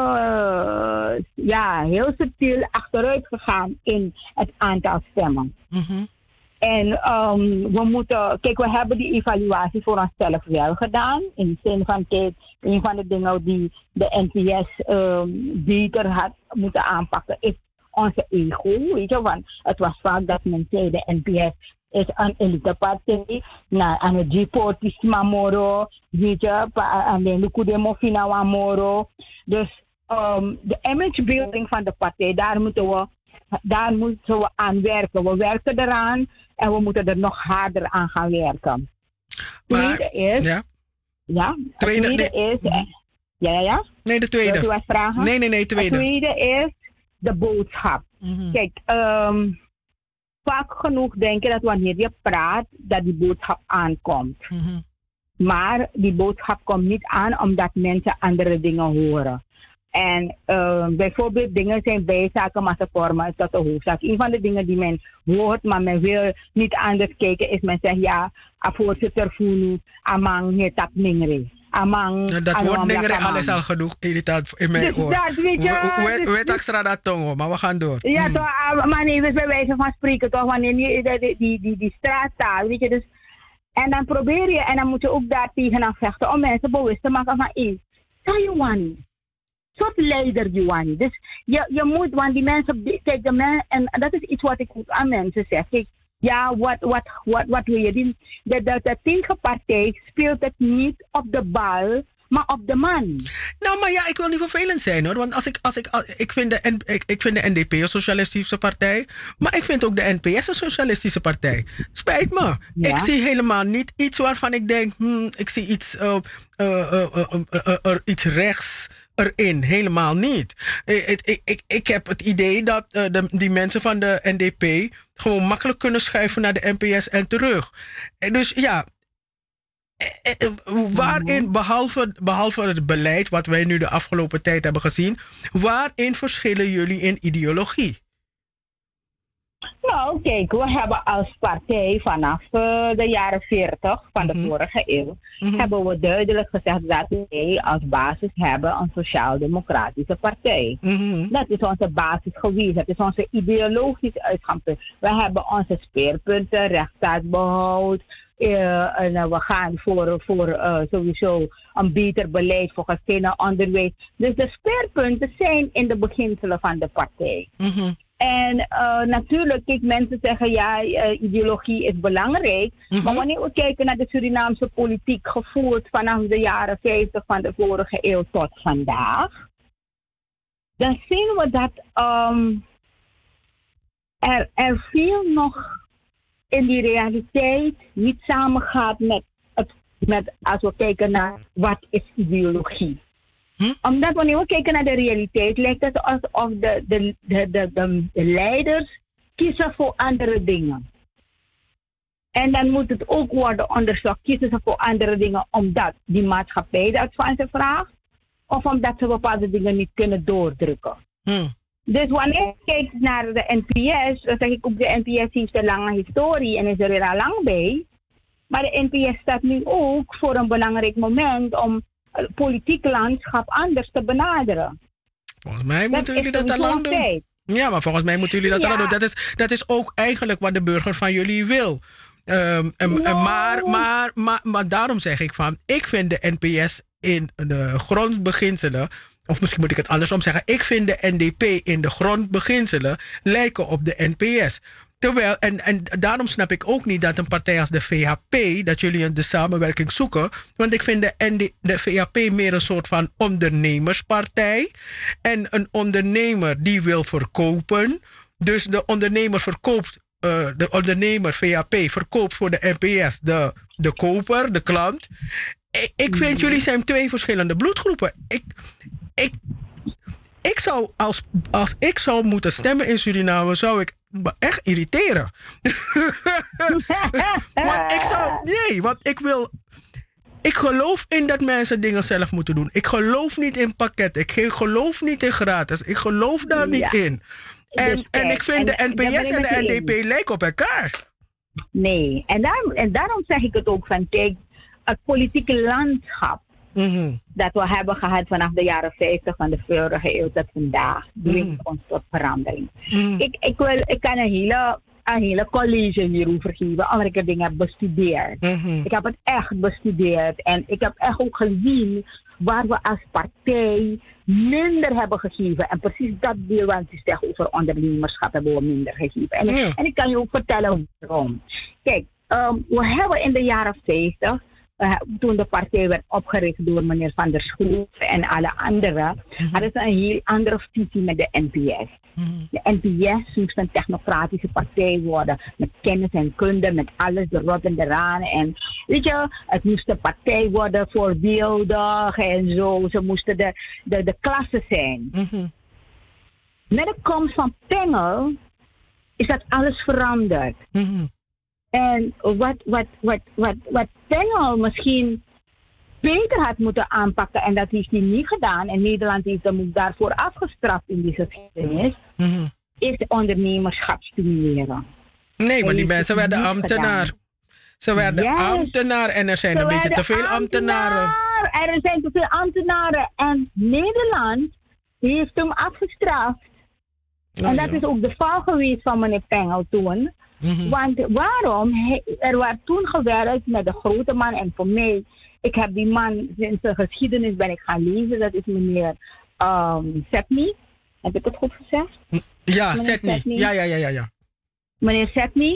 uh, ja, heel subtiel achteruit gegaan in het aantal stemmen. Mm-hmm. En um, we moeten, kijk, we hebben die evaluatie voor onszelf wel gedaan. In de zin van, kijk, een van de dingen die de N P S um, beter had moeten aanpakken is onze ego. Weet je, want het was vaak dat men zei, de N P S is een elitepartij. Nou, aan het G-portisme moro, weet je, aan de Lukudemo Finawa moro. Dus um, de imagebuilding van de partij, daar moeten we, daar moeten we aan werken. We werken eraan. En we moeten er nog harder aan gaan werken. Tweede is... Ja? Ja? Tweede, tweede nee. is... Ja, ja, ja? Nee, de tweede. Wilt u wat vragen? Nee, nee, nee, tweede. Het tweede is de boodschap. Mm-hmm. Kijk, um, vaak genoeg denk je dat wanneer je praat, dat die boodschap aankomt. Mhm. Maar die boodschap komt niet aan omdat mensen andere dingen horen. En uh, bijvoorbeeld dingen zijn bijzaken, maar ze vormen tot de hoofdzaak. Een van de dingen die men hoort, maar men wil niet anders kijken, is men zegt ja, a voorzitter Funu, amang hetat mingre. Amang, Nou, dat woord dingere al is al genoeg irritant in mijn Dus oor. dat, weet je, We- we- dus- we- Weet extra dat tongo, maar we gaan door. Ja, Mm. toch, ah, maar nee, dus bij wijze van spreken, toch, wanneer je die, die, die, die, die straattaal, weet je, dus. En dan probeer je, en dan moet je ook daar tegenaan vechten om mensen bewust te maken van, hé, sta je wani. Soort leider je wani. Dus je, je moet, want die mensen, kijk, de men, en dat is iets wat ik ook aan mensen zeg. Kijk, ja, wat, wat, wat, wat wil je doen? De, de, de tegenpartij speelt het niet op de bal, maar op de man. Nou, maar ja, ik wil niet vervelend zijn hoor. Want als ik, als ik, als- ik, vind de, N- ik, ik vind de N D P een socialistische partij. Maar ik vind ook de N P S een socialistische partij. Spijt me. Ja. Ik zie helemaal niet iets waarvan ik denk, hmm, ik zie iets, uh, uh, uh, uh, uh, uh, uh, iets rechts erin. Helemaal niet. Ik, ik, ik, ik, ik heb het idee dat uh, de, die mensen van de N D P gewoon makkelijk kunnen schuiven naar de N P S en terug. En dus ja. Eh, eh, Waarin, behalve, behalve het beleid wat wij nu de afgelopen tijd hebben gezien, waarin verschillen jullie in ideologie? Nou, kijk, we hebben als partij vanaf uh, de jaren veertig van de Mhm. vorige eeuw, Mhm. hebben we duidelijk gezegd dat wij als basis hebben een sociaal-democratische partij. Mhm. Dat is onze basis geweest, dat is onze ideologische uitgangspunt. We hebben onze speerpunten, rechtsstaatsbehoud, uh, en uh, we gaan voor, voor uh, sowieso een beter beleid voor gezinnen, onderwijs. Dus de speerpunten zijn in de beginselen van de partij. Mhm. En uh, natuurlijk, kijk, mensen zeggen ja, uh, ideologie is belangrijk. Mhm. Maar wanneer we kijken naar de Surinaamse politiek gevoerd vanaf de jaren vijftig van de vorige eeuw tot vandaag, dan zien we dat um, er, er veel nog in die realiteit niet samengaat met, het, met als we kijken naar wat is ideologie. Hm? Omdat wanneer we kijken naar de realiteit, lijkt het alsof de, de, de, de, de, de leiders kiezen voor andere dingen. En dan moet het ook worden onderzocht, kiezen ze voor andere dingen omdat die maatschappij dat van ze vraagt, of omdat ze bepaalde dingen niet kunnen doordrukken. Hm. Dus wanneer je kijkt naar de N P S, dan zeg ik ook de N P S heeft een lange historie en is er weer al lang bij. Maar de N P S staat nu ook voor een belangrijk moment om het politieke landschap anders te benaderen. Volgens mij Dat moeten is jullie dat al sowieso lang een doen. feit. Ja, maar volgens mij moeten jullie dat al Ja. lang doen. Dat is, dat is ook eigenlijk wat de burger van jullie wil. Ehm, en- en Nou. maar, maar, maar, maar daarom zeg ik van, ik vind de N P S in de grondbeginselen, of misschien moet ik het andersom zeggen, ik vind de N D P in de grondbeginselen lijken op de N P S. Terwijl, en, en daarom snap ik ook niet dat een partij als de V H P, dat jullie de samenwerking zoeken. Want ik vind de, N D, de V H P meer een soort van ondernemerspartij. En een ondernemer die wil verkopen. Dus de ondernemer verkoopt, uh, de ondernemer V H P verkoopt voor de N P S de, de koper, de klant. Ik, ik vind jullie zijn twee verschillende bloedgroepen. Ik, ik, ik zou, als, als ik zou moeten stemmen in Suriname, zou ik me echt irriteren. Want ik zou, nee, want ik wil, ik geloof in dat mensen dingen zelf moeten doen. Ik geloof niet in pakketten. Ik ge- geloof niet in gratis. Ik geloof daar niet Ja. in. En, Dus en kijk, ik vind en de N P daar ben S ik en met je de N D P eens. lijken op elkaar. Nee, en daarom, en daarom zeg ik het ook van, kijk, het politieke landschap Mhm. dat we hebben gehad vanaf de jaren vijftig van de vorige eeuw tot vandaag, dwingt Mhm. ons tot verandering. Mhm. Ik, ik, wil, ik kan een hele, een hele college hierover geven, omdat ik het ding heb bestudeerd. Mhm. Ik heb het echt bestudeerd en ik heb echt ook gezien waar we als partij minder hebben gegeven. En precies dat deel wat je zegt over ondernemerschap hebben we minder gegeven. En, Ja. en ik kan je ook vertellen waarom. Kijk, um, we hebben in de jaren vijftig, uh, toen de partij werd opgericht door meneer Van der Schroef en alle anderen, hadden ze een heel andere visie met de N P S. De N P S moest een technocratische partij worden. Met kennis en kunde, met alles erop en eraan. En weet je, het moest een partij worden voorbeeldig en zo. Ze moesten de, de, de klasse zijn. Mhm. Met de komst van Pengel is dat alles veranderd. Mm-hmm. En wat, wat, wat, wat, wat Pengel misschien beter had moeten aanpakken, en dat heeft hij niet gedaan, en Nederland heeft hem ook daarvoor afgestraft in die geschiedenis, mm-hmm. is de ondernemerschap stimuleren. Nee, maar die mensen werden niet ambtenaar. gedaan. Ze werden Yes. ambtenaar en er zijn Ze een beetje te werden veel ambtenaren. ambtenaar. Er zijn te veel ambtenaren. En Nederland heeft hem afgestraft. Oh, en dat ja. is ook de val geweest van meneer Pengel toen. Mm-hmm. Want waarom? Hij, er werd toen gewerkt met de grote man. En voor mij, ik heb die man sinds de geschiedenis ben ik gaan lezen. Dat is meneer um, Setny. Heb ik het goed gezegd? Ja, Meneer Setny. Setny. Ja, ja, ja, ja, ja. Meneer Setny.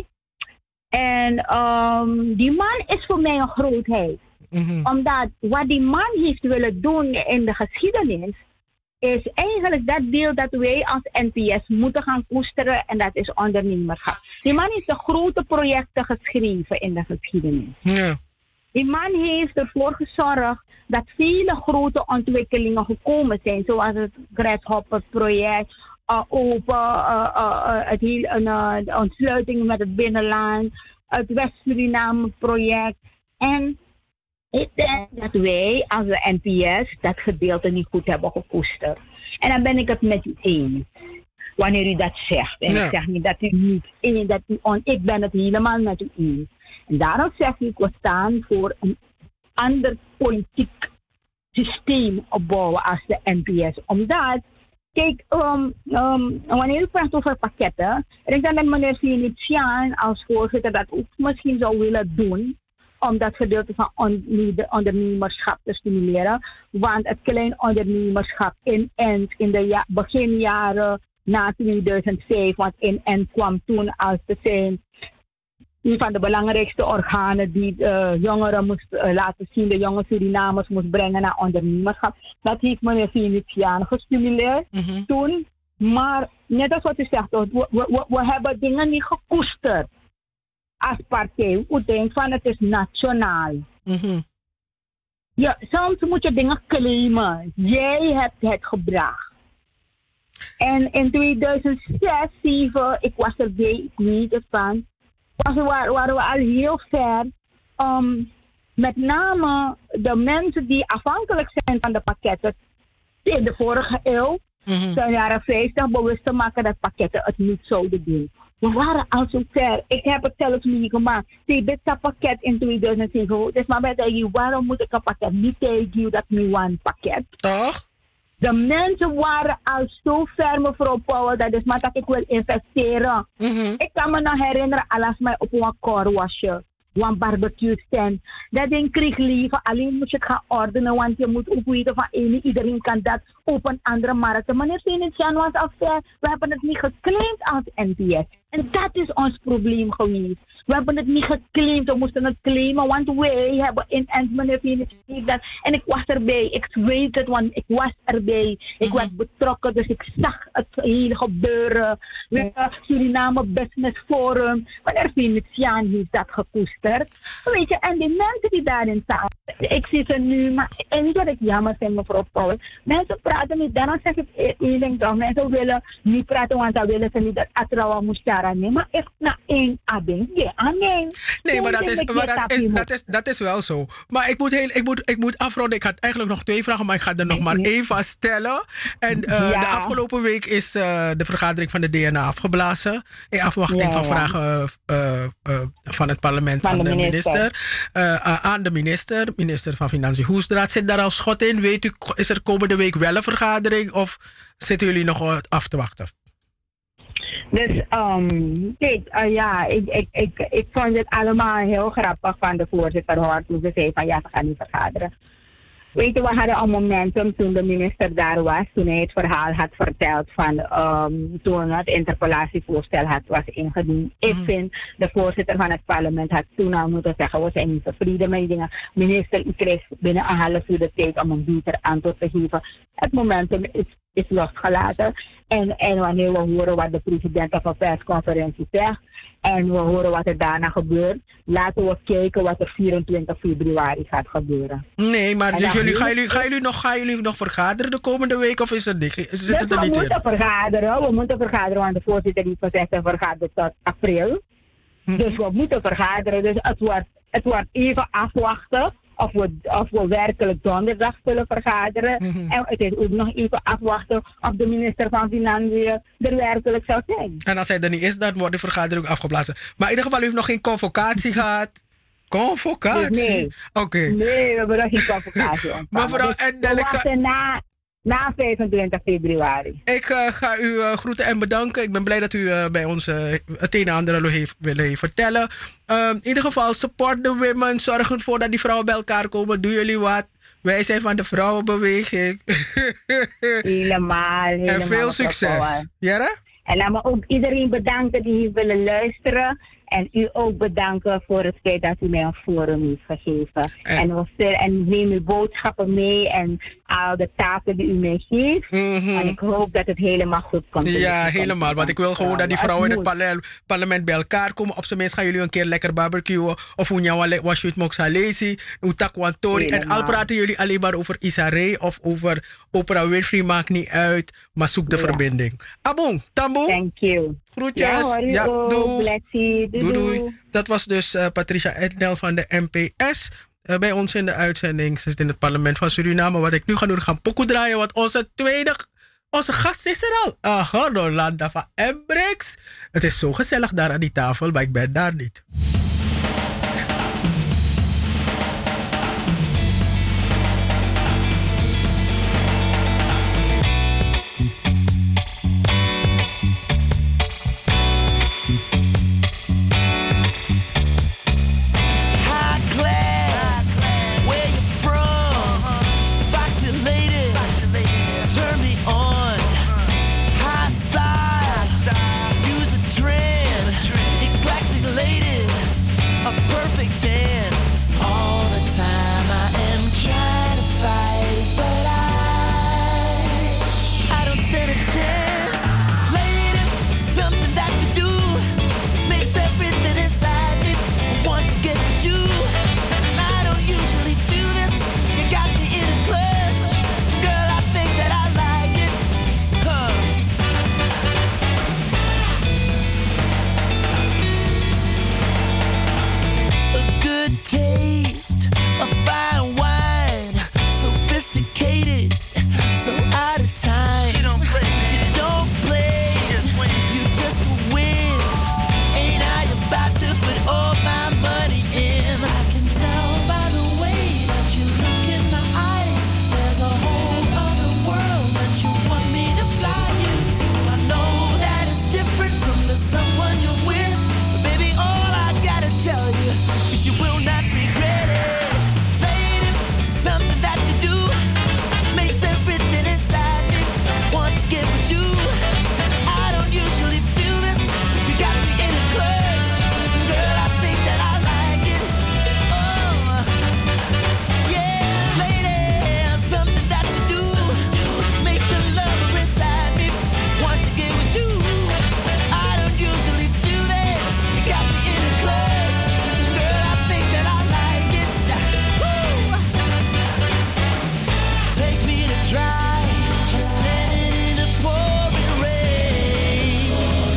En um, die man is voor mij een grootheid. Mm-hmm. Omdat wat die man heeft willen doen in de geschiedenis, is eigenlijk dat deel dat wij als N P S moeten gaan koesteren, en dat is ondernemerschap. Die man heeft de grote projecten geschreven in de geschiedenis. Ja. Die man heeft ervoor gezorgd dat vele grote ontwikkelingen gekomen zijn, zoals het Grasshopper project, uh, open, uh, uh, uh, het heel, uh, de ontsluiting met het binnenland, het West-Suriname project. En ik denk dat wij als de N P S dat gedeelte niet goed hebben gekoesterd. En dan ben ik het met u eens. Wanneer u dat zegt. En Ja. ik zeg niet dat u niet eens, dat u on, ik ben het helemaal met u eens. En daarom zeg ik, we staan voor een ander politiek systeem opbouwen als de N P S. Omdat, kijk, um, um, wanneer u praat over pakketten, ik denk dat meneer Venetiaan als voorzitter dat ook misschien zou willen doen, om dat gedeelte van on- ondernemerschap te stimuleren. Want het klein ondernemerschap in Ent in de ja- beginjaren na tweeduizend vijf, want in Ent kwam toen als te zijn een van de belangrijkste organen die uh, jongeren moest uh, laten zien, de jonge Surinamers moest brengen naar ondernemerschap. Dat heeft meneer Venetiaan gestimuleerd Mm-hmm. toen. Maar net als wat u zegt, we, we, we, we hebben dingen niet gekoesterd als partij. We denken van het is nationaal. Mm-hmm. Ja, soms moet je dingen claimen. Jij hebt het gebracht. En in tweeduizend zes, zeven, ik was erbij, ik weet het van, was, waren, waren we al heel ver. Um, met name de mensen die afhankelijk zijn van de pakketten in de vorige eeuw, Mm-hmm. de jaren vijftig, bewust te maken dat pakketten het niet zouden doen. We waren al zo ver. Ik heb het zelfs niet gemaakt. Zie, dit is een pakket in tweeduizend zeven. Dus maar bij je, waarom moet ik een pakket niet tegen dat nu een pakket? Toch? De mensen waren al zo ver, mevrouw Powell, dat is maar dat ik wil investeren. Mm-hmm. Ik kan me nog herinneren, alles mij op een car wasje. Een barbecue stand. Dat ding kreeg leven. Alleen moet je het gaan ordenen, want je moet ook weten van ene, iedereen kan dat op een andere markt. Meneer Venetiaan was al ver. We hebben het niet geclaimd als N P S. En dat is ons probleem geweest. We hebben het niet geclaimd, we moesten het claimen, want wij hebben in en meneer Venetiaan dat. En ik was erbij, ik weet het, want ik was erbij. Ik was betrokken, dus ik zag het hele gebeuren. We Suriname Business Forum. Meneer Venetiaan heeft dat gekoesterd. Weet je, en die mensen die daarin staan, ik zie ze nu, maar en niet dat ik jammer vind, mevrouw Paul. Mensen praten niet, daarom zeg ik één ding toch. Mensen willen niet praten, want dan willen ze niet dat Atrawa moest daar nemen. Maar echt na één abing, ja, nee. Nee, maar dat is, maar dat is, dat is, dat is wel zo. Maar ik moet, heel, ik, moet, ik moet afronden. Ik had eigenlijk nog twee vragen, maar ik ga er nog maar één van stellen. En uh, Ja. de afgelopen week is uh, de vergadering van de D N A afgeblazen. In afwachting Ja, van ja. vragen uh, uh, van het parlement Van aan de de minister. minister. Uh, uh, aan de minister, minister van Financiën Hoestraat. Zit daar al schot in? Weet u, is er komende week wel een vergadering? Of zitten jullie nog af te wachten? Dus, um, kijk, uh, ja, ik, ik, ik, ik vond het allemaal heel grappig van de voorzitter hoor. Toen ze zei van ja, we gaan niet vergaderen. Weet je, we hadden een momentum toen de minister daar was, toen hij het verhaal had verteld van um, toen het interpellatievoorstel had, was ingediend. Ik Mm. vind de voorzitter van het parlement had toen al moeten zeggen, we zijn niet tevreden met die dingen. Minister, u krijgt binnen een half uur de tijd om een beter antwoord te geven. Het momentum is is losgelaten. En, en wanneer we horen wat de president op een persconferentie zegt en we horen wat er daarna gebeurt, laten we kijken wat er vierentwintig februari gaat gebeuren. Nee, maar En dus dan jullie, gaan, weet jullie, gaan, jullie nog, gaan jullie nog vergaderen de komende week of is het niet? Zit Dus het er we niet in? moeten vergaderen, we moeten vergaderen, want de voorzitter die gezegd heeft vergaderen tot april. Dus we moeten vergaderen, dus het wordt, het wordt even afwachten of we, of we werkelijk donderdag zullen vergaderen. Mhm. En het is ook nog even afwachten of de minister van Financiën er werkelijk zou zijn. En als hij er niet is, dan wordt de vergadering afgeblazen. Maar in ieder geval, u heeft nog geen convocatie gehad. Convocatie? Dus nee. Oké. Nee, we hebben nog geen convocatie ontvangen. Mevrouw Dus Endel, we ik ga- wachten na, na vijfentwintig februari. Ik uh, ga u uh, groeten en bedanken. Ik ben blij dat u uh, bij ons uh, het een en ander heeft willen vertellen. Um, in ieder geval, support the women. Zorg ervoor dat die vrouwen bij elkaar komen. Doen jullie wat? Wij zijn van de vrouwenbeweging. Helemaal, helemaal. En veel mevrouw succes. Power. Jere? En laat me ook iedereen bedanken die hier willen luisteren. En u ook bedanken voor het feit dat u mij een forum heeft gegeven. En- En, we zullen- en neem uw boodschappen mee en al de taken die u mij geeft. En ik hoop dat het helemaal goed komt. Ja, helemaal. Want ik wil gewoon dat die vrouwen in het parle- parlement bij elkaar komen. Op zijn minst gaan jullie een keer lekker barbecuen. Of hoe jou was je het mocht lezen. Hoe takwantori. En al Helemaal. praten jullie alleen maar over Isaré of over Oprah Winfrey. Maakt niet uit. Maar zoek de Ja. verbinding. Abon, Tambo. Thank you. Groetjes. Ja, hoor, u ook. doeg. Blessie. Doei, Doei, doei. doei. Dat was dus uh, Patricia Ednel van de M P S. Uh, bij ons in de uitzending. Ze zit in het parlement van Suriname. Wat ik nu ga doen, gaan pokoe draaien. Want onze tweede, onze gast is er al. Aha, Rolanda van Embrex. Het is zo gezellig daar aan die tafel, maar ik ben daar niet. High class, where you from? Foxy lady, turn me on. High style, use a trend. Eclectic lady, a perfect ten. All the time I am trying to fight, but I, I don't stand a chance. Lady, something that you do makes everything inside me want to get at you. I don't usually feel this. You got me in a clutch. Girl, I think that I like it. Huh. A good taste, a fine wine, sophisticated, so out of time. You don't play, you don't play, you just win. You just win. Ain't I about to put all my money in? I can tell by the way that you look in my eyes. There's a whole other world that you want me to fly you to. I know that it's different from the someone you're with. But baby, all I gotta tell you is you will not regret it. Lady, something that you do makes everything inside me want to get with you. I don't usually feel this. You got me in a clutch. Girl, I think that I like it. Oh, yeah, lady, something that you do makes the lover inside me want to get with you. I don't usually feel this. You got me in a clutch. Girl, I think that I like it. Woo. Take me to drive. I'm standing in the pouring rain.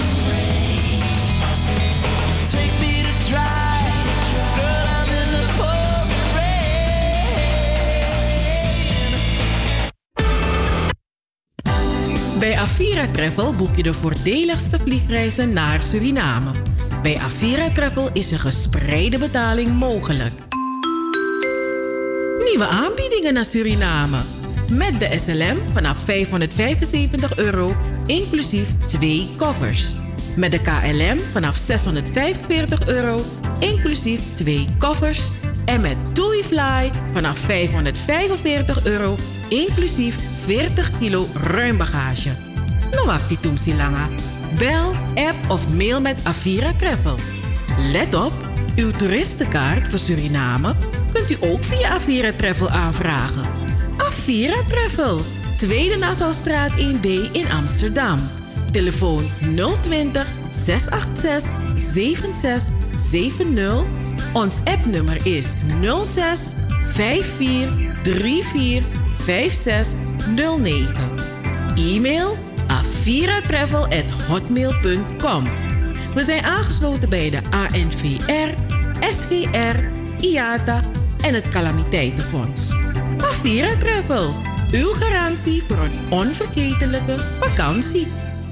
Take me to drive. Girl, I'm in the pouring rain. Bij Avira Travel boek je de voordeligste vliegreizen naar Suriname. Bij Avira Travel is een gespreide betaling mogelijk. Nieuwe aanbiedingen naar Suriname. Met de S L M vanaf vijfhonderdvijfenzeventig euro, inclusief twee koffers. Met de K L M vanaf zeshonderdvijfenveertig euro, inclusief twee koffers. En met TUI Fly vanaf vijfhonderdvijfenveertig euro, inclusief veertig kilo ruim bagage. No wakti tumsi langa. Bel, app of mail met Avira Travel. Let op, uw toeristenkaart voor Suriname kunt u ook via Avira Travel aanvragen. Avira Travel, Tweede Nassaustraat één B in Amsterdam. Telefoon nul twintig, zes acht zes, zeven zes zeven nul. Ons appnummer is nul zes, vijf vier, drie vier, vijf zes nul negen. E-mail aviratravel at hotmail punt com. We zijn aangesloten bij de A N V R, S G R, I A T A en het Calamiteitenfonds. Avira Travel, uw garantie voor een onvergetelijke vakantie.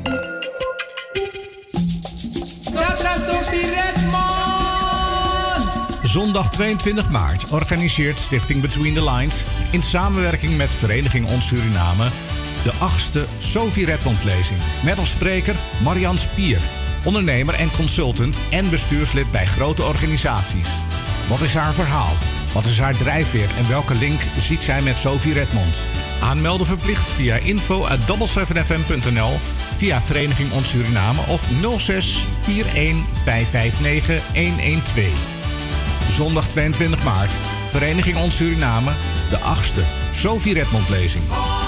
Zondag tweeëntwintig maart organiseert Stichting Between the Lines in samenwerking met Vereniging Ons Suriname de achtste Sophie Redmond lezing. Met als spreker Marian Spier, ondernemer en consultant en bestuurslid bij grote organisaties. Wat is haar verhaal? Wat is haar drijfveer en welke link ziet zij met Sophie Redmond? Aanmelden verplicht via info at double seven f m punt n l, via Vereniging Ons Suriname of nul zes vier een vijf vijf negen een een twee. Zondag tweeëntwintig maart, Vereniging Ons Suriname, de achtste Sophie Redmond lezing.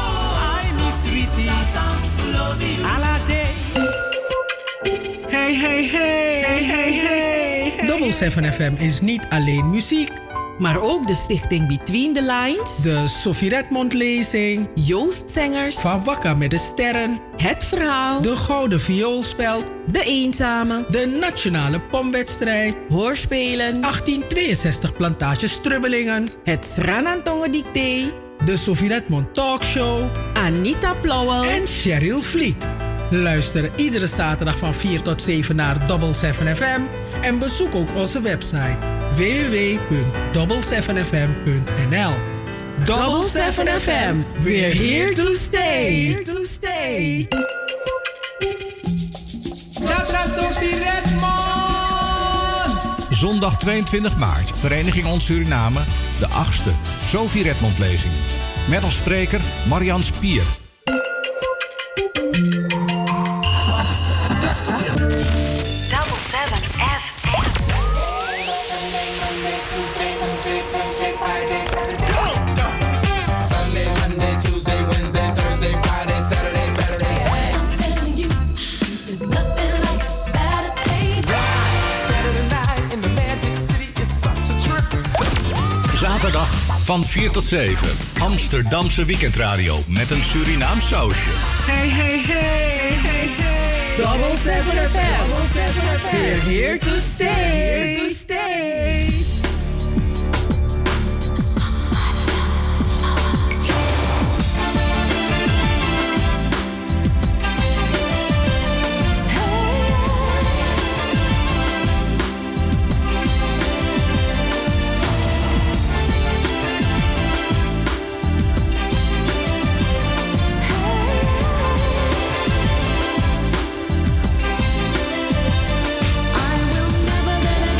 Hey, hey, hey, hey, hey, hey. Double seven F M is niet alleen muziek, maar ook de stichting Between the Lines, de Sophie Redmond lezing, Joost Zengers, Van Wakka met de Sterren, Het Verhaal, de Gouden Vioolspeld, De Eenzame, de Nationale Pomwedstrijd, Hoorspelen, achttien tweeënzestig Plantage Strubbelingen, het Sranantongen Dicté, de Sophie Redmond Talkshow, Anita Plauwel en Cheryl Vliet. Luister iedere zaterdag van vier tot zeven naar Double seven F M en bezoek ook onze website w w w punt double seven f m punt n l. Double seven F M, we're here to stay. Here to stay. Zondag tweeëntwintig maart, Vereniging Ons Suriname, de achtste Sophie Redmond lezing. Met als spreker Marian Spier. Zaterdag van vier tot zeven. Amsterdamse weekendradio met een Surinaams sausje. Hey, hey, hey, hey, hey. Double seven F M. We're here to stay. Here to stay. I will never let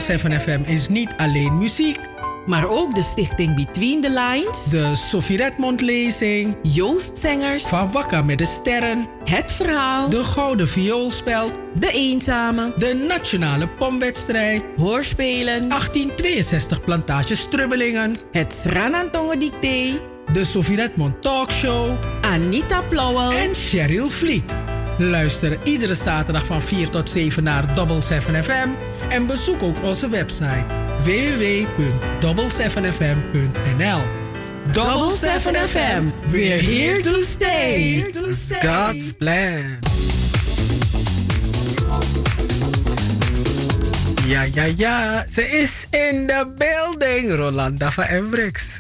zeven F M is niet alleen muziek. Maar ook de stichting Between the Lines, De Sophie Redmond lezing, Joost Zengers, Van Wakker met de Sterren, Het Verhaal, De Gouden Vioolspeld, De Eenzame, de Nationale Pomwedstrijd, Hoorspelen, achttien tweeënzestig Plantage Strubbelingen, Het Sranantongen Dicté, de Sophie Redmond Talkshow Anita Plauwel en Cheryl Vliet. Luister iedere zaterdag van vier tot zeven naar Double zeven F M en bezoek ook onze website w w w punt double seven f m punt n l. Double seven F M, we're here to stay. God's plan. Ja, ja, ja. Ze is in de building. Rolanda van Embrex.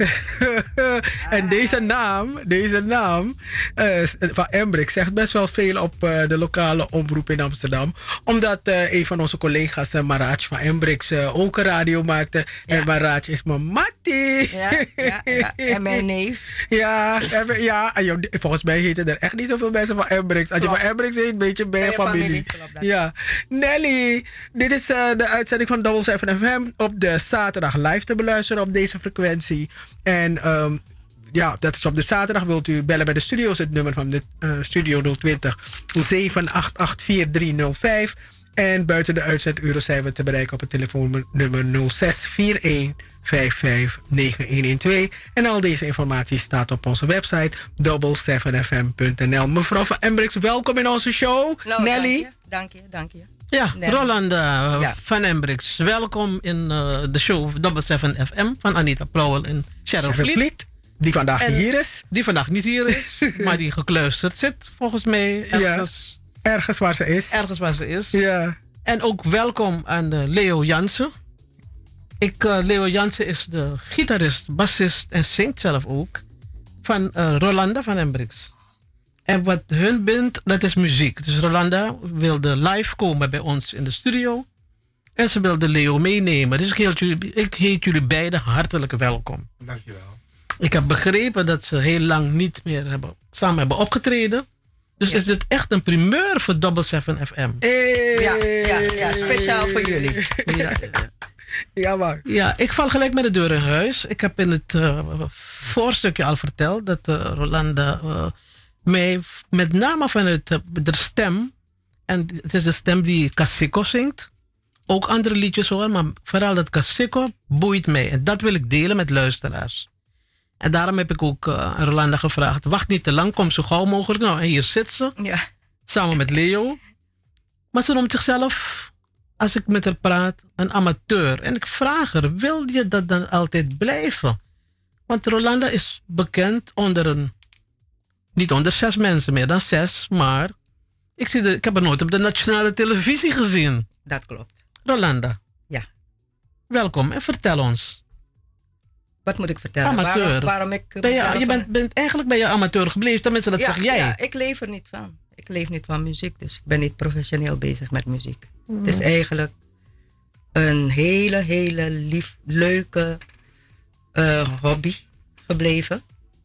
En deze naam, deze naam uh, van Embrex zegt best wel veel op uh, de lokale omroep in Amsterdam. Omdat uh, een van onze collega's, uh, Maraj van Embrex, uh, ook een radio maakte. Ja. En Maraj is mijn mattie. Ja, ja, ja. En mijn neef. Ja, en, ja en jou, volgens mij heten er echt niet zoveel mensen van Embrex. Als je van Embrex heet, ben je bij je familie. familie. Ja. Nelly, dit is uh, de uitzending van Double zeven F M op de zaterdag live te beluisteren op deze frequentie. En um, ja, dat is op de zaterdag. Wilt u bellen bij de studio's, het nummer van de uh, studio nul twintig zeven acht acht vier drie nul vijf. En buiten de uitzenduren zijn we te bereiken op het telefoonnummer nul zes vier een vijf vijf negen een een twee. En al deze informatie staat op onze website double seven f m punt n l. Mevrouw van Embrex, welkom in onze show. Nou, Nelly. Dank je, dank je. Dank je. Ja, Nee. Rolanda uh, Ja. van Embrex. Welkom in uh, de show Double seven F M van Anita Plauwel en Cheryl Cheryl Vliet. Vliet, die vandaag En- niet hier is. Die vandaag niet hier is, maar die gekluisterd zit volgens mij ergens, Ergens waar ze is. ergens waar ze is. Ja. En ook welkom aan uh, Leo Jansen. Ik, uh, Leo Jansen is de gitarist, bassist en zingt zelf ook van uh, Rolanda van Embrex. En wat hun bindt, dat is muziek. Dus Rolanda wilde live komen bij ons in de studio. En ze wilde Leo meenemen. Dus ik heet jullie, ik heet jullie beiden hartelijk welkom. Dankjewel. Ik heb begrepen dat ze heel lang niet meer hebben, samen hebben opgetreden. Dus is het echt een primeur voor Double seven F M. Hey. Ja, ja, ja, speciaal voor jullie. Ja, ja, ja. Ja, maar. Ja, ik val gelijk met de deur in huis. Ik heb in het uh, voorstukje al verteld dat uh, Rolanda uh, mij f- met name vanuit uh, de stem, en het is de stem die Kasiko zingt, ook andere liedjes hoor, maar vooral dat Kasiko boeit mij. En dat wil ik delen met luisteraars. En daarom heb ik ook uh, aan Rolanda gevraagd, wacht niet te lang, kom zo gauw mogelijk. Nou, en hier zit ze, Ja. samen met Leo. Maar ze noemt zichzelf, als ik met haar praat, een amateur. En ik vraag haar, wil je dat dan altijd blijven? Want Rolanda is bekend onder een, niet onder zes mensen, meer dan zes, maar ik, zie de, ik heb haar nooit op de nationale televisie gezien. Dat klopt. Rolanda. Ja. Welkom en vertel ons. Wat moet ik vertellen? Amateur. Waarom, waarom ik Ben je, mezelf je bent, een- bent eigenlijk ben je amateur gebleven, tenminste dat ja, zeg jij. Ja, ik leef er niet van. Ik leef niet van muziek, dus ik ben niet professioneel bezig met muziek. Mm. Het is eigenlijk een hele, hele lief, leuke eh, hobby gebleven.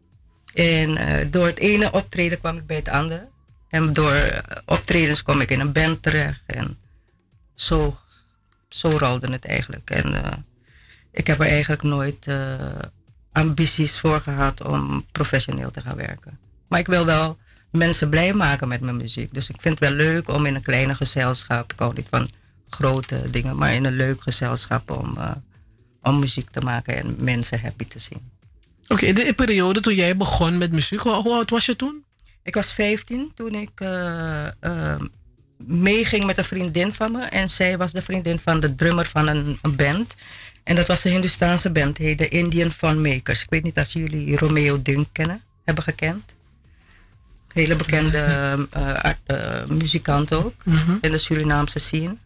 En eh, door het ene optreden kwam ik bij het andere. En door eh, optredens kwam ik in een band terecht. En zo, zo rolde het eigenlijk. En eh, ik heb er eigenlijk nooit eh, ambities voor gehad om professioneel te gaan werken. Maar ik wil wel mensen blij maken met mijn muziek. Dus ik vind het wel leuk om in een kleine gezelschap, ik hou niet van grote dingen, maar in een leuk gezelschap om, uh, om muziek te maken en mensen happy te zien. Oké, okay, in de periode toen jij begon met muziek, hoe, hoe oud was je toen? Ik was vijftien toen ik uh, uh, meeging met een vriendin van me. En zij was de vriendin van de drummer van een, een band. En dat was een Hindoestaanse band, heet de Indian Fun Makers. Ik weet niet of jullie Romeo Dunk kennen, hebben gekend. Hele bekende uh, art, uh, muzikant ook, mm-hmm. in de Surinaamse scene.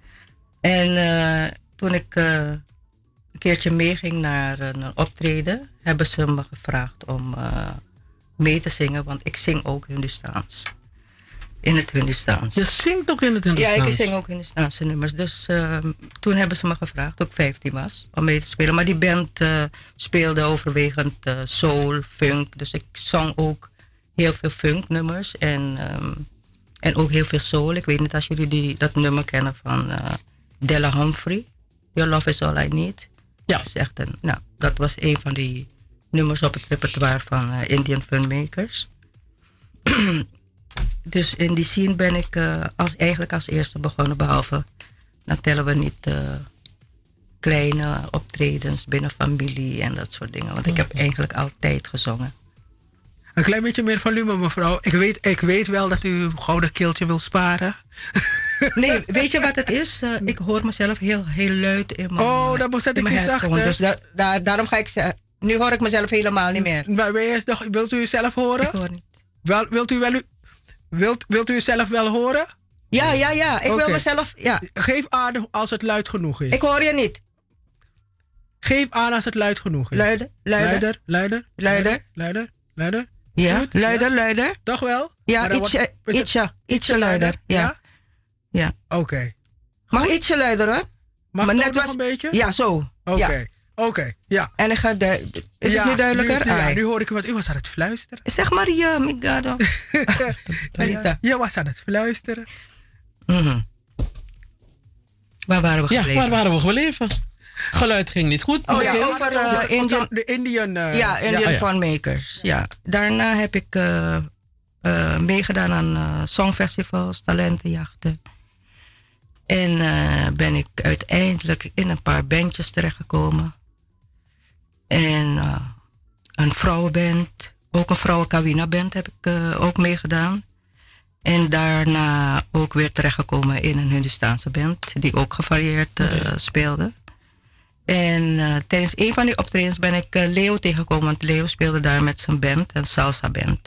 En uh, toen ik uh, een keertje meeging naar uh, een optreden, hebben ze me gevraagd om uh, mee te zingen, want ik zing ook Hindoestaans. In het Hindoestaans. Je zingt ook in het Hindoestaans? Ja, ik zing ook Hindoestaanse nummers. Dus uh, toen hebben ze me gevraagd, toen ik vijftien was, om mee te spelen. Maar die band uh, speelde overwegend uh, soul, funk. Dus ik zong ook heel veel funknummers en, um, en ook heel veel soul. Ik weet niet als jullie die, dat nummer kennen van uh, Della Humphrey. Your Love Is All I Need. Ja. Dat, is echt een, nou, dat was een van die nummers op het repertoire van uh, Indian Filmmakers. Dus in die scene ben ik uh, als, eigenlijk als eerste begonnen, behalve, dan tellen we niet uh, kleine optredens binnen familie en dat soort dingen. Want ik heb eigenlijk altijd gezongen. Een klein beetje meer volume, mevrouw. Ik weet, ik weet wel dat u uw gouden keeltje wil sparen. Nee, weet je wat het is? Uh, ik hoor mezelf heel, heel luid in mijn Oh, dan zet ik u zachter. Dus da, da, daarom ga ik zeggen, nu hoor ik mezelf helemaal niet meer. Maar nog, wilt u uzelf horen? Ik hoor niet. Wel, wilt u wel u, wilt, wilt u uzelf wel horen? Ja, ja, ja. Ik okay. wil mezelf, ja. Geef aan als het luid genoeg is. Ik hoor je niet. Geef aan als het luid genoeg is. Luider, luider. Luider, luider. Luider. Luider, luider. Ja, Goed, luider, ja. luider. Toch wel? Ja, ietsje, wordt, ietsje, ietsje luider. Ja. Ja. ja. Oké. Okay. Mag ietsje luider hoor. Mag maar net was, een beetje? Ja, zo. Oké, okay. ja. Oké, okay. ja. En ik ga de, is ja, het nu duidelijker? Nu, is, ja, nu hoor ik wat. U was aan het fluisteren. Zeg maar ja, migado. ja, je was aan het fluisteren. Mm-hmm. Waar waren we gebleven? Ja, waar waren we gebleven? Geluid ging niet goed. Oh ja, over uh, Indian, de Indian... Uh, ja, Indian ja, Filmmakers. Ja. ja. Daarna heb ik uh, uh, meegedaan aan uh, songfestivals, talentenjachten. En uh, ben ik uiteindelijk in een paar bandjes terechtgekomen. En uh, een vrouwenband, ook een vrouwenkawina-band heb ik uh, ook meegedaan. En daarna ook weer terechtgekomen in een Hindustaanse band, die ook gevarieerd uh, okay. speelde. En uh, tijdens een van die optredens ben ik uh, Leo tegengekomen, want Leo speelde daar met zijn band, een salsa band.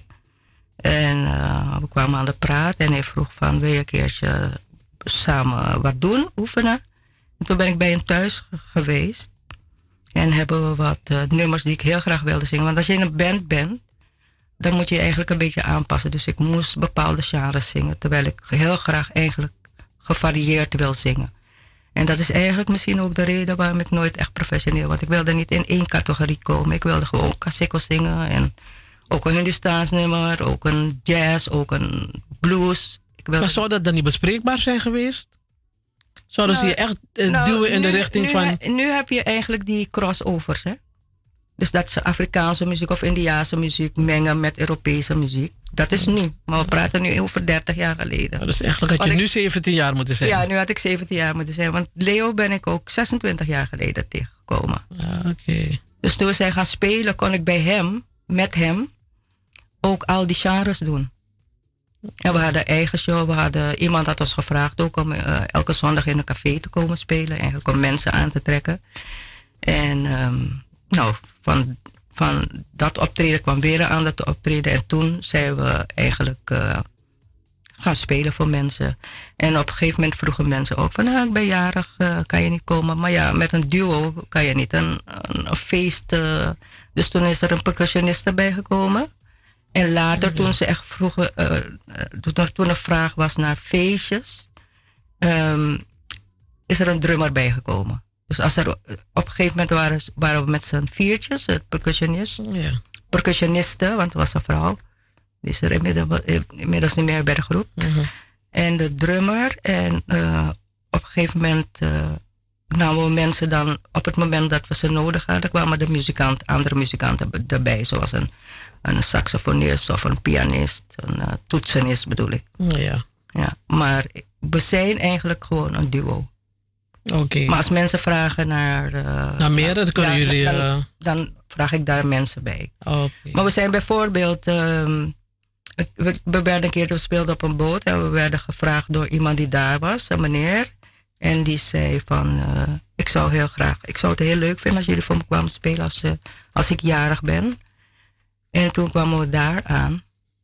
En uh, we kwamen aan de praat en hij vroeg van, wil je een keertje samen wat doen, oefenen? En toen ben ik bij hem thuis g- geweest en hebben we wat uh, nummers die ik heel graag wilde zingen. Want als je in een band bent, dan moet je je eigenlijk een beetje aanpassen. Dus ik moest bepaalde genres zingen, terwijl ik heel graag eigenlijk gevarieerd wil zingen. En dat is eigenlijk misschien ook de reden waarom ik nooit echt professioneel, want ik wilde niet in één categorie komen. Ik wilde gewoon klassiek zingen en ook een Hindustaans nummer, ook een jazz, ook een blues. Ik wilde... Maar zou dat dan niet bespreekbaar zijn geweest? Zouden nou, ze je echt uh, nou, duwen in nu, de richting nu, van... He, nu heb je eigenlijk die crossovers, hè? Dus dat ze Afrikaanse muziek of Indiaanse muziek mengen met Europese muziek. Dat is nu. Maar we praten nu over dertig jaar geleden. Dus eigenlijk had je want nu ik, zeventien jaar moeten zijn. Ja, nu had ik zeventien jaar moeten zijn. Want Leo ben ik ook zesentwintig jaar geleden tegengekomen. Ah, oké. Okay. Dus toen we zijn gaan spelen, kon ik bij hem, met hem, ook al die genres doen. En we hadden eigen show. We hadden, iemand had ons gevraagd ook om uh, elke zondag in een café te komen spelen. Eigenlijk om mensen aan te trekken. En um, nou, van, van dat optreden kwam weer een ander te optreden. En toen zijn we eigenlijk uh, gaan spelen voor mensen. En op een gegeven moment vroegen mensen ook van, ah, ik ben jarig, uh, kan je niet komen? Maar ja, met een duo kan je niet. Een, een, een feest. Uh, dus toen is er een percussioniste bijgekomen. En later, toen ze echt vroegen, uh, toen, toen een vraag was naar feestjes, um, is er een drummer bijgekomen. Dus als er op een gegeven moment waren, waren we met z'n viertjes, het percussionist, ja. percussioniste, want het was een vrouw. Die is er inmiddels, inmiddels niet meer bij de groep. Uh-huh. En de drummer. En uh, op een gegeven moment uh, namen we mensen dan, op het moment dat we ze nodig hadden, kwamen de muzikant, andere muzikanten erbij, zoals een, een saxofonist of een pianist, een uh, toetsenist bedoel ik. Ja. Ja, maar we zijn eigenlijk gewoon een duo. Oké. Okay. Maar als mensen vragen naar... Uh, naar meer, dan kunnen ja, jullie... Uh... Dan, dan vraag ik daar mensen bij. Okay. Maar we zijn bijvoorbeeld... Um, we, we werden een keer, we speelden op een boot en we werden gevraagd door iemand die daar was, een meneer. En die zei van, uh, ik zou heel graag, ik zou het heel leuk vinden als jullie voor me kwamen spelen als, uh, als ik jarig ben. En toen kwamen we daar aan.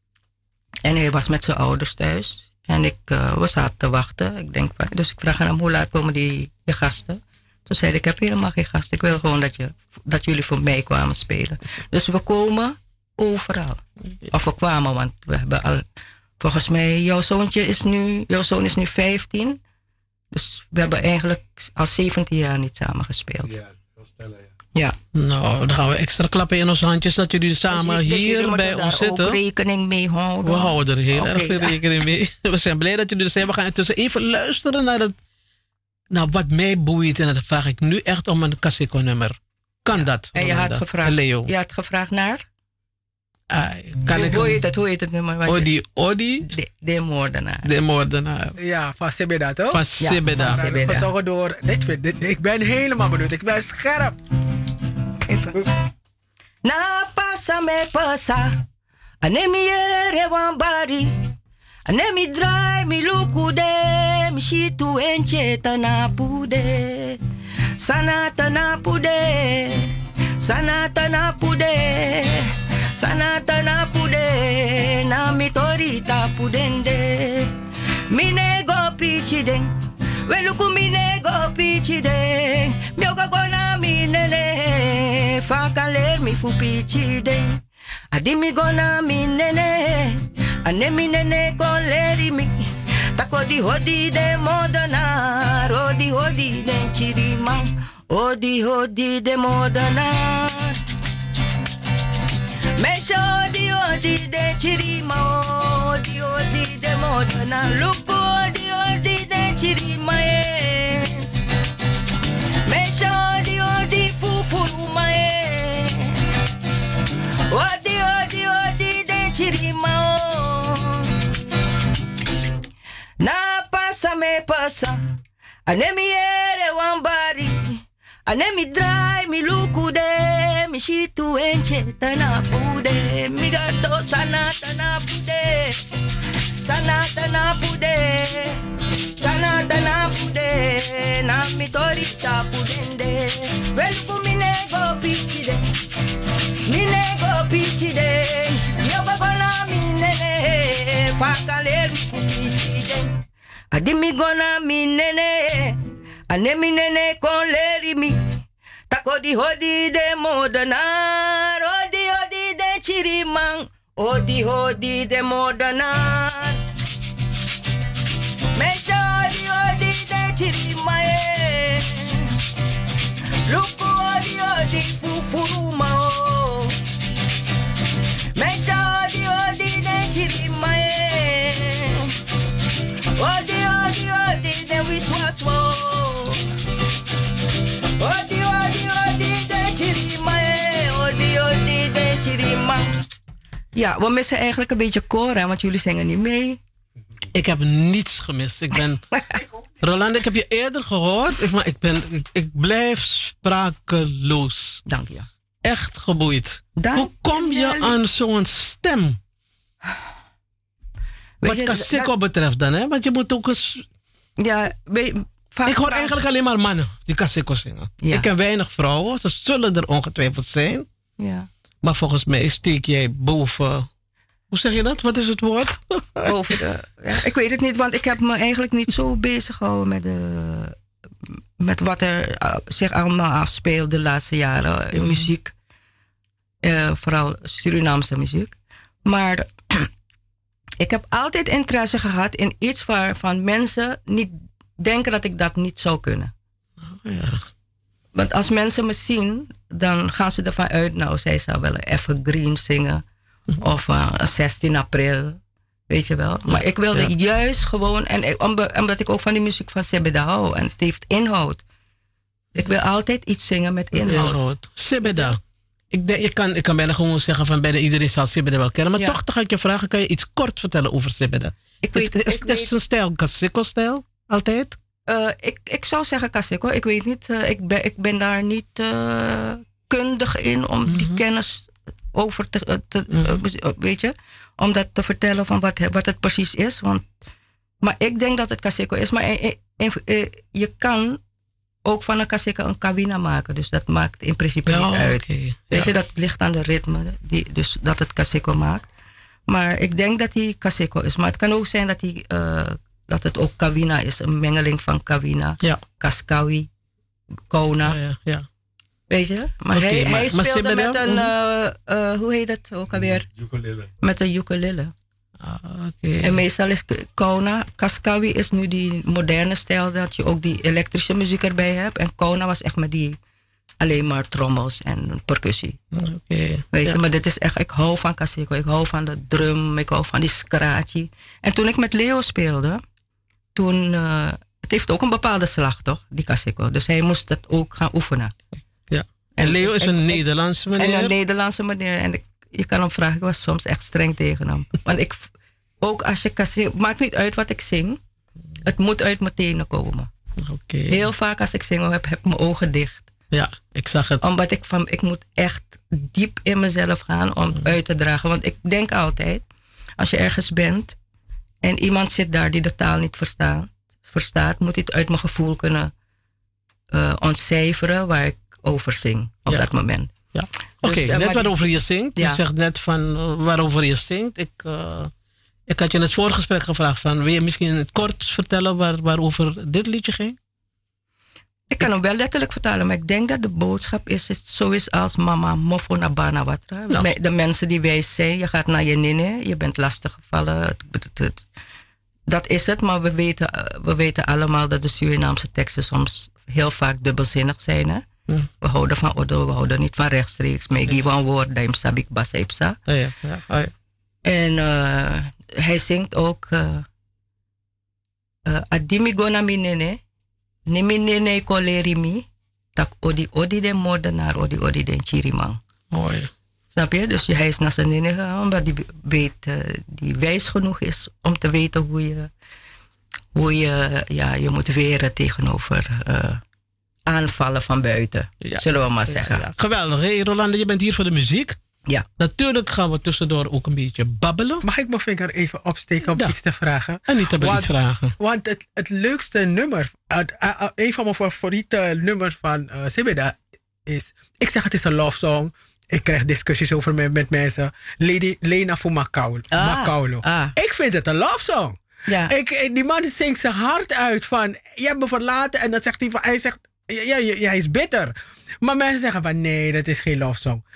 En hij was met zijn ouders thuis. En ik, uh, we zaten te wachten. Ik denk, dus ik vraag aan hem, hoe laat komen die, die gasten? Toen zei hij, ik heb helemaal geen gasten. Ik wil gewoon dat, je, dat jullie voor mij kwamen spelen. Dus we komen overal. Of we kwamen, want we hebben al... Volgens mij, jouw zoontje is nu... Jouw zoon is nu vijftien. Dus we hebben eigenlijk al zeventien jaar niet samen gespeeld. Ja, wel stellen, ja. Ja. Nou, dan gaan we extra klappen in onze handjes dat jullie samen dus, dus hier jullie bij ons zitten. Ook rekening mee houden. We houden er heel okay, erg veel ja. rekening mee. We zijn blij dat jullie er zijn. We gaan intussen even luisteren naar het Nou, wat mij boeit, en dat vraag ik nu echt om een Kaseko-nummer. Kan ja. dat? En je had, gevraagd, Leo. je had gevraagd naar? Ai, kan hoe, ik hoe, heet het, hoe heet het nummer? Odi, Odi? De, de moordenaar. De moordenaar. Ja, van Sebeda, toch? Van Sebeda. Ja, van Sebeda. Gezongen door... Dit, dit, ik ben helemaal benieuwd. Ik ben scherp. Even. Na passa me passa. Anemi ere wan bari. Anemi drai mi lukude. Mi shitu enche tana pude. Sana tana pude. Sana tana pude. Sana tana pude. Na mi torita pudende. Mine go pichiden. Weluku mine go pichiden. Mi oga gona minene. Fakaler mi fu pichiden. Adimi gona minene. Anemi nene koleri mi. Tako di hodi de modanar. Odi hodi de chiriman. Odi hodi de modanar. Mesho odi odi de chirima. Odi odi de modanar. Luku odi odi de chirima. Mesho odi odi fufuruma. Odi odi odi de chirima. Na passa me passa. Anemi ere wambari. Anemi drai mi lukude. Mi shitu enche tana pude. Mi gato sana tana pude. Sana tana pude. Sana tana pude. Na mi torita pudende. Welku mi nego pichide. Mi nego pichide. Yo bagola mi nene. Fakaler mi pichide. Adimi gona mi nene. Anemi nene kon leri mi. Tako di hodi de modanar. Odi hodi de chirimang. Odi hodi de modanar. Mesha odi hodi de chirimae. Luku odi hodi fufuruma. Mesha odi hodi de chirimae. Odi odi odi de wiswaswo. Odi odi odi de chirimae. Odi odi de chirima. Ja, we missen eigenlijk een beetje koor, hè, want jullie zingen niet mee. Ik heb niets gemist. Ik ben... Rolanda, ik heb je eerder gehoord, ik, maar ik, ben, ik, ik blijf sprakeloos. Dank je. Echt geboeid. Dank Hoe kom je je aan zo'n stem? Wat Kaseko betreft dan, hè? Want je moet ook eens... Ja, we, vaak ik hoor vraag... eigenlijk alleen maar mannen die Kaseko zingen. Ja. Ik ken weinig vrouwen. Ze zullen er ongetwijfeld zijn. Ja. Maar volgens mij steek jij boven... Hoe zeg je dat? Wat is het woord? Boven de... Ja, ik weet het niet, want ik heb me eigenlijk niet zo bezig gehouden met, de, met wat er uh, zich allemaal afspeelt de laatste jaren in muziek. Uh, vooral Surinaamse muziek. Maar ik heb altijd interesse gehad in iets waarvan mensen niet denken dat ik dat niet zou kunnen. Oh, ja. Want als mensen me zien, dan gaan ze ervan uit, nou, zij zou wel een Evergreen zingen. Of uh, zestien april, weet je wel. Maar ik wilde ja. juist gewoon, en ik, omdat ik ook van die muziek van Sebeda hou, en het heeft inhoud. Ik wil altijd iets zingen met inhoud. inhoud. Sebeda. Ik, denk, ik, kan, ik kan bijna gewoon zeggen van bijna iedereen zal Sebeda wel kennen. Maar ja. toch, toch ga ik je vragen, kan je iets kort vertellen over Sebeda? Ik weet, het, is ik het weet, een stijl, Kaseko-stijl, altijd? Uh, ik, ik zou zeggen Kaseko, ik weet niet. Uh, ik, ben, ik ben daar niet uh, kundig in om mm-hmm. die kennis over te, te mm-hmm. uh, weet je, om dat te vertellen van wat, wat het precies is. Want, maar ik denk dat het Kaseko is. Maar uh, uh, uh, je kan ook van een Kaseko een kawina maken. Dus dat maakt in principe ja, niet uit. Okay. Weet ja. je, dat ligt aan de ritme. Die, dus dat het Kaseko maakt. Maar ik denk dat die Kaseko is. Maar het kan ook zijn dat, die, uh, dat het ook kawina is. Een mengeling van kawina, ja. Kaskawi, Kona. Ja, ja, ja. Weet je? Maar okay, hij, maar, hij speelde maar met een, uh, uh, hoe heet dat ook alweer? Ukulele. Met een ukulele. Ah, okay. En meestal is Kona, Kaskawi is nu die moderne stijl, dat je ook die elektrische muziek erbij hebt. En Kona was echt met die alleen maar trommels en percussie. Okay. Weet ja. je, maar dit is echt, ik hou van Kaseko, ik hou van de drum, ik hou van die scratchy. En toen ik met Leo speelde, toen uh, het heeft ook een bepaalde slag, toch? Die kaseko. Dus hij moest dat ook gaan oefenen. Ja. En Leo is een Nederlandse meneer. En een Nederlandse meneer. En ik, je kan hem vragen, ik was soms echt streng tegen hem. Want ik, ook als je kaseko, maakt niet uit wat ik zing. Het moet uit mijn tenen komen. Okay. Heel vaak als ik zing heb, heb ik mijn ogen dicht. Ja, ik zag het. Omdat ik van, ik moet echt diep in mezelf gaan om het uit te dragen. Want ik denk altijd, als je ergens bent en iemand zit daar die de taal niet verstaat, verstaat moet ik het uit mijn gevoel kunnen uh, ontcijferen waar ik over zing op ja. dat moment. Ja. Oké, okay, dus, uh, net waarover je zingt. Ja. Je zegt net van uh, waarover je zingt. Ik, uh, ik had je in het voorgesprek gevraagd van, wil je misschien in het kort vertellen waar, waarover dit liedje ging? Ik kan hem wel letterlijk vertalen, maar ik denk dat de boodschap is, is zo is als mama mofo na bana watra. Nou. De mensen die wijs zijn, je gaat naar je nene, je bent lastiggevallen. Dat is het, maar we weten, we weten allemaal dat de Surinaamse teksten soms heel vaak dubbelzinnig zijn. Hè? Hmm. We houden van Odo, we houden niet van rechtstreeks. Maar geef een woord, daim sabik basaipsa. Oh ja, ja, oh ja. En uh, hij zingt ook uh, uh, Adimi gona minene. Nemi nene kolerimi, tak odi odi de moordenaar, odi odi de chirimang. Mooi. Snap je? Dus hij is naar zijn nene gegaan, omdat die, weet, uh, die wijs genoeg is om te weten hoe je, hoe je, ja, je moet weren tegenover uh, aanvallen van buiten. Ja. Zullen we maar zeggen. Ja, ja. Geweldig. Hey Rolanda, je bent hier voor de muziek. Ja. Natuurlijk gaan we tussendoor ook een beetje babbelen. Mag ik mijn vinger even opsteken om ja. iets te vragen? En niet te want, iets vragen. Want het, het leukste nummer, het, uh, een van mijn favoriete nummers van uh, Sebeda is, ik zeg het is een love song. Ik krijg discussies over met, met mensen. Lady, Lena voor Macaulo. Ah, Macaulo. Ah. Ik vind het een love song. Ja. Ik, die man zingt zijn hart uit van, je hebt me verlaten. En dan zegt hij van, hij zegt, ja, ja, ja, hij is bitter. Maar mensen zeggen van, nee, dat is geen love song.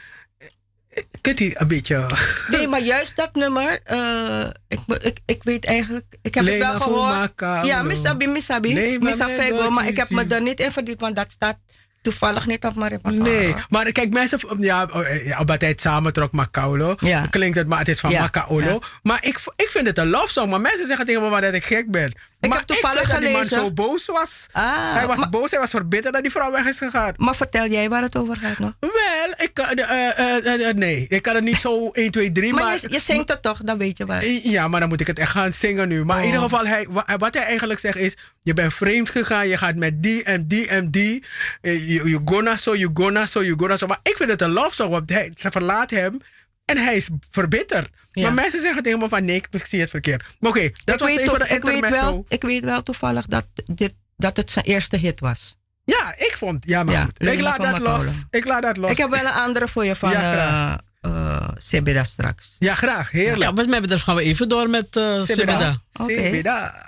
Kunt u een beetje... Nee, maar juist dat nummer, uh, ik, ik, ik weet eigenlijk, ik heb Lena het wel gehoord. Ja, Misabi, Misabi, nee, Misafego, maar ik heb me er niet in verdiept, want dat staat toevallig niet op mijn repertoire. Nee, maar kijk, mensen, ja, omdat hij het samentrok, Macaulo, ja. klinkt het, maar het is van ja. Macaulo. Ja. Maar ik, ik vind het een love song, maar mensen zeggen tegen me maar dat ik gek ben. Ik maar heb toevallig ik vind gelezen. dat die man zo boos was. Ah, hij was maar, boos, hij was verbitterd dat die vrouw weg is gegaan. Maar vertel jij waar het over gaat nog? Wel, ik kan, uh, uh, uh, nee, ik kan het niet zo één, twee, drie. Maar, maar je, je zingt het toch, dan weet je waar. Ja, maar dan moet ik het echt gaan zingen nu. Maar oh. in ieder geval, hij, wat hij eigenlijk zegt is, je bent vreemd gegaan, je gaat met die en die en die. You, you gonna so, you gonna so, you gonna so. Maar ik vind het een love song, want hij, ze verlaat hem. En hij is verbitterd. Ja. Maar mensen zeggen tegen me van nee, ik zie het verkeerd. Maar oké, okay, dat ik was weet even tof, de ik weet, wel, ik weet wel toevallig dat, dit, dat het zijn eerste hit was. Ja, ik vond... Ja, maar ja, goed. Ik laat dat los. Ik laat dat los. Ik heb wel een andere voor je van ja, uh, uh, Sebeda straks. Ja, graag. Heerlijk. Ja, wat mij betreft gaan we even door met uh, Sebeda. Okay. Sebeda.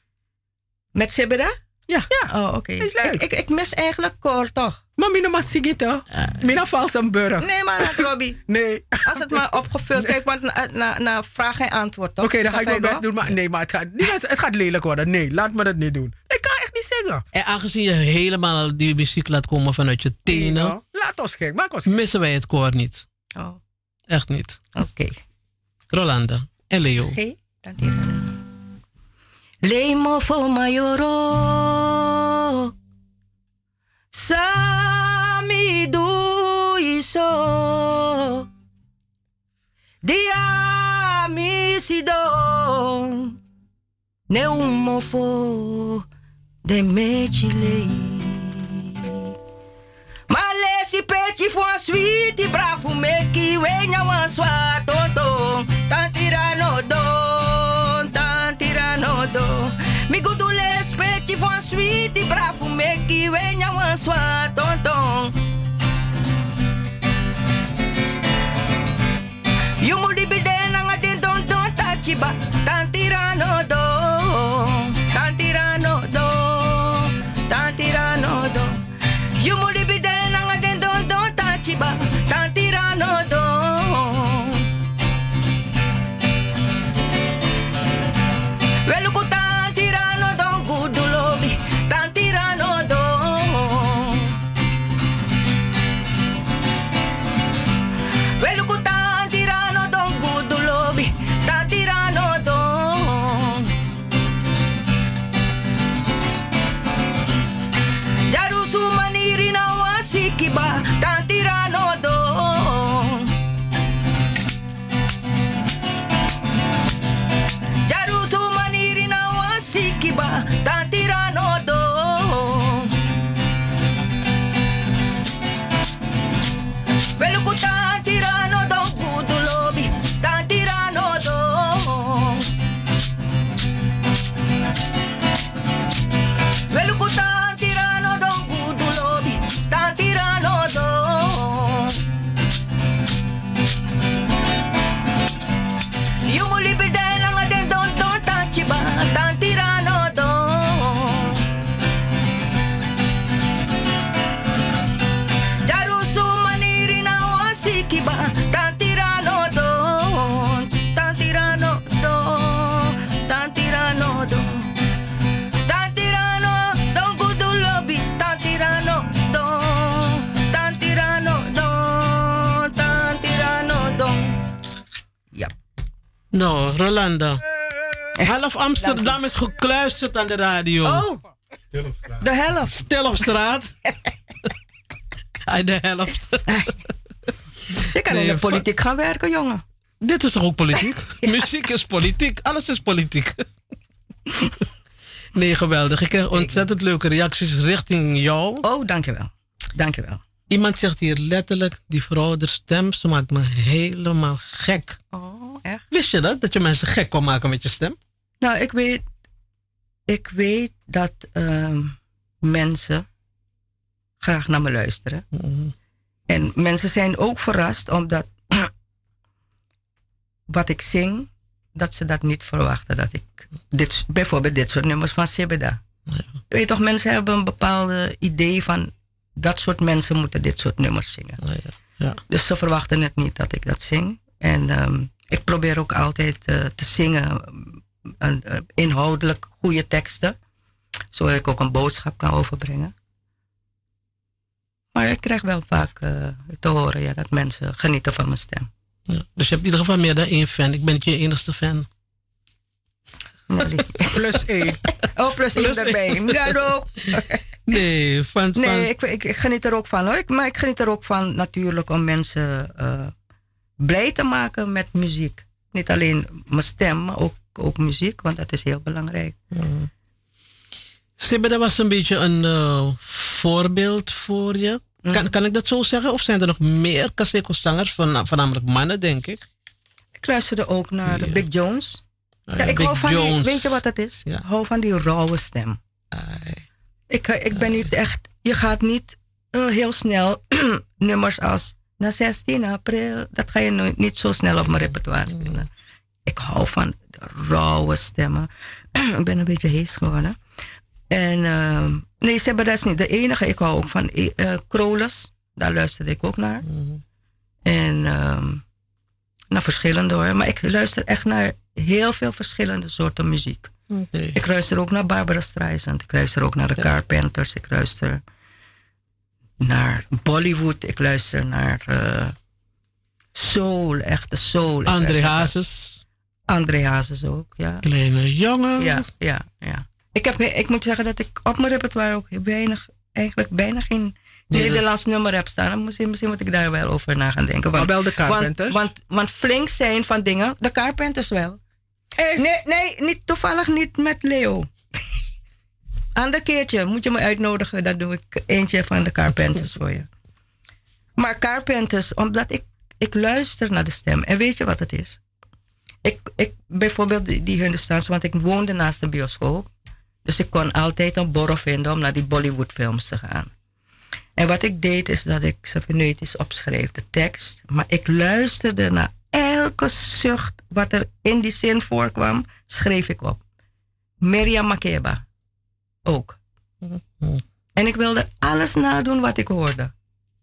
Met Sebeda? Ja. ja. Oh, oké. Okay. Ik, ik, ik mis eigenlijk koor, toch? Maar mina maar sigita. Uh, mina Valsenburg. Nee, maar dat Robbie. Nee. Als het maar opgevuld. Kijk, want na, na, na vraag en antwoord, toch? Oké, okay, dan ga ik mijn best doen. Maar nee, maar het gaat, het gaat lelijk worden. Nee, laat me dat niet doen. Ik kan echt niet zingen. En aangezien je helemaal die muziek laat komen vanuit je tenen. Ja, laat ons gek, maak ons gek. Missen wij het koor niet. Oh. Echt niet. Oké. Okay. Rolanda en Leo. Oké, okay, dank je. Lemo fo mayoro Sami du iso Dia mi sidon Ne umo fo De mechile Male si pechi fo a sweetie bravo meki Wenya wan swa tonton Tantirano don Tantirano don Mi gudule speci fo a sweetie bravo meki Wenya wan swa tonton You mudi bidena nga din don don tachiba Tantirano don Tantirano don Tantirano don You mudi bidena nga din don don tachiba Tantirano don Veluku Tantirano don gudulobi Tantirano don sikiba, tantirano do. Jaru su maniri na wa sikiba, tantirano do. Veluku tantirano do, kudu lobi, tantirano do. Veluku tantirano do, kudu lobi, tantirano do. Yung liberdad lang atin don don tanchiba, tantirano do. Jaru su maniri na wa sikiba, tantirano do, tantirano do, tantirano do. Tantirano do, kudu lobi, tantirano do, tantirano do, tantirano do. Yep. Nou, Rolanda. Half Amsterdam is gekluisterd aan de radio. Oh, de helft. Stil op straat. Ay, de helft. Je kan Nee, in de va- politiek gaan werken, jongen. Dit is toch ook politiek? Muziek is politiek. Alles is politiek. Nee, geweldig. Ik krijg ontzettend leuke reacties richting jou. Oh, dankjewel. Dankjewel. Iemand zegt hier letterlijk, die vrouw, de stem, ze maakt me helemaal gek. Oh, echt? Wist je dat? Dat je mensen gek kon maken met je stem? Nou, ik weet, ik weet dat ehm, mensen graag naar me luisteren. En mensen zijn ook verrast omdat wat ik zing, dat ze dat niet verwachten. Dat ik dit, bijvoorbeeld dit soort nummers van Sibeda. Ja. Je weet toch, mensen hebben een bepaalde idee van dat soort mensen moeten dit soort nummers zingen. Ja, ja. Ja. Dus ze verwachten het niet dat ik dat zing. En ehm, ik probeer ook altijd eh, te zingen uh, uh, inhoudelijk goede teksten. Zodat ik ook een boodschap kan overbrengen. Maar ik krijg wel vaak uh, te horen ja, dat mensen genieten van mijn stem. Ja. Dus je hebt in ieder geval meer dan één fan. Ik ben niet je enigste fan. Plus één. Oh, plus één Plus erbij. één. Ja, ook. Nee, van... van Nee, ik, ik, ik geniet er ook van hoor. Ik, maar ik geniet er ook van natuurlijk om mensen uh, blij te maken met muziek. Niet alleen mijn stem, maar ook, ook muziek, want dat is heel belangrijk. Mm. Sibbe, was een beetje een uh, voorbeeld voor je. Mm. Kan, kan ik dat zo zeggen? Of zijn er nog meer Kaseko-zangers, van, voornamelijk mannen, denk ik? Ik luisterde ook naar Ja. Big Jones. Ah, Ja, ik Big hou van die, Jones. weet je wat dat is? Ja. Ik hou van die rauwe stem. Ik, ik ben niet echt, je gaat niet uh, heel snel nummers als na zestien april, dat ga je nooit, niet zo snel op mijn repertoire vinden. Ik hou van de rauwe stemmen. Ik ben een beetje hees geworden. En uh, nee, ze hebben dat is niet de enige. Ik hou ook van uh, Krolers, daar luisterde ik ook naar. Mm. En uh, naar verschillende hoor. Maar ik luister echt naar heel veel verschillende soorten muziek. Okay. Ik luister ook naar Barbara Streisand. Ik luister ook naar de Ja. Carpenters. Ik luister naar Bollywood. Ik luister naar uh, soul, echte soul. Ik André luister naar- Hazes. André Hazes ook, ja. Kleine jongen. Ja, ja, ja. Ik, heb, ik moet zeggen dat ik op mijn repertoire ook weinig, eigenlijk bijna geen Nee, Nederlands nummer heb staan. Misschien, misschien moet ik daar wel over na gaan denken. Want, Maar wel de Carpenters? Want, want, want flink zijn van dingen, de Carpenters wel. Nee, nee, niet, toevallig niet met Leo. Ander keertje moet je me uitnodigen. Dan doe ik eentje van de Carpenters voor je. Maar Carpenters, omdat ik, ik luister naar de stem. En weet je wat het is? Ik, ik, bijvoorbeeld die, die Hindustaanse, want ik woonde naast een bioscoop. Dus ik kon altijd een borrel vinden om naar die Bollywood films te gaan. En wat ik deed is dat ik ze fonetisch opschreef, de tekst. Maar ik luisterde naar elke zucht wat er in die zin voorkwam, schreef ik op. Miriam Makeba ook. En ik wilde alles nadoen wat ik hoorde.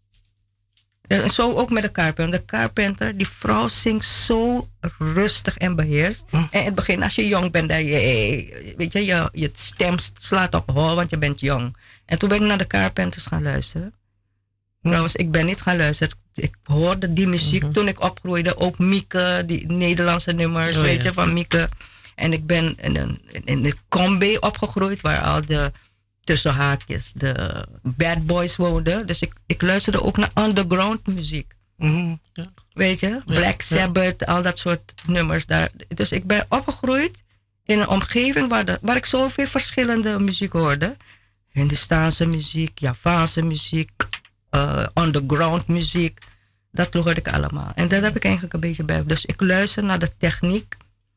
En zo ook met de Carpenter. De Carpenter, die vrouw zingt zo rustig en beheerst. En in het begin, als je jong bent, dan je, weet je, je, je stem slaat op hol, want je bent jong. En toen ben ik naar de Carpenters gaan luisteren. Trouwens, ik ben niet gaan luisteren. Ik hoorde die muziek toen ik opgroeide. Ook Mieke, die Nederlandse nummers, Oh, weet ja. je, van Mieke. En ik ben in, een, in de Combe opgegroeid, waar al de tussen haakjes de bad boys woonden. Dus ik, ik luisterde ook naar underground muziek. Mm-hmm. Ja. Weet je? Black Ja. Sabbath, al dat soort nummers. Daar. Dus ik ben opgegroeid in een omgeving waar, de, waar ik zoveel verschillende muziek hoorde. Hindustaanse muziek, Javaanse muziek, uh, underground muziek. Dat hoorde ik allemaal. En dat heb ik eigenlijk een beetje bij. Dus ik luister naar de techniek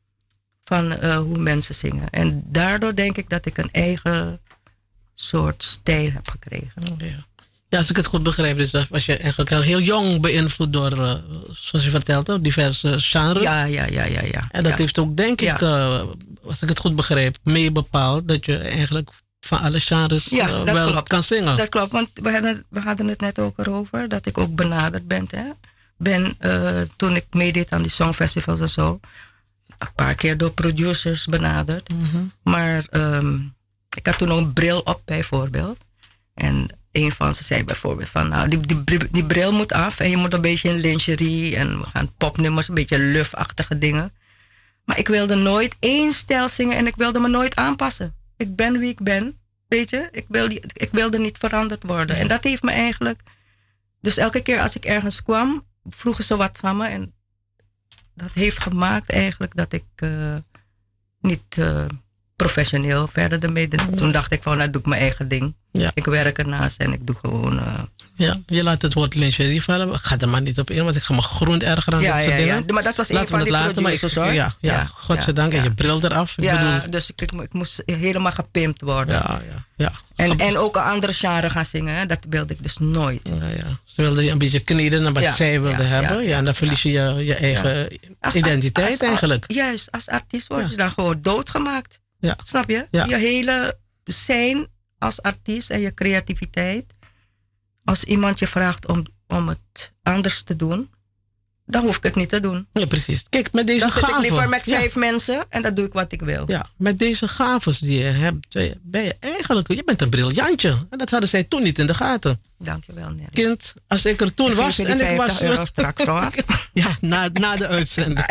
van uh, hoe mensen zingen. En daardoor denk ik dat ik een eigen soort stijl heb gekregen. Ja. Ja, als ik het goed begrijp, dus dat was je eigenlijk al heel jong beïnvloed door, uh, zoals je vertelt, door diverse genres. Ja, ja, ja, ja. ja. En dat ja. heeft ook, denk Ja. ik, uh, als ik het goed begreep, mee bepaald dat je eigenlijk van alle genres Ja, uh, dat wel klopt. kan zingen. Dat klopt, want we hadden, we hadden het net ook erover, dat ik ook benaderd ben. Hè? ben uh, toen ik meedeed aan die songfestivals en zo, een paar keer door producers benaderd. Mm-hmm. Maar um, ik had toen nog een bril op, bijvoorbeeld. En een van ze zei bijvoorbeeld van, nou, die, die, die bril moet af en je moet een beetje in lingerie en we gaan popnummers, een beetje lufachtige dingen. Maar ik wilde nooit één stijl zingen en ik wilde me nooit aanpassen. Ik ben wie ik ben, weet je. Ik wilde, ik wilde niet veranderd worden. En dat heeft me eigenlijk... Dus elke keer als ik ergens kwam, vroegen ze wat van me. En dat heeft gemaakt eigenlijk dat ik uh, niet uh, professioneel verder ermee deed. Toen dacht ik van, nou doe ik mijn eigen ding. Ja. Ik werk ernaast en ik doe gewoon... Uh, ja, je laat het woord lingerie vallen. Ik ga er maar niet op in, want ik ga me groen erger aan ja, dit soort ja, dingen. ja. Maar dat was Laten een van we die het laten, maar ik, producers, hoor. Ja, ja, Ja, godzijdank. ja, En ja. je bril eraf. Ik ja, bedoel, dus ik, ik, ik moest helemaal gepimpt worden. Ja, ja, ja. En, en ook een andere genre gaan zingen, hè? Dat wilde ik dus nooit. Ja, ja. Ze wilden je een beetje kneden naar wat Ja, zij wilden ja, hebben. Ja, ja, en dan verlies je je, je eigen Ja. Als- identiteit als- als- eigenlijk. Juist, als artiest word je Ja. dan gewoon doodgemaakt. Ja. Snap je? Ja. Je hele zijn als artiest en je creativiteit. Als iemand je vraagt om, om het anders te doen, dan hoef ik het niet te doen. Ja, precies. Kijk, met deze Dan zit gaven. ik liever met ja. vijf mensen en dan doe ik wat ik wil. Ja, met deze gaves die je hebt, ben je eigenlijk, je bent een briljantje. En dat hadden zij toen niet in de gaten. Dankjewel, Nelly. Kind, als ik er toen Ik was geef je en die ik was... vijftig euro straks, hoor. ja, na, na de uitzending.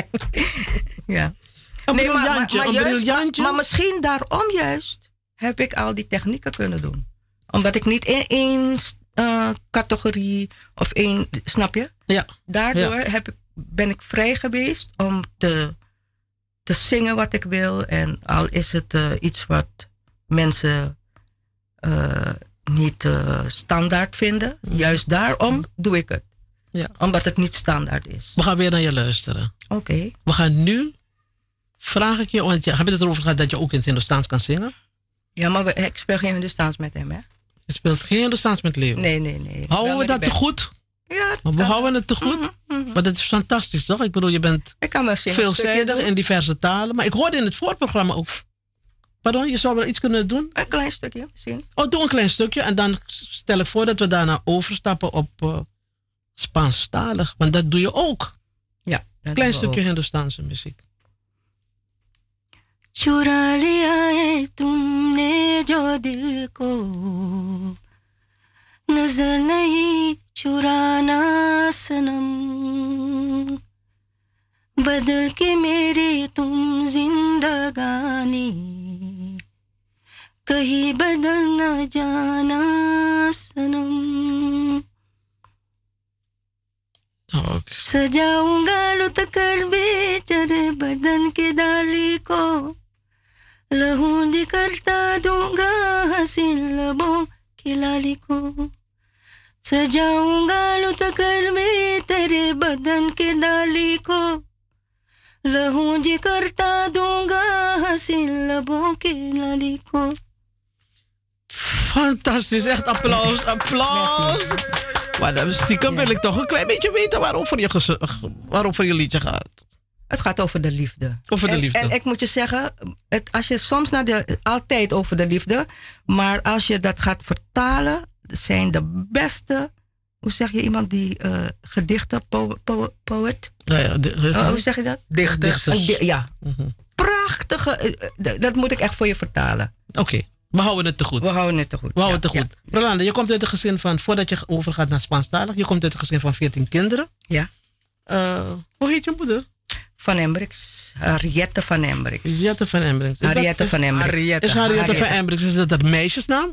Ja. Een Nee, maar, maar, briljantje, maar, een juist, briljantje. maar, maar misschien daarom juist heb ik al die technieken kunnen doen. Omdat ik niet in één uh, categorie of één, snap je? Ja. Daardoor Ja. heb ik, ben ik vrij geweest om te, te zingen wat ik wil. En al is het uh, iets wat mensen uh, niet uh, standaard vinden. Juist daarom doe ik het. Ja. Omdat het niet standaard is. We gaan weer naar je luisteren. Oké. Okay. We gaan nu, vraag ik je, want je hebt het erover gehad dat je ook in het Hindoestaans kan zingen. Ja, maar we, ik speel geen Hindoestaans met hem, hè? Je speelt geen Hindoestaans met Leo. Nee, nee, nee. Houden we dat te goed? Ja, maar we houden het te goed. Mm-hmm, mm-hmm. Maar dat is fantastisch, toch? Ik bedoel, je bent ik kan wel veelzijdig in diverse talen. Maar ik hoorde in het voorprogramma ook... Pardon, je zou wel iets kunnen doen? Een klein stukje, misschien. Oh, doe een klein stukje. En dan stel ik voor dat we daarna overstappen op uh, Spaanstalig. Want dat doe je ook. Ja. Een klein stukje Hindoestaanse muziek. चुरा लिया है तुमने जो दिल को नजर नहीं चुराना सनम बदल के मेरी तुम जिंदगानी कहीं बदल न जाना सनम Okay. सजाऊंगा लुट कर बेचरे बदन के डाली को लहू दी करता दूंगा हसीन लबों की लाली को सजाऊंगा लुट कर तेरे बदन के डाली को लहू जी करता दूंगा हसीन लबों की लाली को. Fantastisch, echt applaus, applaus. Maar dan stiekem wil ik toch een klein beetje weten waarover je, gez- waarover je liedje gaat. Het gaat over de liefde. Over de en, liefde. En ik moet je zeggen, het, als je soms naar de, altijd over de liefde, maar als je dat gaat vertalen, zijn de beste, hoe zeg je iemand die uh, gedichten, po, po, poet? Ja, ja, de, de, uh, hoe zeg je dat? Dichters. Di- ja. Mm-hmm. Prachtige, uh, dat moet ik echt voor je vertalen. Oké. Okay. We houden het te goed. We houden het te goed. We houden ja, het te goed. Ja. Rolanda, je komt uit een gezin van, voordat je overgaat naar Spaanstalig, je komt uit een gezin van veertien kinderen. Ja. Uh, hoe heet je moeder? Van Embrechts. Harriette van Embrechts. Harriette van Embrechts. Harriette van Embrechts. Is Harriette van Embrechts, is dat haar meisjesnaam?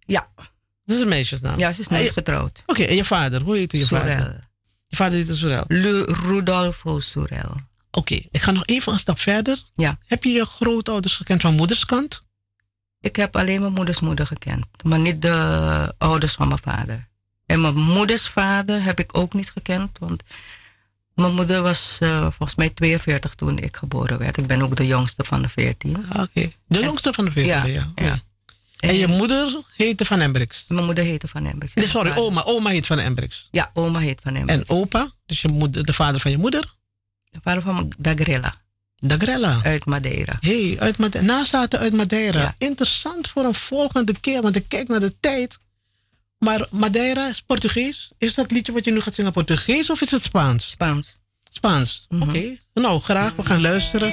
Ja. Dat is een meisjesnaam? Ja, ze is nooit En je- getrouwd. Oké, en je vader? Hoe heette je Sorel. vader? Je vader heette Sorel? Lu- Rudolfo Sorel. Oké, ik ga nog even een stap verder. Ja. Heb je je grootouders gekend van moederskant? Ik heb alleen mijn moeders moeder gekend, maar niet de ouders van mijn vader. En mijn moeders vader heb ik ook niet gekend, want mijn moeder was uh, volgens mij tweeënveertig toen ik geboren werd. Ik ben ook de jongste van de veertien. Oké, okay. de jongste van de veertien, ja. ja. ja. ja. En, en je moeder heette Van Embrechts? Mijn moeder heette Van Embrechts. Nee, sorry, oma. Oma heet Van Embrechts. Ja, oma heet Van Embrechts. En opa, dus je moeder, de vader van je moeder? De vader van Dagrella. Dagrella? Uit Madeira. Hé, hey, uit Madeira. Nazaten uit Madeira. Ja. Interessant voor een volgende keer, want ik kijk naar de tijd. Maar Madeira is Portugees. Is dat liedje wat je nu gaat zingen Portugees of is het Spaans? Spaans. Spaans, mm-hmm. Oké. Okay. Nou, graag. We gaan luisteren.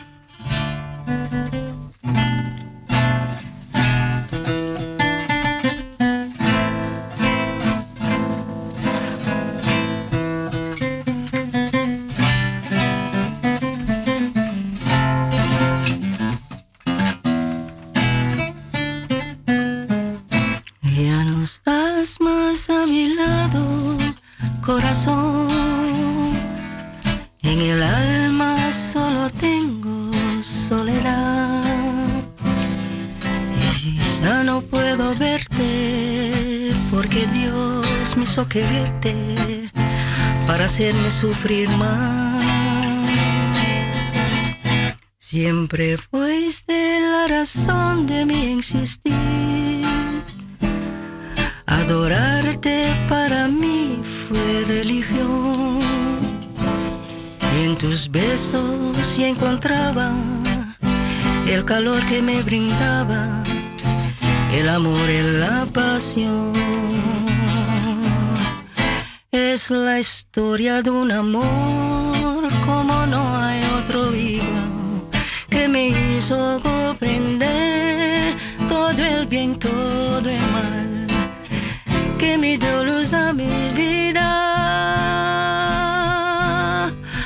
Más a mi lado, corazón. En el alma solo tengo soledad. Y ya no puedo verte porque Dios me hizo quererte para hacerme sufrir más. Siempre fuiste la razón de mi existir. Adorarte para mí fue religión. Y en tus besos yo encontraba el calor que me brindaba, el amor y la pasión. Es la historia de un amor como no hay otro igual, que me hizo comprender todo el bien, todo el mal, que me dio luz a mi vida,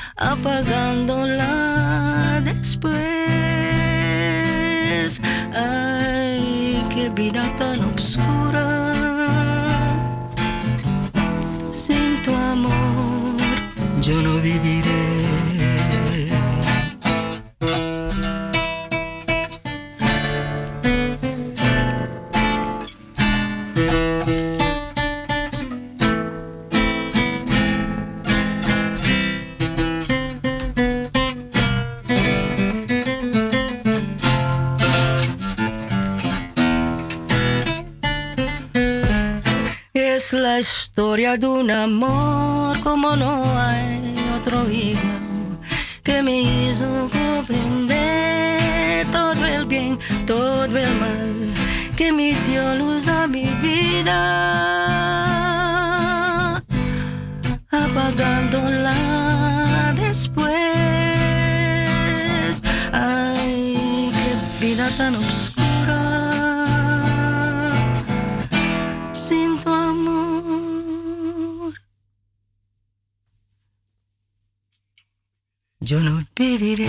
apagándola después. Ay, qué vida tan oscura. Sin tu amor yo no viviré. Es la historia de un amor como no hay otro igual, que me hizo comprender todo el bien, todo el mal, que me dio luz a mi vida, apagándola después. Ay, qué vida tan oscura. Sin tu amor yo no viviré.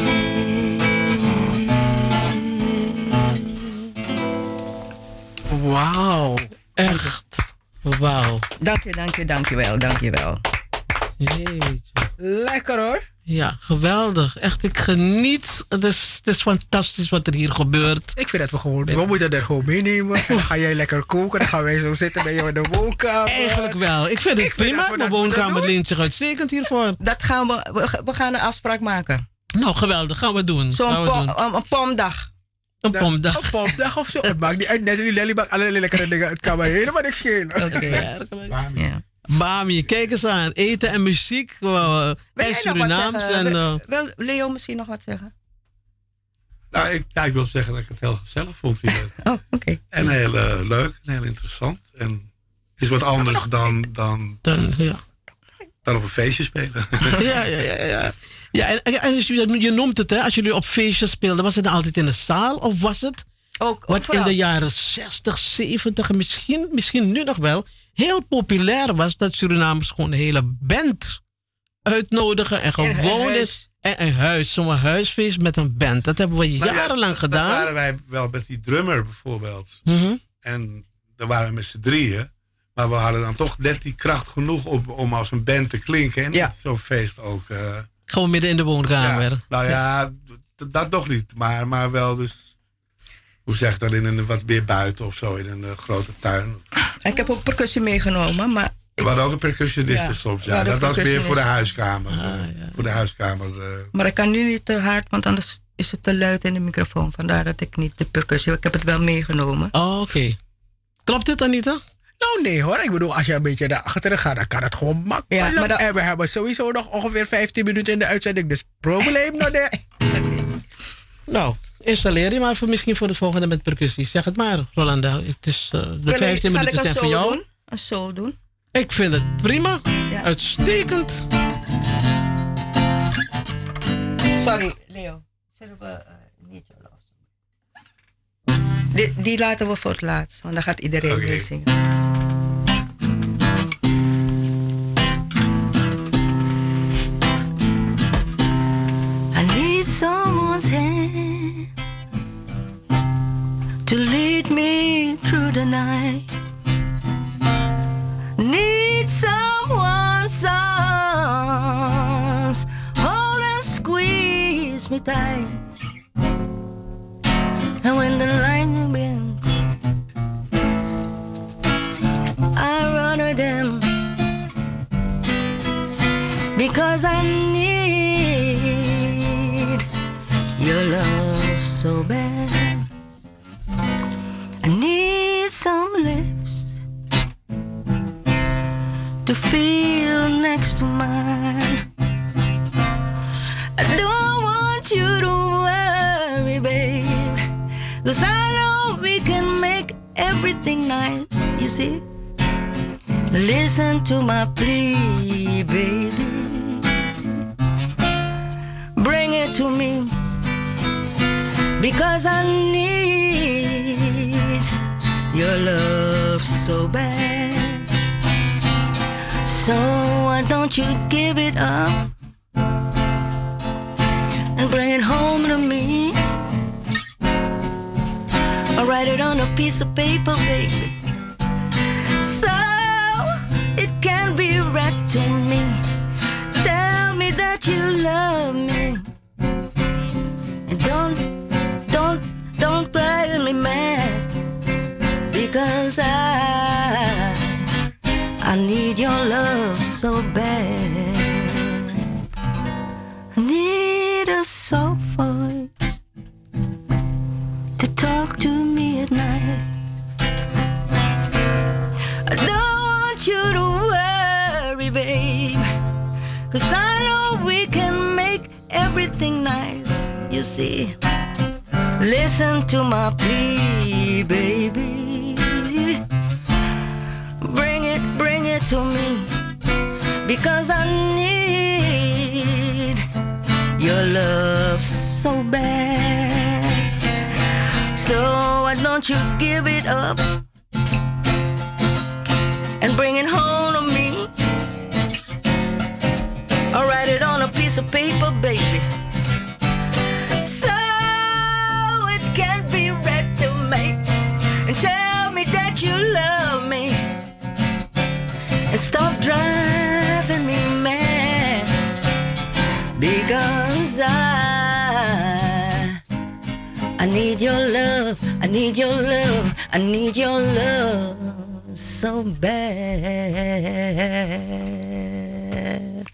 Wauw, echt. Wauw. Dank je, dank je, dank je wel, dank je wel. Jeetje. Lekker hoor. Ja, geweldig. Echt, ik geniet. Het is, het is fantastisch wat er hier gebeurt. Ik vind dat we gewoon, we moeten er gewoon meenemen. En dan ga jij lekker koken. Dan gaan wij zo zitten bij jou in de woonkamer. Eigenlijk wel. Ik vind het ik prima. Vind Mijn woonkamer leent zich uitstekend hiervoor. Dat gaan we, we, we gaan een afspraak maken. Nou, geweldig. Gaan we doen. Zo'n po, een, een pomdag. Een pomdag. Een pomdag of zo. Het maakt niet uit. Net die Lelly maakt allerlei lekkere dingen. Het kan me helemaal niks schelen. Oké. Okay. Ja. Bami, kijk eens aan. Eten en muziek. Uh, en Surinaams. En, uh... Wil Leo misschien nog wat zeggen? Nou, ik, ja, ik wil zeggen dat ik het heel gezellig vond hier. Oh, oké. Okay. En heel uh, leuk en heel interessant. En is wat anders dan, dan, dan, ja. dan op een feestje spelen. Ja, ja, ja. ja. ja en, en je, je noemt het, hè, als jullie op feestjes speelden, was het dan altijd in de zaal of was het ook, ook wat in de jaren zestig, zeventig, misschien, misschien nu nog wel, heel populair was, dat Surinamers gewoon een hele band uitnodigen en gewoon is. En een huis, zo'n huisfeest met een band. Dat hebben we jarenlang ja, gedaan. Dat waren wij wel met die drummer bijvoorbeeld. Mm-hmm. En dan waren we met z'n drieën. Maar we hadden dan toch net die kracht genoeg om, om als een band te klinken. En Ja. niet zo'n feest ook. Uh, Gewoon midden in de woonkamer. ja, nou ja, d- dat nog niet. Maar, maar wel dus, hoe zeg ik dat, in een wat meer buiten of zo. In een uh, grote tuin. Ik heb ook percussie meegenomen, maar... We hadden ook een percussioniste Ja, soms. we Ja. hadden Dat was meer voor de percussionist. huiskamer. uh, Voor de huiskamer. uh. Maar ik kan nu niet te hard, want anders is het te luid in de microfoon. Vandaar dat ik niet de percussie... Ik heb het wel meegenomen. Oh, oké. Okay. Klopt dit, Anita? Nou nee hoor, ik bedoel, als je een beetje naar achteren gaat, dan kan het gewoon makkelijk. Ja, maar dat- En we hebben sowieso nog ongeveer vijftien minuten in de uitzending, dus probleem nog niet. Nou, installeer je maar voor, misschien voor de volgende met percussie. Zeg het maar, Rolanda. Het is, uh, de Wil ik- vijftien zal minuten ik een zijn voor soul jou. doen? Een soul doen? Ik vind het prima. Ja. Uitstekend. Sorry, Leo. Zullen we uh, niet your love song? Die, die laten we voor het laatst, want dan gaat iedereen Oké. mee zingen. I need someone's hand to lead me through the night. Need someone's arms hold and squeeze me tight. And when the line bends, I run to them because I need your love so bad. I need some lips to feel next to mine. I don't want you to worry, babe, 'cause I know we can make everything nice, you see. Listen to my plea, baby. Bring it to me, because I need your love so bad. So why don't you give it up and bring it home to me? I'll write it on a piece of paper, baby, so it can be read to me. Tell me that you love me, and don't, don't, don't drive me mad, because I, I need your love so bad. I need a soft voice to talk to me at night. I don't want you to worry, babe, 'cause I know we can make everything nice, you see. Listen to my plea, baby. Bring it, bring it to me, because I need your love so bad. So why don't you give it up and bring it home to me? I'll write it on a piece of paper, baby, so it can be read to me. And tell me that you love me, and stop driving me mad, because I, I need your love, I need your love, I need your love so bad.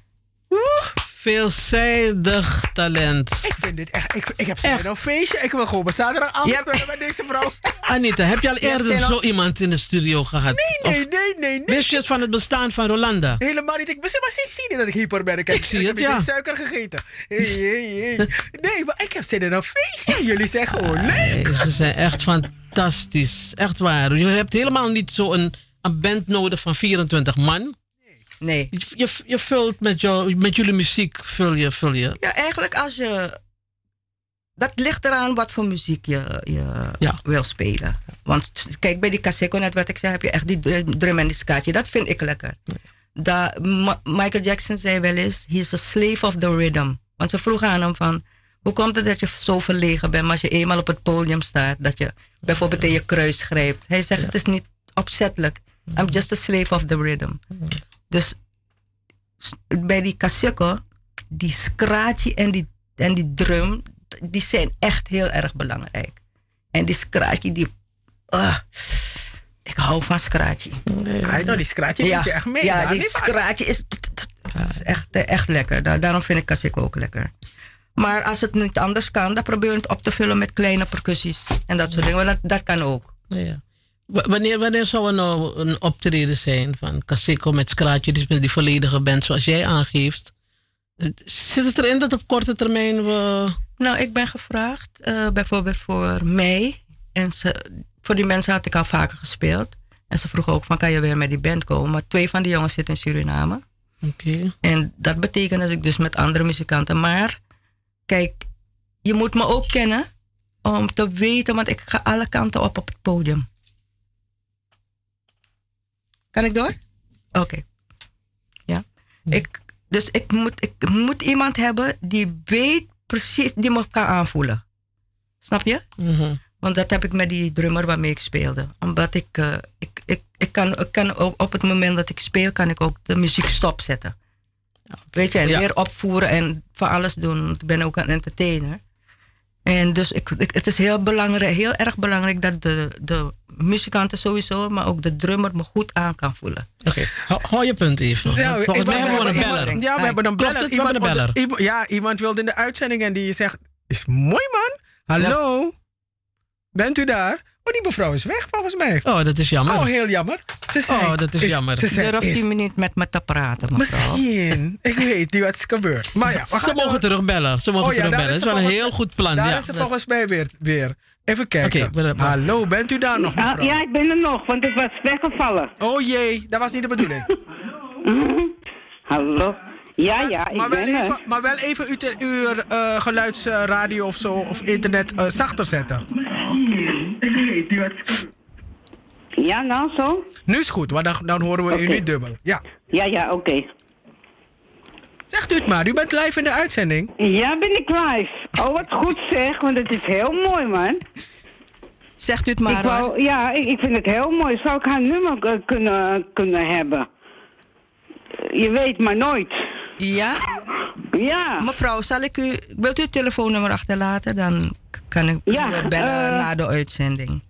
Veelzijdig talent. Ik vind dit echt, ik, ik heb zin in een feestje. Ik wil gewoon op zaterdagavond Yep. kunnen met deze vrouw. Anita, heb je al Je hebt eerder zin zo op- iemand in de studio gehad? Nee, nee, Of nee, nee, nee. wist je het van het bestaan van Rolanda? Helemaal niet. Ik, maar ik zie niet dat ik hyper ben. Ik, heb- Ik zie ik het, heb een ja. beetje suiker gegeten. Hey, hey, hey. Nee, maar ik heb zin in een feestje. Jullie zijn gewoon leuk. Nee, ze zijn echt fantastisch. Echt waar. Je hebt helemaal niet zo een, een band nodig van vierentwintig man. Nee. Je, je, je vult met, jou, met jullie muziek, vul je, vul je. Ja, eigenlijk als je... Dat ligt eraan wat voor muziek je, je Ja. wil spelen. Want kijk, bij die Kaseko, net wat ik zei, heb je echt die dr- drum en die skaatje. Dat vind ik lekker. Da, Ma- Michael Jackson zei wel eens, he's a slave of the rhythm. Want ze vroegen aan hem van, hoe komt het dat je zo verlegen bent, maar als je eenmaal op het podium staat, dat je bijvoorbeeld in je kruis grijpt. Hij zegt, het is niet opzettelijk. I'm just a slave of the rhythm. Dus s- bij die kaseko, die scratchy en die, en die drum, die zijn echt heel erg belangrijk. En die scratchy, die... ah, ik hou van scratchy. Ja, nou, die scratchy ja, moet je echt mee. Ja, daar die niet van. scratchy is, is echt, eh, echt lekker. Da- daarom vind ik kaseko ook lekker. Maar als het niet anders kan, dan probeer je het op te vullen met kleine percussies. En dat soort dingen. Want dat, dat kan ook. Ja. W- Wanneer, wanneer zou er nou een optreden zijn van Kaseko met Scratje, dus met die volledige band zoals jij aangeeft? Zit het erin dat op korte termijn we... Nou, ik ben gevraagd, eh, bijvoorbeeld voor mei. En ze, voor die mensen had ik al vaker gespeeld. En ze vroegen ook van, kan je weer met die band komen? Maar twee van die jongens zitten in Suriname. Oké. En dat betekent dat ik dus met andere muzikanten. Maar, kijk, je moet me ook kennen om te weten, want ik ga alle kanten op op het podium. Kan ik door? Oké. Ja. Ik, dus ik moet, ik moet iemand hebben die weet precies, die me kan aanvoelen. Snap je? Mhm. Want dat heb ik met die drummer waarmee ik speelde. Omdat ik, uh, ik, ik, ik kan, ik kan ook, op het moment dat ik speel, kan ik ook de muziek stopzetten. Weet je, en Ja. weer opvoeren en van alles doen. Want ik ben ook een entertainer. En dus ik, ik, het is heel belangrijk, heel erg belangrijk dat de, de muzikanten sowieso, maar ook de drummer me goed aan kan voelen. Oké, hou, hou je punt even. Ja, Want volgens ik- mij we hebben we een iemand- beller. Ja, we hebben een Klopt beller. het? We hebben een beller. Iemand, ja, iemand wilde in de uitzending en die zegt, is mooi man. Hallo? Bent u daar? Oh, die mevrouw is weg volgens mij. Oh, dat is jammer. Oh, heel jammer. Ze zei, Oh, dat is jammer. Ze zei, Durft is, u me niet met me te praten, mevrouw? misschien. Ik weet niet wat is gebeurd. Maar ja, we Ze gaan mogen door. terugbellen. Ze mogen Oh ja, daar terugbellen. Dat is ze wel een volgens- heel goed plan. Daar Ja. is ze volgens mij weer. weer. Even kijken. Oké, we- we- Hallo, bent u daar nog, Ja, mevrouw? ja, ik ben er nog, want ik was weggevallen. Oh jee, dat was niet de bedoeling. Hallo. Ja, ja, ik maar, wel ben er. even, maar wel even uw, te- uw eh, geluidsradio of zo, of internet eh, zachter zetten. Ja, nou zo? Nu is goed, maar dan, dan horen we u Oké. niet dubbel. Ja. Ja, ja, oké. Zegt u het maar, u bent live in de uitzending. Ja, ben ik live. Oh, wat goed zeg, want het is heel mooi, man. Zegt u het maar, ik wou, hoor. Ja, ik, ik vind het heel mooi. Zou ik haar nummer eh, kunnen, kunnen hebben? Je weet maar nooit. Ja? Ja. Mevrouw, zal ik u, wilt u het telefoonnummer achterlaten? Dan k- kan ik u Ja, bellen eh, na de uitzending.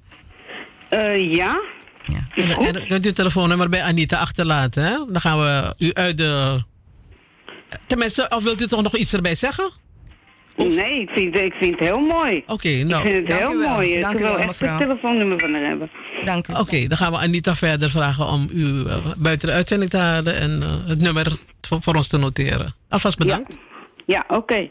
Eh, ja? En, en dan kunt u het telefoonnummer bij Anita achterlaten. Hè? Dan gaan we u uit de... Tenminste, of wilt u toch nog iets erbij zeggen? Nee, ik vind, ik vind het heel mooi. Oké, nou. Ik vind het Dank heel u wel. mooi. Dank ik u wil wel, echt mevrouw. het telefoonnummer van haar hebben. Dank u. Oké, dan gaan we Anita verder vragen om u eh, buiten de uitzending te halen en eh, het nummer voor, voor ons te noteren. Alvast bedankt. Ja, oké.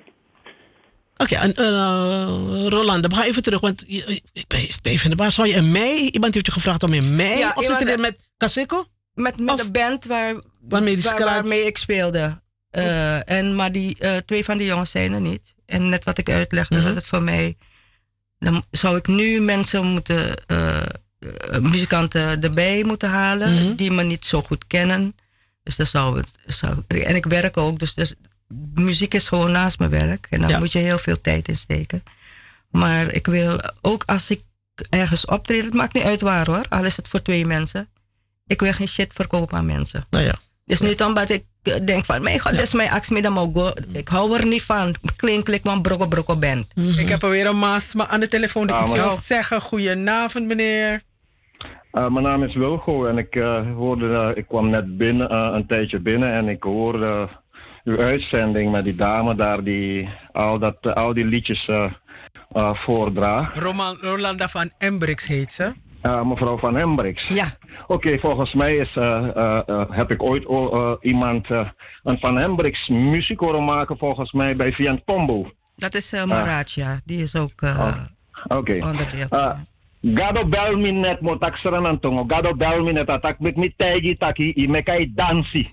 Oké, en eh, Rolanda, we gaan even terug, want je- je- ik ben ik ben even in de baas. Zou je in mei, iemand heeft je gevraagd om in mei Ja, op te iemand- treden met Kaseko? Met, met de band waar, Waarmee die waar, Scratch- waarmee ik speelde. Eh, en, maar die, eh, twee van die jongens zijn er niet. En net wat ik uitlegde, Mhm. dat het voor mij... Dan zou ik nu mensen moeten... eh, eh, muzikanten erbij moeten halen... Mhm. die me niet zo goed kennen. Dus dat zou het... Zou, en ik werk ook, dus, dus muziek is gewoon naast mijn werk. En daar Ja. moet je heel veel tijd in steken. Maar ik wil ook als ik ergens optreed... Het maakt niet uit waar hoor, al is het voor twee mensen... Ik wil geen shit verkopen aan mensen. Nou ja. Dus niet omdat ik eh, denk van, mijn god, dit is mijn actie, dan mag go. Ik hou er niet van. Klink, klik, man, brokko, brokko bent. Ik heb er weer een maas maar aan de telefoon die Ah, iets maar- wil zeggen. Goedenavond, meneer. Uh, mijn naam is Wilgo en ik, uh, hoorde, uh, ik kwam net binnen, uh, een tijdje binnen en ik hoorde uh, uw uitzending met die dame daar die al, dat, uh, al die liedjes uh, uh, voordraagt. Roman, Rolanda van Embrix heet ze. Uh, mevrouw Van Hembrix. Ja. Oké, okay, volgens mij is, uh, uh, uh, heb ik ooit uh, iemand, uh, een Van Hembrix muziek horen maken volgens mij bij Vian Pombo. Dat is uh, Maracha, die is ook uh, oh. Oké. Okay. onderdeel. Uh, Gado bel me net mo tak seran antongo. Gado bel me net atak met me tegi taki i me kai dansi.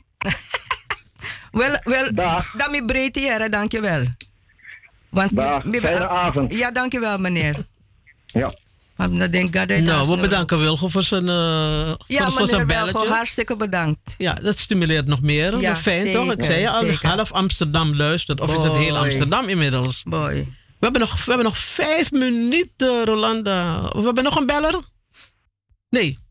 Wel, wel, dan mi breedte jaren, dankjewel. Want Dag, mi- fijne avond. Ja, dankjewel meneer. Ja. Maar dan denk ik, God, dat Nou, is we nu- bedanken Wilgo voor zijn, uh, Ja, voor, voor zijn meneer belletje. Welgo, hartstikke bedankt. Ja, dat stimuleert nog meer. Ja, Wat fijn zeker, toch? Ik zei je al, zeker. half Amsterdam luistert. Of is het heel Boy. Amsterdam inmiddels? Boy. We hebben nog, we hebben nog vijf minuten, Rolanda. We hebben nog een beller? Nee.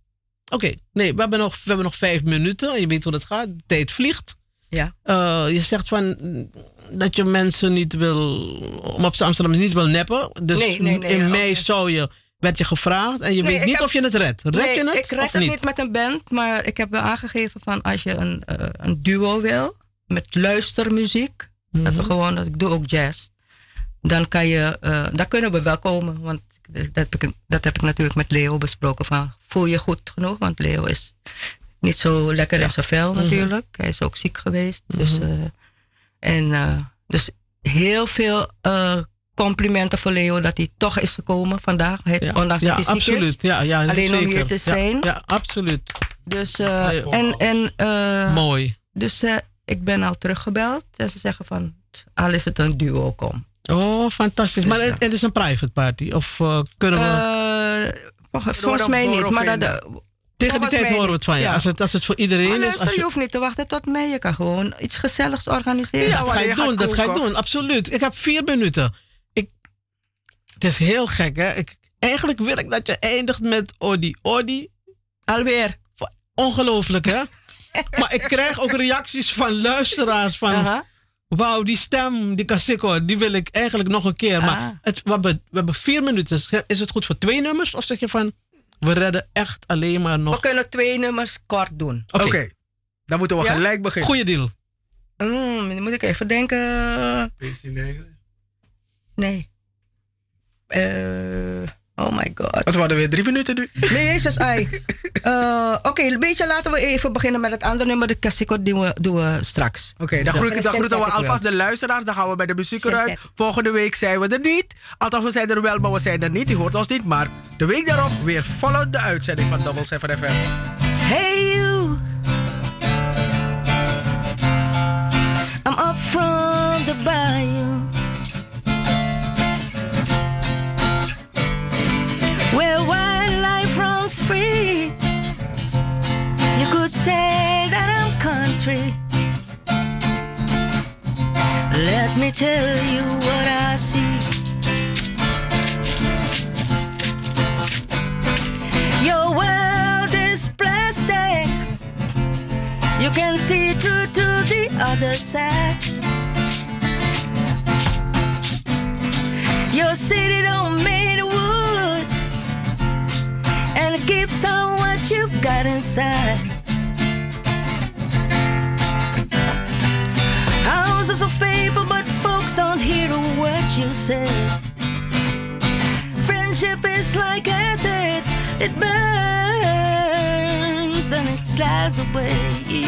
Oké, okay. nee, we hebben, nog, we hebben nog vijf minuten. Je weet hoe dat gaat. De tijd vliegt. Ja. Uh, je zegt van dat je mensen niet wil, om op Amsterdam niet wil neppen. Dus nee, nee, nee, in mei okay. zou je, werd je gevraagd en je nee, weet niet heb, of je het redt. Red nee, je het ik red of het niet? niet met een band, maar ik heb wel aangegeven van als je een, uh, een duo wil met luistermuziek, mm-hmm. dat we gewoon, dat ik doe ook jazz, dan kan je, uh, daar kunnen we wel komen, want dat heb, ik, dat heb ik natuurlijk met Leo besproken van voel je goed genoeg, want Leo is niet zo lekker in zijn vel natuurlijk. Mm-hmm. Hij is ook ziek geweest. Mm-hmm. Dus, uh, en, uh, dus heel veel uh, complimenten voor Leo dat hij toch is gekomen vandaag. Hij, ja. Ondanks ja, dat hij absoluut. ziek is. Ja, ja, alleen zeker. om hier te zijn. Ja, ja absoluut. Dus, uh, en, en, uh, mooi. Dus uh, ik ben al teruggebeld. En ze zeggen van, al is het een duo, kom. Oh, fantastisch. Dus, maar het, het is een private party? Of uh, kunnen we... Uh, volgens, volgens mij niet. Maar dat, uh, tegen die tijd horen we het van je. Ja. Als, het, als het voor iedereen maar is. Luister, je... je hoeft niet te wachten tot mei. Je kan gewoon iets gezelligs organiseren. Ja, dat ga ik doen. Dat ga ik doen. Absoluut. Ik heb vier minuten. Ik, het is heel gek, hè. Ik, eigenlijk wil ik dat je eindigt met Odi Odi. Alweer. Ongelooflijk, hè. Maar ik krijg ook reacties van luisteraars van... Uh-huh. Wauw, die stem, die Kasiko, die wil ik eigenlijk nog een keer. Ah. Maar het, we, hebben, we hebben vier minuten. Is het goed voor twee nummers? Of zeg je van, we redden echt alleen maar nog... We kunnen twee nummers kort doen. Oké, okay. okay. Dan moeten we ja? gelijk beginnen. Goeie deal. Mm, dan moet ik even denken... Nee. Uh, oh my god. Wat waren weer drie minuten nu? Nee, jezus, ai. Uh, Oké, okay, een beetje laten we even beginnen met het andere nummer. De Kasiko doen we, doen we straks. Oké, okay, dan, ja. groeten, dan groeten we alvast de luisteraars. Dan gaan we bij de muziek eruit. Volgende week zijn we er niet. Althans, we zijn er wel, maar we zijn er niet. U hoort ons niet. Maar de week daarop weer volop de uitzending van Double seven F M. Hey you. I'm up from the bayou. Where wildlife runs free. You could say that I'm country. Let me tell you what I see. Your world is plastic. You can see through to the other side. Your city don't made of wood, and it keeps on what you've got inside. Houses of paper, but folks don't hear a word you say. Friendship is like acid, it burns, then it slides away.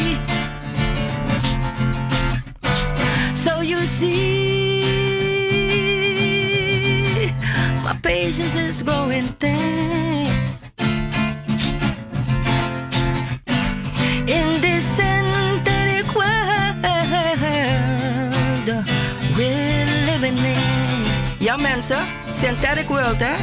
So you see, my patience is growing thin. In this synthetic world we're living in. Ja mensen, synthetic world hè.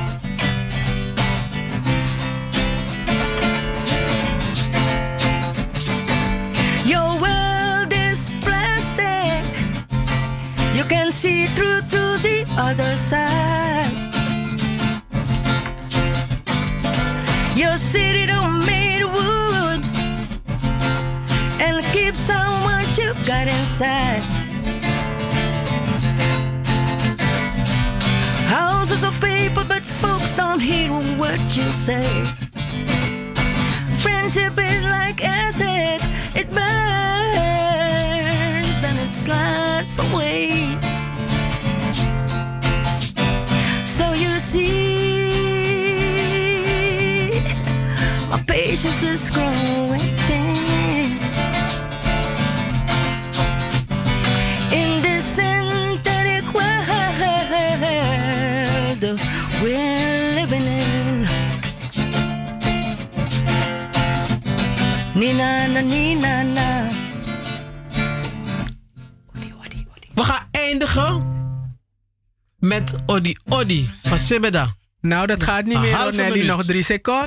Your world is plastic. You can see through to the other side. Your city don't made of wood, and it keeps on what you got inside. Houses of paper, but folks don't hear a word you say. Friendship is like acid, it burns, then it slides away. So you see, my patience is growing thin. In this synthetic world we're living in. Nina na nina na. We gaan eindigen met Odi Odi van Sebeda. Nou, dat gaat niet meer, Nelly. Nog drie seconden.